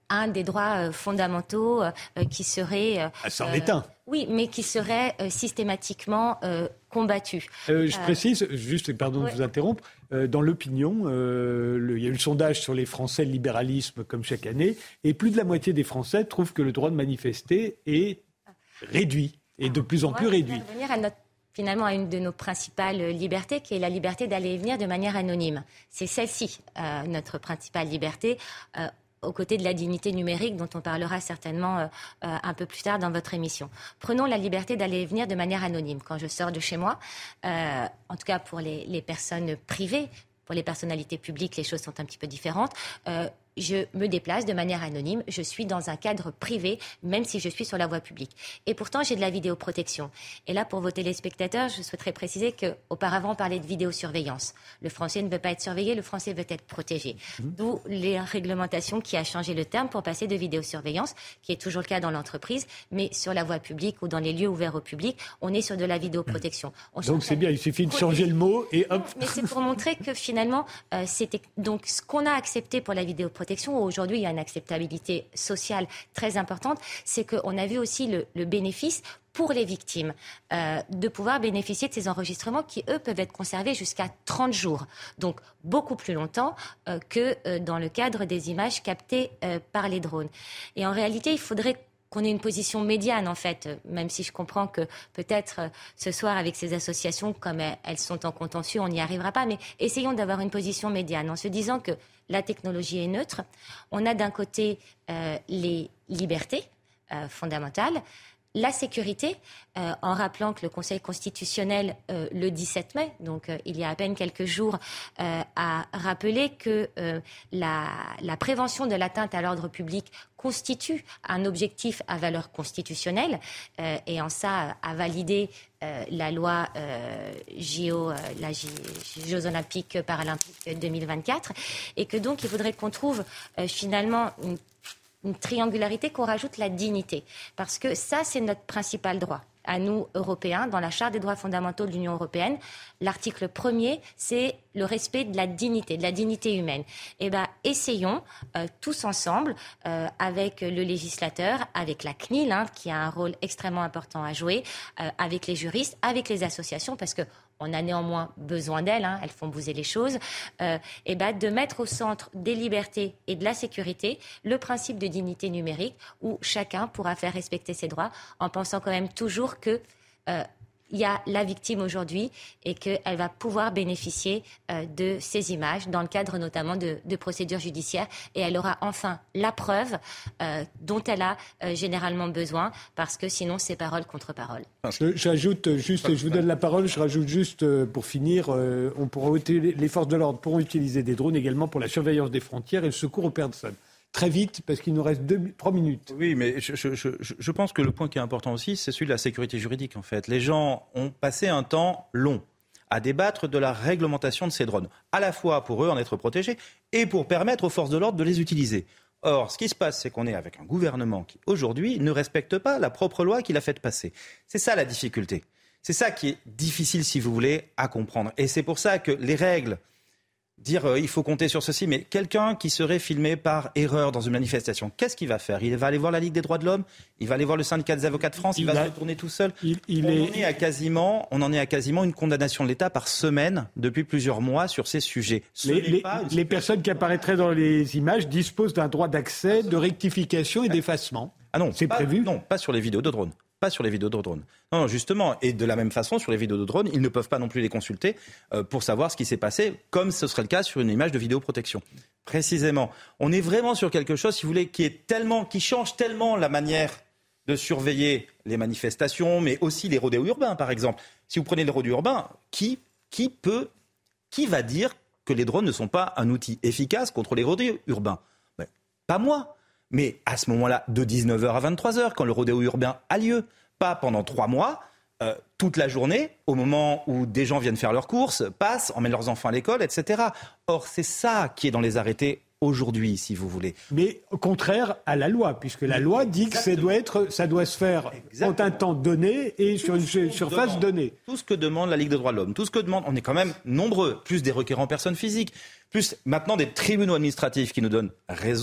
Speaker 7: un des droits euh, fondamentaux euh, qui serait... Euh,
Speaker 1: ah, c'en est un.
Speaker 7: Oui, mais qui serait euh, systématiquement euh, combattu.
Speaker 1: Euh, je
Speaker 7: euh,
Speaker 1: précise, juste, pardon ouais. de vous interrompre, euh, dans l'opinion, euh, le, il y a eu le sondage sur les Français, le libéralisme, comme chaque année, et plus de la moitié des Français trouvent que le droit de manifester est réduit, et de plus en plus réduit.
Speaker 7: On va revenir à notre finalement à une de nos principales libertés, qui est la liberté d'aller et venir de manière anonyme. C'est celle-ci, euh, notre principale liberté, euh, aux côtés de la dignité numérique, dont on parlera certainement euh, euh, un peu plus tard dans votre émission. Prenons la liberté d'aller et venir de manière anonyme. Quand je sors de chez moi, euh, en tout cas pour les, les personnes privées, pour les personnalités publiques, les choses sont un petit peu différentes. Euh, je me déplace de manière anonyme, je suis dans un cadre privé, même si je suis sur la voie publique. Et pourtant, j'ai de la vidéoprotection. Et là, pour vos téléspectateurs, je souhaiterais préciser qu'auparavant, on parlait de vidéosurveillance. Le Français ne veut pas être surveillé, le Français veut être protégé. Mmh. D'où les réglementations qui a changé le terme pour passer de vidéosurveillance, qui est toujours le cas dans l'entreprise, mais sur la voie publique ou dans les lieux ouverts au public, on est sur de la vidéoprotection. On
Speaker 1: donc c'est bien, il suffit de changer le mot et hop.
Speaker 7: Mais c'est pour montrer que finalement, euh, c'était donc ce qu'on a accepté pour la vidéoprotection. Aujourd'hui, il y a une acceptabilité sociale très importante. C'est qu'on a vu aussi le, le bénéfice pour les victimes euh, de pouvoir bénéficier de ces enregistrements qui, eux, peuvent être conservés jusqu'à trente jours. Donc, beaucoup plus longtemps euh, que euh, dans le cadre des images captées euh, par les drones. Et en réalité, il faudrait qu'on ait une position médiane, en fait, même si je comprends que peut-être euh, ce soir, avec ces associations, comme elles, elles sont en contentieux, on n'y arrivera pas. Mais essayons d'avoir une position médiane en se disant que la technologie est neutre. On a d'un côté euh, les libertés euh, fondamentales, la sécurité, euh, en rappelant que le Conseil constitutionnel, euh, le dix-sept mai, donc euh, il y a à peine quelques jours, euh, a rappelé que euh, la, la prévention de l'atteinte à l'ordre public constitue un objectif à valeur constitutionnelle euh, et en ça a validé euh, la loi euh, J O, euh, la J, Jeux Olympiques Paralympiques deux mille vingt-quatre, et que donc il faudrait qu'on trouve euh, finalement une une triangularité, qu'on rajoute la dignité. Parce que ça, c'est notre principal droit. À nous, Européens, dans la Charte des droits fondamentaux de l'Union européenne, l'article premier, c'est le respect de la dignité, de la dignité humaine. Eh bien, essayons euh, tous ensemble, euh, avec le législateur, avec la C N I L, hein, qui a un rôle extrêmement important à jouer, euh, avec les juristes, avec les associations, parce que on a néanmoins besoin d'elles, hein, elles font bouger les choses, euh, et ben de mettre au centre des libertés et de la sécurité le principe de dignité numérique où chacun pourra faire respecter ses droits en pensant quand même toujours que euh, il y a la victime aujourd'hui et qu'elle va pouvoir bénéficier euh, de ces images dans le cadre notamment de, de procédures judiciaires et elle aura enfin la preuve euh, dont elle a euh, généralement besoin parce que sinon c'est parole contre parole.
Speaker 1: J'ajoute juste, je vous donne la parole, je rajoute juste euh, pour finir, euh, on pourra, les forces de l'ordre pourront utiliser des drones également pour la surveillance des frontières et le secours aux personnes. Très vite, parce qu'il nous reste deux, trois minutes.
Speaker 9: Oui, mais je, je, je, je pense que le point qui est important aussi, c'est celui de la sécurité juridique, en fait. Les gens ont passé un temps long à débattre de la réglementation de ces drones, à la fois pour eux en être protégés et pour permettre aux forces de l'ordre de les utiliser. Or, ce qui se passe, c'est qu'on est avec un gouvernement qui, aujourd'hui, ne respecte pas la propre loi qu'il a faite passer. C'est ça la difficulté. C'est ça qui est difficile, si vous voulez, à comprendre. Et c'est pour ça que les règles... Dire euh, il faut compter sur ceci, mais quelqu'un qui serait filmé par erreur dans une manifestation, qu'est-ce qu'il va faire ? Il va aller voir la Ligue des droits de l'homme, il va aller voir le syndicat des avocats de France, il, il va a... se retourner tout seul. Il, il on, est... en est à quasiment, on en est à quasiment une condamnation de l'État par semaine depuis plusieurs mois sur ces sujets. Ce
Speaker 1: les les, les personnes qui apparaîtraient dans les images disposent d'un droit d'accès, de rectification et d'effacement.
Speaker 9: Ah non,
Speaker 1: c'est
Speaker 9: pas,
Speaker 1: prévu ?
Speaker 9: Non, pas sur les vidéos de drones. Pas sur les vidéos de drones. Non, non, justement. Et de la même façon, sur les vidéos de drones, ils ne peuvent pas non plus les consulter euh, pour savoir ce qui s'est passé, comme ce serait le cas sur une image de vidéoprotection. Précisément. On est vraiment sur quelque chose, si vous voulez, qui est tellement, qui change tellement la manière de surveiller les manifestations, mais aussi les rodéos urbains, par exemple. Si vous prenez les rodéos urbains, qui, qui peut, qui va dire que les drones ne sont pas un outil efficace contre les rodéos urbains ? Ben, pas moi. Mais à ce moment-là, de dix-neuf heures à vingt-trois heures, quand le rodéo urbain a lieu, pas pendant trois mois, euh, toute la journée, au moment où des gens viennent faire leurs courses, passent, emmènent leurs enfants à l'école, et cetera. Or, c'est ça qui est dans les arrêtés aujourd'hui, si vous voulez.
Speaker 1: Mais au contraire à la loi, puisque la loi dit que ça doit, être, ça doit se faire en un temps donné et sur une surface donnée.
Speaker 9: Tout ce que demande la Ligue des droits de l'homme, tout ce que demande, on est quand même nombreux, plus des requérants personnes physiques, plus maintenant des tribunaux administratifs qui nous donnent raison.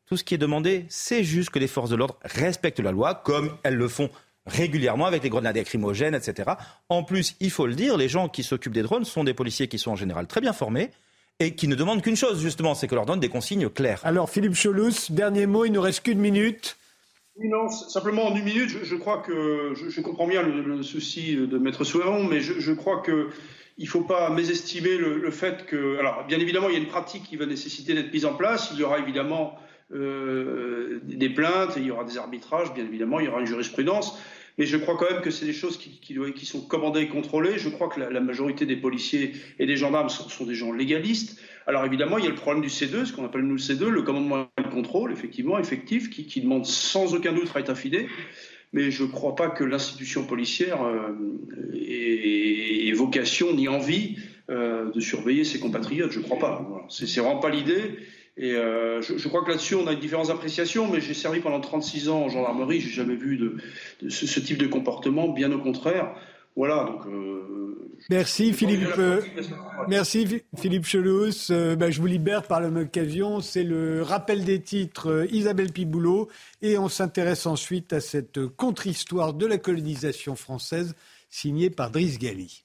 Speaker 9: Tout ce qui est demandé, c'est juste que les forces de l'ordre respectent la loi, comme elles le font régulièrement avec les grenades lacrymogènes, et cetera. En plus, il faut le dire, les gens qui s'occupent des drones sont des policiers qui sont en général très bien formés et qui ne demandent qu'une chose, justement, c'est que leur donnent des consignes claires.
Speaker 1: Alors, Philippe Cholous, dernier mot, il ne nous reste qu'une minute.
Speaker 8: Oui, non, simplement en une minute, je, je crois que je, je comprends bien le, le souci de Maître Souharon, mais je, je crois que il ne faut pas mésestimer le, le fait que... Alors, bien évidemment, il y a une pratique qui va nécessiter d'être mise en place. Il y aura évidemment euh, des plaintes, et il y aura des arbitrages, bien évidemment, il y aura une jurisprudence. Mais je crois quand même que c'est des choses qui, qui, qui sont commandées et contrôlées. Je crois que la, la majorité des policiers et des gendarmes sont, sont des gens légalistes. Alors évidemment, il y a le problème du C deux, ce qu'on appelle nous le C deux, le commandement et le contrôle, effectivement, effectif, qui, qui demande sans aucun doute à être affiné. Mais je ne crois pas que l'institution policière euh, ait, ait vocation ni envie euh, de surveiller ses compatriotes. Je ne crois pas. Voilà. C'est, c'est vraiment pas l'idée. Et euh, je, je crois que là-dessus, on a une différence d'appréciation, mais j'ai servi pendant trente-six ans en gendarmerie, j'ai jamais vu de, de ce, ce type de comportement, bien au contraire. Voilà, donc... Euh,
Speaker 1: merci Philippe, euh, merci Philippe Cholous. Euh, ben, je vous libère par la même occasion. C'est le rappel des titres euh, Isabelle Piboulot. Et on s'intéresse ensuite à cette contre-histoire de la colonisation française signée par Driss Ghali.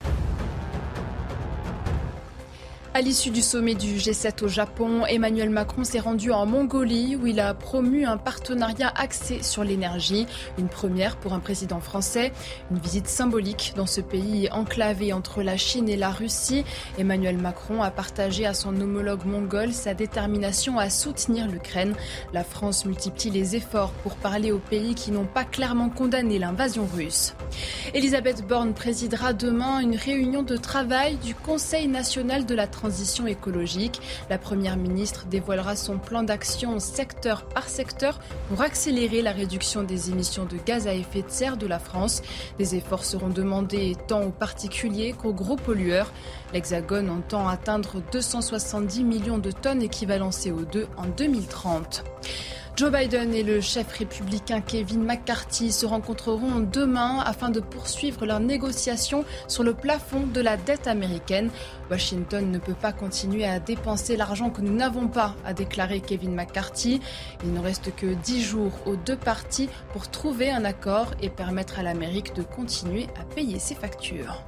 Speaker 2: À l'issue du sommet du G sept au Japon, Emmanuel Macron s'est rendu en Mongolie où il a promu un partenariat axé sur l'énergie. Une première pour un président français. Une visite symbolique dans ce pays enclavé entre la Chine et la Russie. Emmanuel Macron a partagé à son homologue mongol sa détermination à soutenir l'Ukraine. La France multiplie les efforts pour parler aux pays qui n'ont pas clairement condamné l'invasion russe. Elisabeth Borne présidera demain une réunion de travail du Conseil national de la transition écologique. La Première ministre dévoilera son plan d'action secteur par secteur pour accélérer la réduction des émissions de gaz à effet de serre de la France. Des efforts seront demandés tant aux particuliers qu'aux gros pollueurs. L'Hexagone entend atteindre deux cent soixante-dix millions de tonnes équivalent C O deux en deux mille trente. Joe Biden et le chef républicain Kevin McCarthy se rencontreront demain afin de poursuivre leurs négociations sur le plafond de la dette américaine. Washington ne peut pas continuer à dépenser l'argent que nous n'avons pas, a déclaré Kevin McCarthy. Il ne reste que dix jours aux deux parties pour trouver un accord et permettre à l'Amérique de continuer à payer ses factures.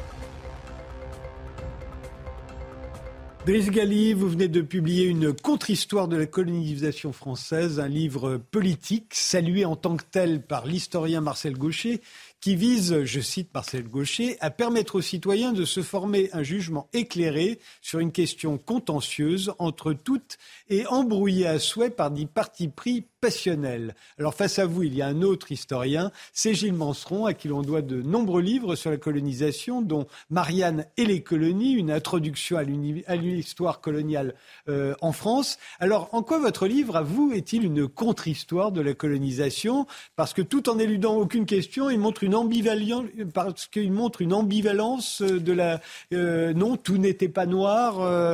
Speaker 1: Driss Ghali, vous venez de publier une contre-histoire de la colonisation française, un livre politique salué en tant que tel par l'historien Marcel Gauchet, qui vise, je cite Marcel Gauchet, à permettre aux citoyens de se former un jugement éclairé sur une question contentieuse entre toutes et embrouillée à souhait par des partis pris passionnels. Alors face à vous, il y a un autre historien, c'est Gilles Manceron, à qui l'on doit de nombreux livres sur la colonisation, dont Marianne et les colonies, une introduction à, l'uni- à l'histoire coloniale euh, en France. Alors en quoi votre livre, à vous, est-il une contre-histoire de la colonisation ? Parce que tout en éludant aucune question, il montre une ambivalence, parce qu'il montre une ambivalence de la... Euh, non, tout n'était pas noir. Euh,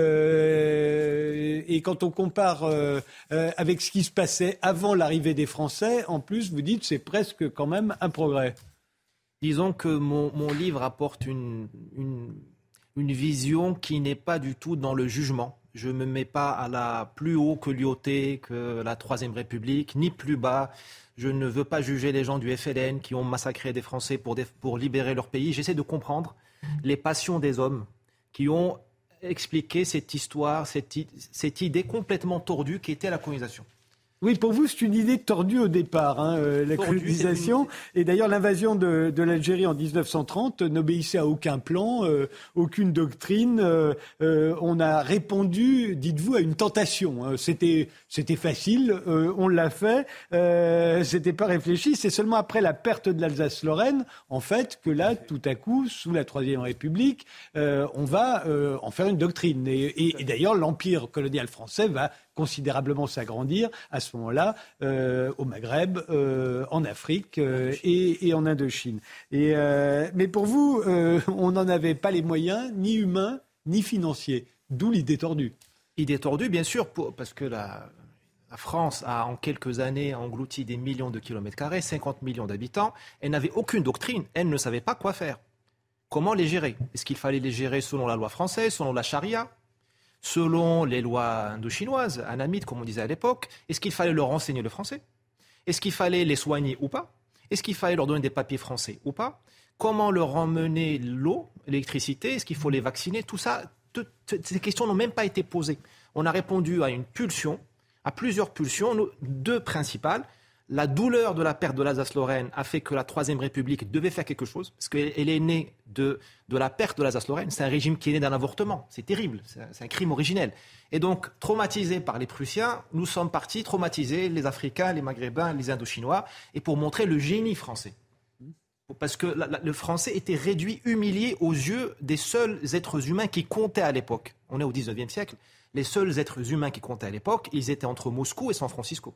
Speaker 1: euh, et quand on compare euh, euh, avec ce qui se passait avant l'arrivée des Français, en plus, vous dites que c'est presque quand même un progrès.
Speaker 10: Disons que mon, mon livre apporte une, une, une vision qui n'est pas du tout dans le jugement. Je ne me mets pas à la plus haut que l'U O T, que la Troisième République, ni plus bas. Je ne veux pas juger les gens du F L N qui ont massacré des Français pour, des, pour libérer leur pays. J'essaie de comprendre les passions des hommes qui ont expliqué cette histoire, cette, cette idée complètement tordue qui était la colonisation.
Speaker 1: Oui, pour vous, c'est une idée tordue au départ, hein, euh, la
Speaker 10: Tordue,
Speaker 1: colonisation.
Speaker 10: Une...
Speaker 1: Et d'ailleurs, l'invasion de, de l'Algérie en dix-neuf cent trente n'obéissait à aucun plan, euh, aucune doctrine. Euh, euh, on a répondu, dites-vous, à une tentation. Hein. C'était, c'était facile, euh, on l'a fait, euh, c'était pas réfléchi. C'est seulement après la perte de l'Alsace-Lorraine, en fait, que là, tout à coup, sous la Troisième République, euh, on va euh, en faire une doctrine. Et, et, et d'ailleurs, l'empire colonial français va considérablement s'agrandir à ce moment-là euh, au Maghreb, euh, en Afrique euh, et, et en Indochine. Et, euh, mais pour vous, euh, on n'en avait pas les moyens, ni humains, ni financiers. D'où l'idée tordue.
Speaker 10: Idée tordue, bien sûr, pour, parce que la, la France a en quelques années englouti des millions de kilomètres carrés, cinquante millions d'habitants. Elle n'avait aucune doctrine, elle ne savait pas quoi faire. Comment les gérer ? Est-ce qu'il fallait les gérer selon la loi française, selon la charia ? selon les lois indo-chinoises, anamites, comme on disait à l'époque, est-ce qu'il fallait leur enseigner le français? Est-ce qu'il fallait les soigner ou pas? Est-ce qu'il fallait leur donner des papiers français ou pas? Comment leur emmener l'eau, l'électricité? Est-ce qu'il faut les vacciner? Tout ça, toutes ces questions n'ont même pas été posées. On a répondu à une pulsion, à plusieurs pulsions, deux principales. La douleur de la perte de l'Alsace-Lorraine a fait que la Troisième République devait faire quelque chose, parce qu'elle est née de, de la perte de l'Alsace-Lorraine. C'est un régime qui est né d'un avortement. C'est terrible, c'est un, c'est un crime originel. Et donc, traumatisés par les Prussiens, nous sommes partis traumatiser les Africains, les Maghrébins, les Indochinois, et pour montrer le génie français. Parce que la, la, le français était réduit, humilié aux yeux des seuls êtres humains qui comptaient à l'époque. On est au dix-neuvième siècle. Les seuls êtres humains qui comptaient à l'époque, ils étaient entre Moscou et San Francisco.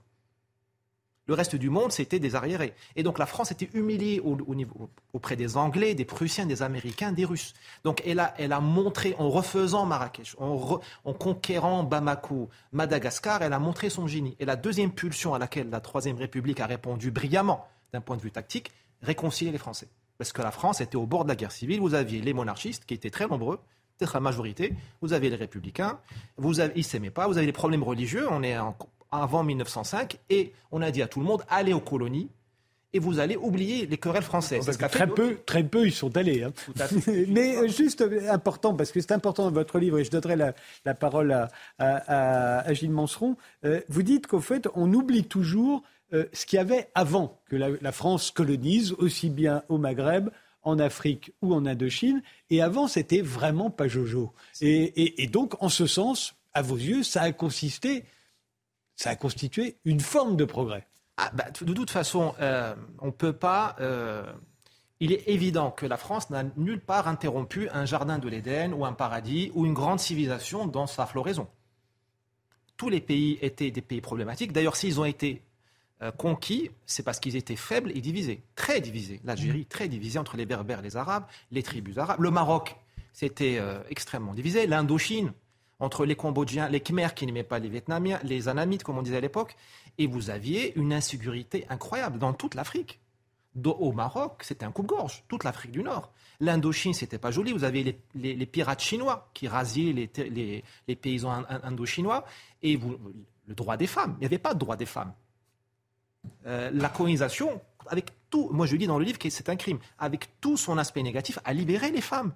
Speaker 10: Le reste du monde, c'était des arriérés. Et donc la France était humiliée au, au niveau, auprès des Anglais, des Prussiens, des Américains, des Russes. Donc elle a, elle a montré, en refaisant Marrakech, en, re, en conquérant Bamako, Madagascar, elle a montré son génie. Et la deuxième pulsion à laquelle la Troisième République a répondu brillamment, d'un point de vue tactique, réconcilier les Français. Parce que la France était au bord de la guerre civile. Vous aviez les monarchistes, qui étaient très nombreux, peut-être la majorité. Vous aviez les républicains. Vous avez, ils ne s'aimaient pas. Vous avez les problèmes religieux. On est en... avant mille neuf cent cinq, et on a dit à tout le monde, allez aux colonies, et vous allez oublier les querelles françaises.
Speaker 1: Parce que très, peu, très peu, ils sont allés. Hein.
Speaker 10: Tout à fait.
Speaker 1: Mais juste important, parce que c'est important dans votre livre, et je donnerai la, la parole à, à, à Gilles Manceron, euh, vous dites qu'au fait, on oublie toujours euh, ce qu'il y avait avant que la, la France colonise, aussi bien au Maghreb, en Afrique ou en Indochine, et avant, c'était vraiment pas jojo. Et, et, et donc, en ce sens, à vos yeux, ça a consisté... ça a constitué une forme de progrès.
Speaker 10: Ah, bah, de toute façon, euh, on ne peut pas... Euh, il est évident que la France n'a nulle part interrompu un jardin de l'Éden ou un paradis ou une grande civilisation dans sa floraison. Tous les pays étaient des pays problématiques. D'ailleurs, s'ils ont été euh, conquis, c'est parce qu'ils étaient faibles et divisés. Très divisés. L'Algérie, très divisée entre les Berbères et les Arabes, les tribus arabes. Le Maroc, c'était euh, extrêmement divisé. L'Indochine, entre les Cambodgiens, les Khmers qui n'aimaient pas les Vietnamiens, les Anamites, comme on disait à l'époque, et vous aviez une insécurité incroyable dans toute l'Afrique. Au Maroc, c'était un coupe-gorge, toute l'Afrique du Nord. L'Indochine, c'était pas joli. Vous avez les, les, les pirates chinois qui rasiaient les, les, les paysans indochinois, et vous, le droit des femmes. Il n'y avait pas de droit des femmes. Euh, la colonisation, avec tout, moi je dis dans le livre que c'est un crime, avec tout son aspect négatif, a libéré les femmes.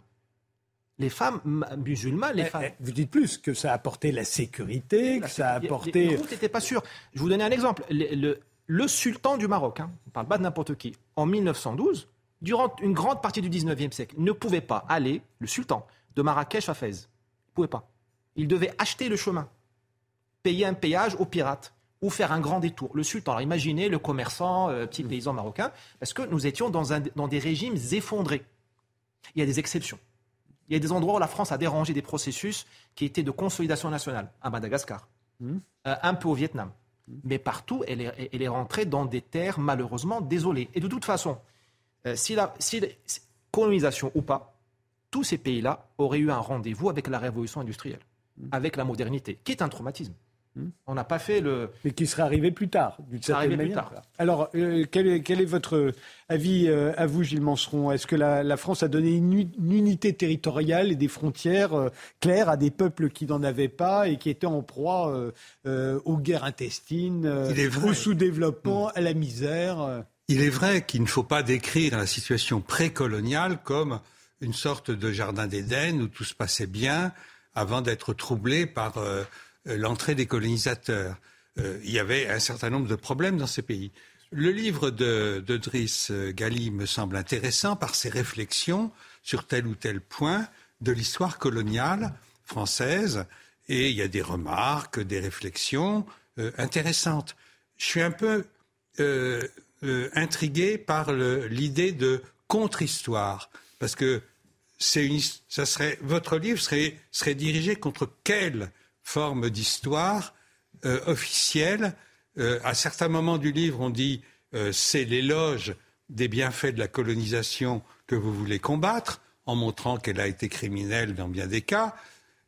Speaker 10: Les femmes musulmanes, les femmes...
Speaker 1: Vous dites plus que ça a apporté la sécurité, que ça a apporté...
Speaker 10: Vous n'étiez pas sûr. Je vous donner un exemple. Le, le, le sultan du Maroc, hein, on ne parle pas de n'importe qui, en mille neuf cent douze, durant une grande partie du dix-neuvième siècle, ne pouvait pas aller, le sultan, de Marrakech à Fès. Il ne pouvait pas. Il devait acheter le chemin, payer un péage aux pirates, ou faire un grand détour. Le sultan, alors imaginez le commerçant, euh, petit paysan marocain, parce que nous étions dans, un, dans des régimes effondrés. Il y a des exceptions. Il y a des endroits où la France a dérangé des processus qui étaient de consolidation nationale, à Madagascar, mmh. euh, un peu au Vietnam. Mmh. Mais partout, elle est, elle est rentrée dans des terres malheureusement désolées. Et de toute façon, euh, si la si, si, colonisation ou pas, tous ces pays-là auraient eu un rendez-vous avec la révolution industrielle, mmh. avec la modernité, qui est un traumatisme. On n'a pas fait le...
Speaker 1: Mais qui sera arrivé plus tard, d'une certaine manière.
Speaker 10: Plus tard.
Speaker 1: Alors, euh, quel, est, quel est votre avis euh, à vous, Gilles Manceron? Est-ce que la, la France a donné une, une unité territoriale et des frontières euh, claires à des peuples qui n'en avaient pas et qui étaient en proie euh, euh, aux guerres intestines, euh, au sous-développement, mmh. à la misère euh.
Speaker 11: Il est vrai qu'il ne faut pas décrire la situation précoloniale comme une sorte de jardin d'Éden où tout se passait bien avant d'être troublé par... Euh, l'entrée des colonisateurs. Euh, il y avait un certain nombre de problèmes dans ces pays. Le livre de, de Driss Ghali me semble intéressant par ses réflexions sur tel ou tel point de l'histoire coloniale française, et il y a des remarques, des réflexions euh, intéressantes. Je suis un peu euh, euh, intrigué par le, l'idée de contre-histoire, parce que c'est une, ça serait, votre livre serait, serait dirigé contre quelle forme d'histoire euh, officielle. Euh, à certains moments du livre, on dit euh, c'est l'éloge des bienfaits de la colonisation que vous voulez combattre, en montrant qu'elle a été criminelle dans bien des cas.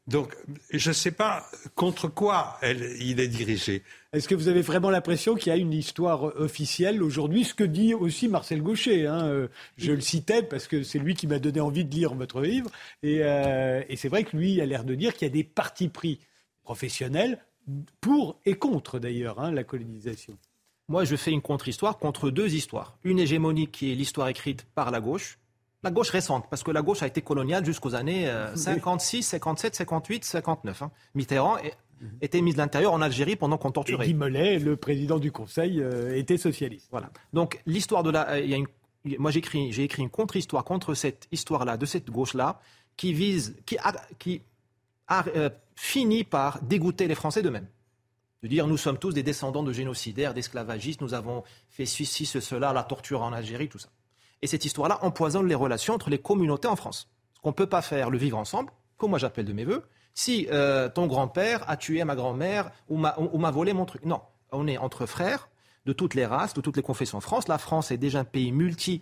Speaker 11: Donc, je ne sais pas contre quoi elle, il est dirigé.
Speaker 1: Est-ce que vous avez vraiment l'impression qu'il y a une histoire officielle aujourd'hui? Ce que dit aussi Marcel Gauchet. Hein, je le citais parce que c'est lui qui m'a donné envie de lire votre livre. Et, euh, et c'est vrai que lui a l'air de dire qu'il y a des partis pris professionnels pour et contre, d'ailleurs, hein, la colonisation.
Speaker 10: Moi, je fais une contre-histoire contre deux histoires. Une hégémonique qui est l'histoire écrite par la gauche. La gauche récente, parce que la gauche a été coloniale jusqu'aux années euh, cinquante-six, cinquante-sept, cinquante-huit, cinquante-neuf. Hein. Mitterrand est, était ministre de l'Intérieur en Algérie pendant qu'on torturait.
Speaker 1: Et Guy Mollet, le président du Conseil, euh, était socialiste.
Speaker 10: Voilà. Donc l'histoire de la, il y a une, moi j'ai écrit, j'ai écrit une contre-histoire contre cette histoire-là, de cette gauche-là, qui vise, qui a, qui a euh, fini par dégoûter les Français d'eux-mêmes. De dire nous sommes tous des descendants de génocidaires, d'esclavagistes, nous avons fait ceci, ce, cela, la torture en Algérie, tout ça. Et cette histoire-là empoisonne les relations entre les communautés en France. Parce qu'on ne peut pas faire le vivre ensemble, comme moi j'appelle de mes voeux, si euh, ton grand-père a tué ma grand-mère ou m'a, ou, ou m'a volé mon truc. Non, on est entre frères de toutes les races, de toutes les confessions en France. La France est déjà un pays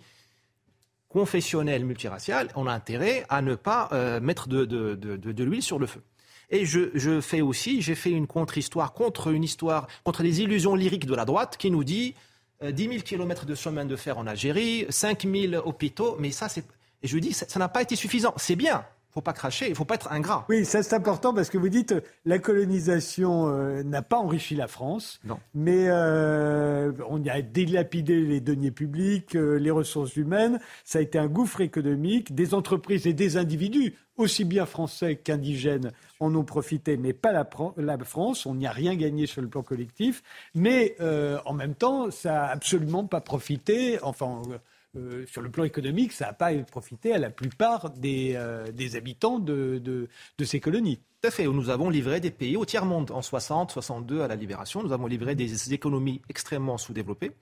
Speaker 10: multi-confessionnel, multiracial. On a intérêt à ne pas euh, mettre de, de, de, de, de l'huile sur le feu. Et je, je fais aussi, j'ai fait une contre-histoire contre une histoire, contre les illusions lyriques de la droite qui nous dit dix mille kilomètres de chemin de fer en Algérie, cinq mille hôpitaux, mais ça, c'est... Et je dis, ça, ça n'a pas été suffisant. C'est bien, il ne faut pas cracher, il ne faut pas être ingrat.
Speaker 1: Oui, ça c'est important parce que vous dites la colonisation euh, n'a pas enrichi la France,
Speaker 10: non.
Speaker 1: mais euh, on y a dilapidé les deniers publics, euh, les ressources humaines, ça a été un gouffre économique, des entreprises et des individus, aussi bien français qu'indigènes, en ont profité, mais pas la, la France. On n'y a rien gagné sur le plan collectif. Mais euh, en même temps, ça n'a absolument pas profité, enfin, euh, sur le plan économique, ça n'a pas profité à la plupart des, euh, des habitants de, de, de ces colonies.
Speaker 10: Tout à fait. Nous avons livré des pays au tiers-monde. En soixante, soixante-deux, à la Libération, nous avons livré des économies extrêmement sous-développées.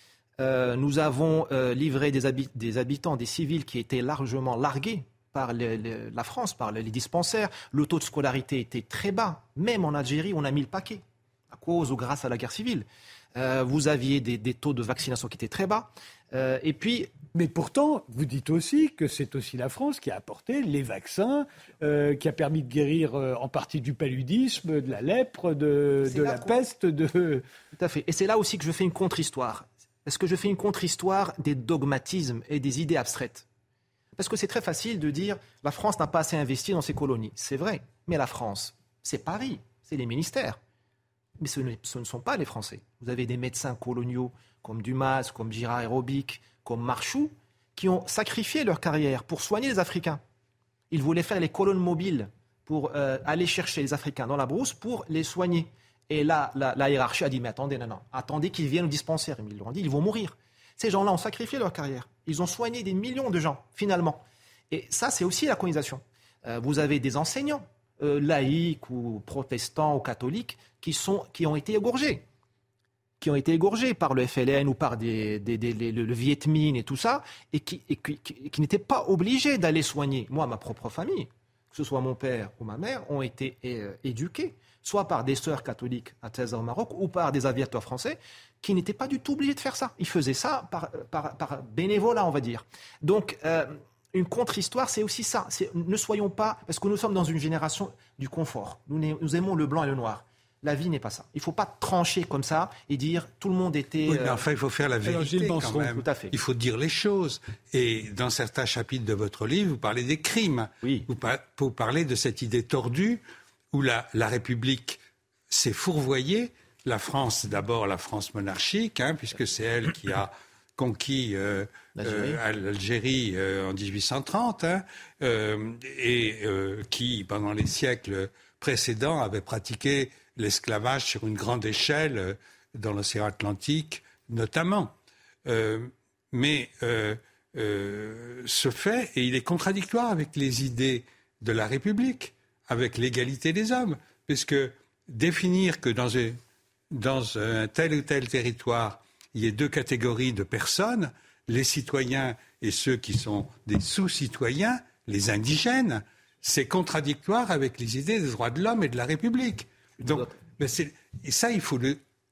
Speaker 10: Euh, nous avons euh, livré des, habi- des habitants, des civils qui étaient largement largués par les, les, la France, par les dispensaires. Le taux de scolarité était très bas. Même en Algérie, on a mis le paquet, à cause ou grâce à la guerre civile. Euh, vous aviez des, des taux de vaccination qui étaient très bas. Euh, et puis...
Speaker 1: Mais pourtant, vous dites aussi que c'est aussi la France qui a apporté les vaccins, euh, qui a permis de guérir euh, en partie du paludisme, de la lèpre, de, de la peste. De...
Speaker 10: Tout à fait. Et c'est là aussi que je fais une contre-histoire. Parce que je fais une contre-histoire des dogmatismes et des idées abstraites. Parce que c'est très facile de dire la France n'a pas assez investi dans ses colonies. C'est vrai, mais la France, c'est Paris, c'est les ministères. Mais ce ne, ce ne sont pas les Français. Vous avez des médecins coloniaux comme Dumas, comme Girard Aérobic, comme Marchou, qui ont sacrifié leur carrière pour soigner les Africains. Ils voulaient faire les colonnes mobiles pour euh, aller chercher les Africains dans la brousse pour les soigner. Et là, la, la hiérarchie a dit, mais attendez, non, non, attendez qu'ils viennent au dispensaire. Ils leur ont dit, ils vont mourir. Ces gens-là ont sacrifié leur carrière. Ils ont soigné des millions de gens, finalement. Et ça, c'est aussi la colonisation. Euh, vous avez des enseignants, euh, laïcs ou protestants ou catholiques, qui, sont, qui ont été égorgés. Qui ont été égorgés par le F L N ou par des, des, des, des, le, le Viet Minh et tout ça, et qui, et qui, qui, qui n'étaient pas obligés d'aller soigner. Moi, ma propre famille, que ce soit mon père ou ma mère, ont été euh, éduqués, soit par des sœurs catholiques à Taza au Maroc, ou par des aviateurs français, qui n'étaient pas du tout obligés de faire ça. Ils faisaient ça par, par, par bénévolat, on va dire. Donc, euh, une contre-histoire, c'est aussi ça. C'est, ne soyons pas... Parce que nous sommes dans une génération du confort. Nous, nous aimons le blanc et le noir. La vie n'est pas ça. Il ne faut pas trancher comme ça et dire tout le monde était...
Speaker 11: Oui, mais enfin, il faut faire la vérité
Speaker 10: quand
Speaker 11: quand même.
Speaker 10: Tout à fait.
Speaker 11: Il faut dire les choses. Et dans certains chapitres de votre livre, vous parlez des crimes.
Speaker 10: Oui.
Speaker 11: Vous, par, vous parlez de cette idée tordue où la, la République s'est fourvoyée. La France, d'abord la France monarchique, hein, puisque c'est elle qui a conquis euh, euh, l'Algérie euh, en dix-huit cent trente, hein, euh, et euh, qui, pendant les siècles précédents, avait pratiqué l'esclavage sur une grande échelle euh, dans l'océan Atlantique, notamment. Euh, mais euh, euh, ce fait, et il est contradictoire avec les idées de la République, avec l'égalité des hommes, puisque définir que dans un, dans un tel ou tel territoire, il y ait deux catégories de personnes, les citoyens et ceux qui sont des sous-citoyens, les indigènes, c'est contradictoire avec les idées des droits de l'homme et de la République. Donc, ben c'est, et ça, il faut le,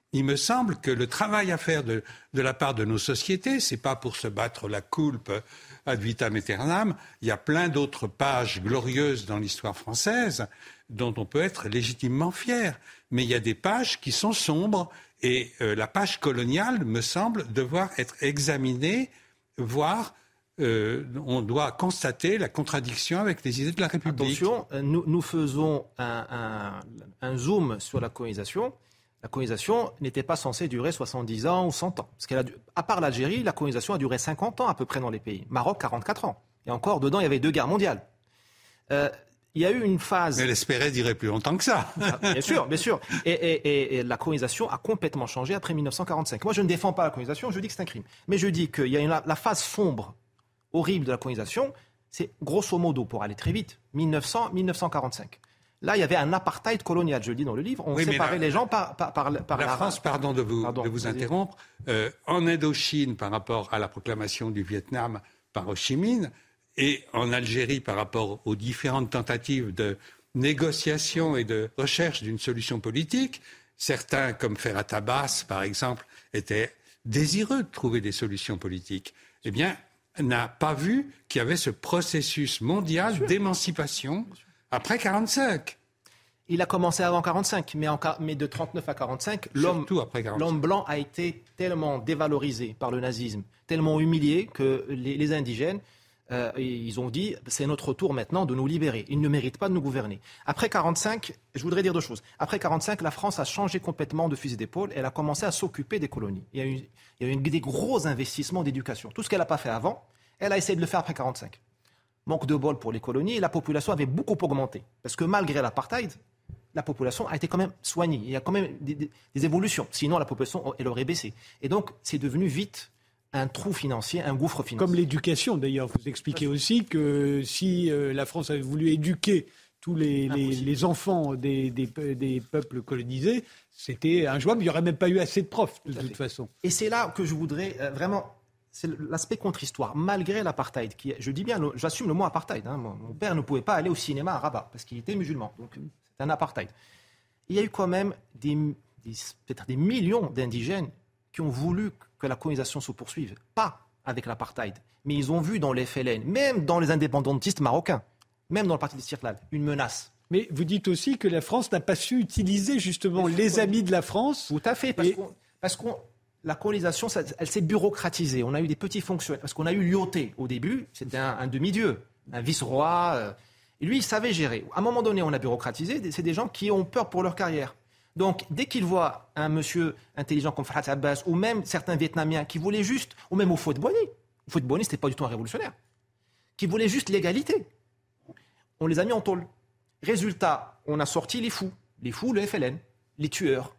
Speaker 11: il me semble que le travail à faire de, de la part de nos sociétés, c'est pas pour se battre la coulpe ad vitam aeternam. Il y a plein d'autres pages glorieuses dans l'histoire française dont on peut être légitimement fier. Mais il y a des pages qui sont sombres et euh, la page coloniale me semble devoir être examinée, voire euh, on doit constater la contradiction avec les idées de la République.
Speaker 10: Attention, nous, nous faisons un, un, un zoom sur la colonisation. La colonisation n'était pas censée durer soixante-dix ans ou cent ans. Parce qu'elle a, à part l'Algérie, la colonisation a duré cinquante ans à peu près dans les pays. Maroc, quarante-quatre ans. Et encore, dedans, il y avait deux guerres mondiales. Euh, il y a eu une phase...
Speaker 11: Mais elle espérait durer plus longtemps que ça.
Speaker 10: Ah, bien sûr, bien sûr. Et, et, et, et la colonisation a complètement changé après mille neuf cent quarante-cinq. Moi, je ne défends pas la colonisation, je dis que c'est un crime. Mais je dis qu'il y a une, la, la phase sombre, horrible de la colonisation, c'est grosso modo, pour aller très vite, mille neuf cents à mille neuf cent quarante-cinq. Là, il y avait un apartheid colonial, je le dis dans le livre. On oui, séparait la, les gens par, par, par, par
Speaker 11: la,
Speaker 10: la
Speaker 11: France, pardon de vous, pardon, de vous interrompre, euh, en Indochine par rapport à la proclamation du Vietnam par Ho Chi Minh et en Algérie par rapport aux différentes tentatives de négociation et de recherche d'une solution politique, certains, comme Ferhat Abbas, par exemple, étaient désireux de trouver des solutions politiques. Eh bien, n'a pas vu qu'il y avait ce processus mondial d'émancipation après quarante-cinq.
Speaker 10: Il a commencé avant quarante-cinq, mais, en, mais de trente-neuf à quarante-cinq, l'homme, l'homme blanc a été tellement dévalorisé par le nazisme, tellement humilié que les, les indigènes, euh, ils ont dit, c'est notre tour maintenant de nous libérer. Ils ne méritent pas de nous gouverner. Après quarante-cinq, je voudrais dire deux choses. Après quarante-cinq, la France a changé complètement de fusil d'épaule. Elle a commencé à s'occuper des colonies. Il y a eu, il y a eu des gros investissements d'éducation. Tout ce qu'elle n'a pas fait avant, elle a essayé de le faire après quarante-cinq. Manque de bol pour les colonies, la population avait beaucoup augmenté. Parce que malgré l'apartheid, la population a été quand même soignée. Il y a quand même des, des, des évolutions. Sinon, la population, elle aurait baissé. Et donc, c'est devenu vite un trou financier, un gouffre financier.
Speaker 1: Comme l'éducation, d'ailleurs. Vous expliquez aussi que si euh, la France avait voulu éduquer tous les, les, les enfants des, des, des peuples colonisés, c'était injouable. Il n'y aurait même pas eu assez de profs, de toute façon.
Speaker 10: Et c'est là que je voudrais euh, vraiment... C'est l'aspect contre-histoire. Malgré l'apartheid, qui, je dis bien, le, j'assume le mot apartheid. Hein, mon, mon père ne pouvait pas aller au cinéma à Rabat parce qu'il était musulman. Donc, c'est un apartheid. Il y a eu quand même des, des, peut-être des millions d'indigènes qui ont voulu que la colonisation se poursuive. Pas avec l'apartheid, mais ils ont vu dans les F L N, même dans les indépendantistes marocains, même dans le parti d'Istiqlal, une menace.
Speaker 1: Mais vous dites aussi que la France n'a pas su utiliser justement les, les amis de la France.
Speaker 10: Tout à fait, parce et... qu'on... Parce qu'on La colonisation, ça, elle s'est bureaucratisée. On a eu des petits fonctionnaires. Parce qu'on a eu Lyautey au début, c'était un, un demi-dieu, un vice-roi. Euh, et lui, il savait gérer. À un moment donné, on a bureaucratisé. C'est des gens qui ont peur pour leur carrière. Donc, dès qu'ils voient un monsieur intelligent comme Ferhat Abbas, ou même certains Vietnamiens qui voulaient juste, ou même au Houphouët-Boigny, Houphouët-Boigny, c'était pas du tout un révolutionnaire, qui voulaient juste l'égalité, on les a mis en tôle. Résultat, on a sorti les fous. Les fous, le F L N, les tueurs.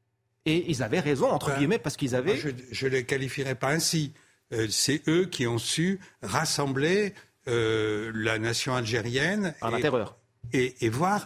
Speaker 10: Et ils avaient raison, entre ben, guillemets, parce qu'ils avaient...
Speaker 11: Je ne les qualifierais pas ainsi. Euh, c'est eux qui ont su rassembler euh, la nation algérienne...
Speaker 10: Par la terreur.
Speaker 11: Et, et voir,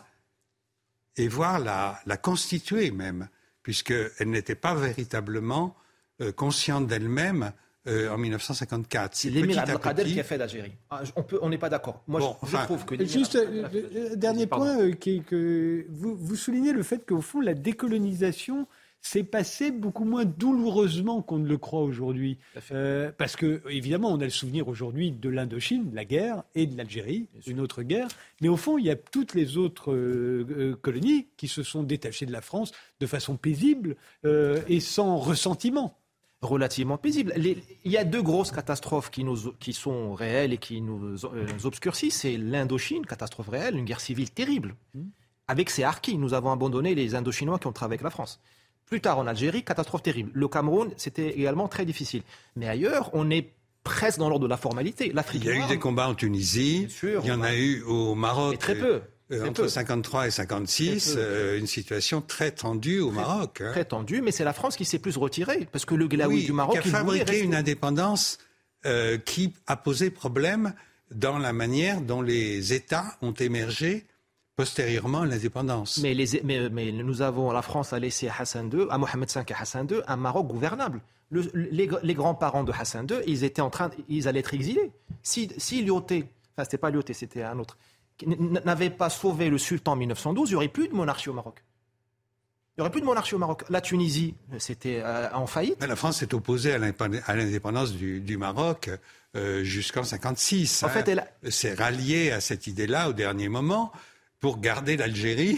Speaker 11: et voir la, la constituer même, puisqu'elle n'était pas véritablement euh, consciente d'elle-même euh, en dix-neuf cent cinquante-quatre.
Speaker 10: C'est l'émir Abdelkader qui a fait l'Algérie. Ah, on n'est pas d'accord. Moi, bon, je, enfin, je trouve que...
Speaker 1: Juste, euh, le dernier point, euh, qui est que vous, vous soulignez le fait qu'au fond, la décolonisation... c'est passé beaucoup moins douloureusement qu'on ne le croit aujourd'hui. Euh, parce que, évidemment, on a le souvenir aujourd'hui de l'Indochine, la guerre, et de l'Algérie, une autre guerre. Mais au fond, il y a toutes les autres euh, euh, colonies qui se sont détachées de la France de façon paisible euh, et sans ressentiment.
Speaker 10: Relativement paisible. Les, il y a deux grosses catastrophes qui, nous, qui sont réelles et qui nous euh, obscurcissent. C'est l'Indochine, catastrophe réelle, une guerre civile terrible. Mmh. Avec ces harkis, nous avons abandonné les Indochinois qui ont travaillé avec la France. Plus tard, en Algérie, catastrophe terrible. Le Cameroun, c'était également très difficile. Mais ailleurs, on est presque dans l'ordre de la formalité. L'Afrique
Speaker 11: il y a
Speaker 10: noire,
Speaker 11: eu des combats en Tunisie, sûr, il y en a eu au Maroc.
Speaker 10: Mais très peu.
Speaker 11: Euh,
Speaker 10: très
Speaker 11: entre
Speaker 10: peu.
Speaker 11: cinquante-trois et cinquante-six, euh, une situation très tendue au
Speaker 10: très,
Speaker 11: Maroc. Hein.
Speaker 10: Très tendue, mais c'est la France qui s'est plus retirée. Parce que le Glaoui
Speaker 11: oui,
Speaker 10: du Maroc...
Speaker 11: qui a fabriqué une indépendance euh, qui a posé problème dans la manière dont les États ont émergé postérieurement l'indépendance.
Speaker 10: Mais, les, mais, mais nous avons, la France a laissé à Hassan deux, à Mohamed cinq et Hassan deux, un Maroc gouvernable. Le, les, les grands-parents de Hassan deux, ils étaient en train, ils allaient être exilés. Si, si Lyautey, enfin c'était pas Lyautey, c'était un autre, n'avait pas sauvé le sultan en mille neuf cent douze, il n'y aurait plus de monarchie au Maroc. Il n'y aurait plus de monarchie au Maroc. La Tunisie, c'était euh, en faillite.
Speaker 11: Mais la France s'est opposée à l'indépendance du, du Maroc euh, jusqu'en cinquante-six. En hein. fait, elle a... s'est ralliée à cette idée-là au dernier moment pour garder l'Algérie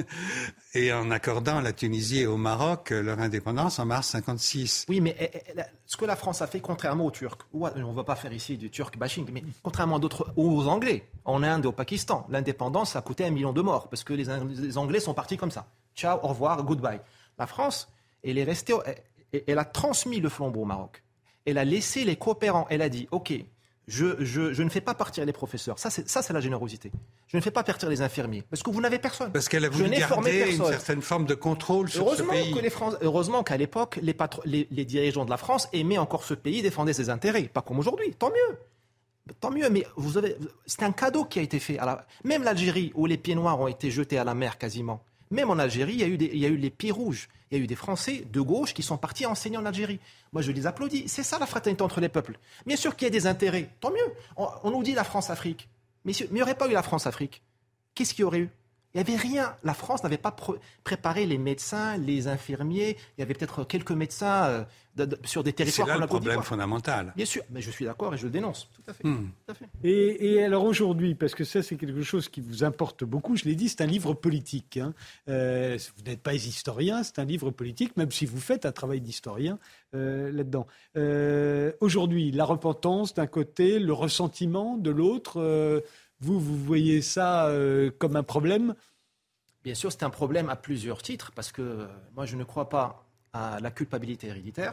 Speaker 11: et en accordant à la Tunisie et au Maroc leur indépendance en mars cinquante-six.
Speaker 10: Oui, mais ce que la France a fait, contrairement aux Turcs, on ne va pas faire ici du Turc bashing, mais contrairement à d'autres, aux Anglais, en Inde et au Pakistan, l'indépendance a coûté un million de morts parce que les, les Anglais sont partis comme ça. Ciao, au revoir, goodbye. La France, elle est restée, elle, elle a transmis le flambeau au Maroc. Elle a laissé les coopérants. Elle a dit, OK, je, je, je ne fais pas partir les professeurs. Ça c'est, ça, c'est la générosité. Je ne fais pas partir les infirmiers. Parce que vous n'avez personne.
Speaker 11: Parce qu'elle a voulu garder une certaine forme de contrôle sur
Speaker 10: heureusement
Speaker 11: ce pays.
Speaker 10: Que les Fran... Heureusement qu'à l'époque, les, patro... les, les dirigeants de la France aimaient encore ce pays, défendaient ses intérêts. Pas comme aujourd'hui. Tant mieux. Tant mieux, mais vous avez... c'est un cadeau qui a été fait. À la... Même l'Algérie, où les pieds noirs ont été jetés à la mer quasiment. Même en Algérie, il y a eu, des... il y a eu les pieds rouges. Il y a eu des Français de gauche qui sont partis enseigner en Algérie. Moi, je les applaudis. C'est ça la fraternité entre les peuples. Bien sûr qu'il y a des intérêts. Tant mieux. On, on nous dit la France-Afrique. Mais il n'y aurait pas eu la France-Afrique. Qu'est-ce qu'il y aurait eu ? Il n'y avait rien. La France n'avait pas pr- préparé les médecins, les infirmiers. Il y avait peut-être quelques médecins euh, de, de, sur des territoires.
Speaker 11: C'est là le problème fondamental.
Speaker 10: Bien sûr, mais je suis d'accord et je le dénonce. Tout à fait.
Speaker 11: Mmh.
Speaker 10: Tout à fait.
Speaker 1: Et, et alors aujourd'hui, parce que ça c'est quelque chose qui vous importe beaucoup, je l'ai dit, c'est un livre politique. Hein. Euh, vous n'êtes pas historien, c'est un livre politique, même si vous faites un travail d'historien euh, là-dedans. Euh, aujourd'hui, la repentance d'un côté, le ressentiment de l'autre. Euh, Vous, vous voyez ça euh, comme un problème ?
Speaker 10: Bien sûr, c'est un problème à plusieurs titres, parce que euh, moi, je ne crois pas à la culpabilité héréditaire.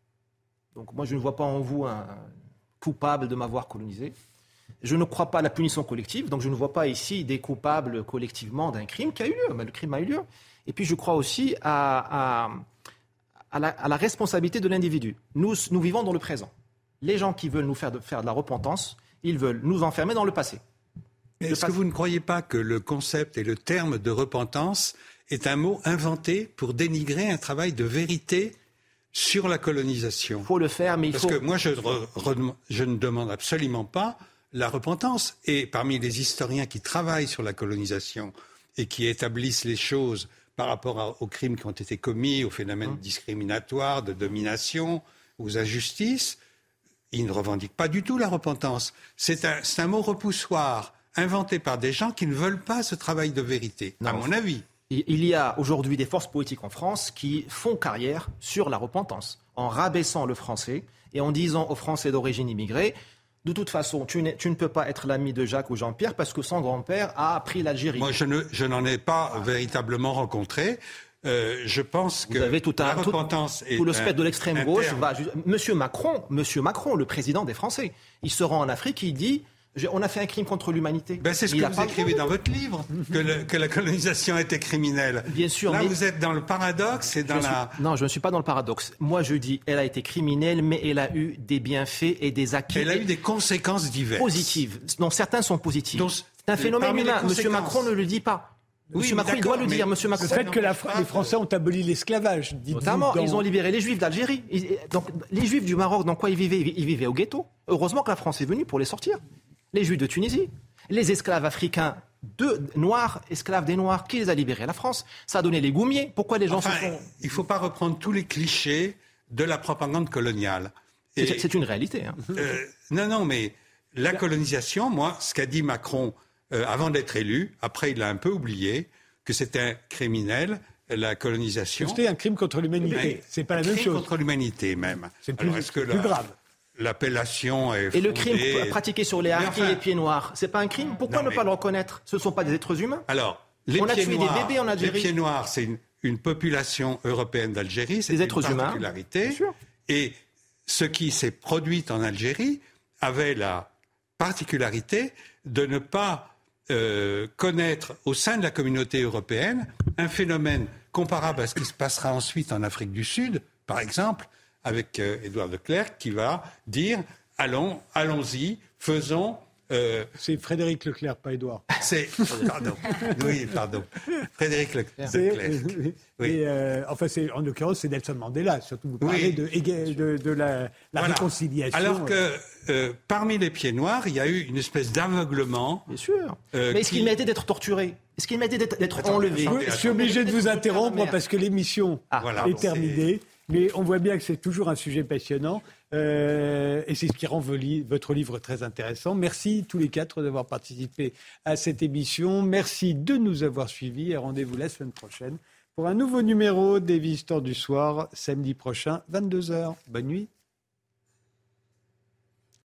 Speaker 10: Donc moi, je ne vois pas en vous un coupable de m'avoir colonisé. Je ne crois pas à la punition collective, donc je ne vois pas ici des coupables collectivement d'un crime qui a eu lieu. Mais le crime a eu lieu. Et puis, je crois aussi à, à, à, la, à la responsabilité de l'individu. Nous, nous vivons dans le présent. Les gens qui veulent nous faire de, faire de la repentance, ils veulent nous enfermer dans le passé.
Speaker 11: Est-ce que vous ne croyez pas que le concept et le terme de repentance est un mot inventé pour dénigrer un travail de vérité sur la colonisation ?
Speaker 10: Il faut le faire, mais il
Speaker 11: Parce
Speaker 10: faut...
Speaker 11: que moi, je, re, re, je ne demande absolument pas la repentance. Et parmi les historiens qui travaillent sur la colonisation et qui établissent les choses par rapport à, aux crimes qui ont été commis, aux phénomènes mmh. discriminatoires, de domination, aux injustices, ils ne revendiquent pas du tout la repentance. C'est un, c'est un mot repoussoir, inventé par des gens qui ne veulent pas ce travail de vérité, non, à mon avis.
Speaker 10: Il y a aujourd'hui des forces politiques en France qui font carrière sur la repentance, en rabaissant le français et en disant aux Français d'origine immigrée, de toute façon, tu, tu ne peux pas être l'ami de Jacques ou Jean-Pierre parce que son grand-père a appris l'Algérie.
Speaker 11: Moi, je, ne, je n'en ai pas ah. véritablement rencontré. Euh, je pense que
Speaker 10: vous avez tout un,
Speaker 11: la repentance
Speaker 10: tout, tout le spectre de l'extrême gauche va. Monsieur Macron, Monsieur Macron, le président des Français, il se rend en Afrique, il dit. On a fait un crime contre l'humanité.
Speaker 11: Ben c'est ce
Speaker 10: il
Speaker 11: que vous écrivez dans votre livre, que, le, que la colonisation était criminelle.
Speaker 10: Bien sûr.
Speaker 11: Là,
Speaker 10: mais
Speaker 11: vous êtes dans le paradoxe et dans
Speaker 10: je
Speaker 11: la...
Speaker 10: Suis, non, je ne suis pas dans le paradoxe. Moi, je dis, elle a été criminelle, mais elle a eu des bienfaits et des acquis.
Speaker 11: Elle a eu des conséquences diverses.
Speaker 10: Positives. Non, certains sont positifs. Donc, c'est un phénomène humain. Monsieur Macron ne le dit pas.
Speaker 1: Oui,
Speaker 10: Monsieur Macron, il doit le dire. Monsieur Macron.
Speaker 1: Le fait que la, les Français ont aboli l'esclavage.
Speaker 10: Notamment,
Speaker 1: dans...
Speaker 10: ils ont libéré les Juifs d'Algérie. Ils, donc, les Juifs du Maroc, dans quoi ils vivaient ? Ils vivaient au ghetto. Heureusement que la France est venue pour les sortir. Les Juifs de Tunisie, les esclaves africains, de noirs, esclaves des Noirs, qui les a libérés ? La France. Ça a donné les goumiers. Pourquoi les gens
Speaker 11: enfin,
Speaker 10: se font...
Speaker 11: Il ne faut pas reprendre tous les clichés de la propagande coloniale.
Speaker 10: Et... C'est, c'est une réalité. Hein.
Speaker 11: Euh, non, non, mais la colonisation, moi, ce qu'a dit Macron euh, avant d'être élu, après il a un peu oublié, que c'était un criminel, la colonisation.
Speaker 1: C'était un crime contre l'humanité. Mais c'est pas la même chose.
Speaker 11: Un crime contre l'humanité, même.
Speaker 1: C'est plus,
Speaker 11: Alors, est-ce que
Speaker 1: plus
Speaker 11: la...
Speaker 1: grave.
Speaker 11: L'appellation est fondée.
Speaker 10: Et le crime pratiqué sur les harkis enfin, et les pieds noirs, c'est pas un crime ? Pourquoi non, ne mais... pas le reconnaître ? Ce ne sont pas des êtres humains ?
Speaker 11: Alors, les
Speaker 10: on a
Speaker 11: pieds
Speaker 10: tué
Speaker 11: noirs,
Speaker 10: des bébés en Algérie.
Speaker 11: Les pieds noirs, c'est une, une population européenne d'Algérie, c'est
Speaker 10: des
Speaker 11: une
Speaker 10: êtres
Speaker 11: particularité.
Speaker 10: Humains, bien sûr.
Speaker 11: Et ce qui s'est produit en Algérie avait la particularité de ne pas euh, connaître au sein de la communauté européenne un phénomène comparable à ce qui se passera ensuite en Afrique du Sud, par exemple, avec euh, Édouard de Clercq qui va dire allons, allons-y, faisons Euh,
Speaker 1: c'est Frédéric Leclerc, pas Édouard.
Speaker 11: C'est pardon. Oui, pardon. Frédéric Leclerc.
Speaker 1: Oui. Et euh, enfin, c'est, en l'occurrence, c'est Nelson Mandela. Surtout, vous parlez oui. de, de, de la, la voilà. réconciliation.
Speaker 11: Alors que euh, parmi les pieds noirs, il y a eu une espèce d'aveuglement.
Speaker 10: Bien sûr. Euh, Mais est-ce qui... qu'il méritait d'être torturé ? Est-ce qu'il méritait d'être, d'être
Speaker 11: attends,
Speaker 10: enlevé ?
Speaker 11: attendez,
Speaker 1: Je suis obligé de vous interrompre parce que l'émission ah, voilà, est bon, terminée. C'est... Mais on voit bien que c'est toujours un sujet passionnant euh, et c'est ce qui rend votre livre très intéressant. Merci tous les quatre d'avoir participé à cette émission. Merci de nous avoir suivis et rendez-vous la semaine prochaine pour un nouveau numéro des Visiteurs du Soir, samedi prochain, vingt-deux heures. Bonne nuit.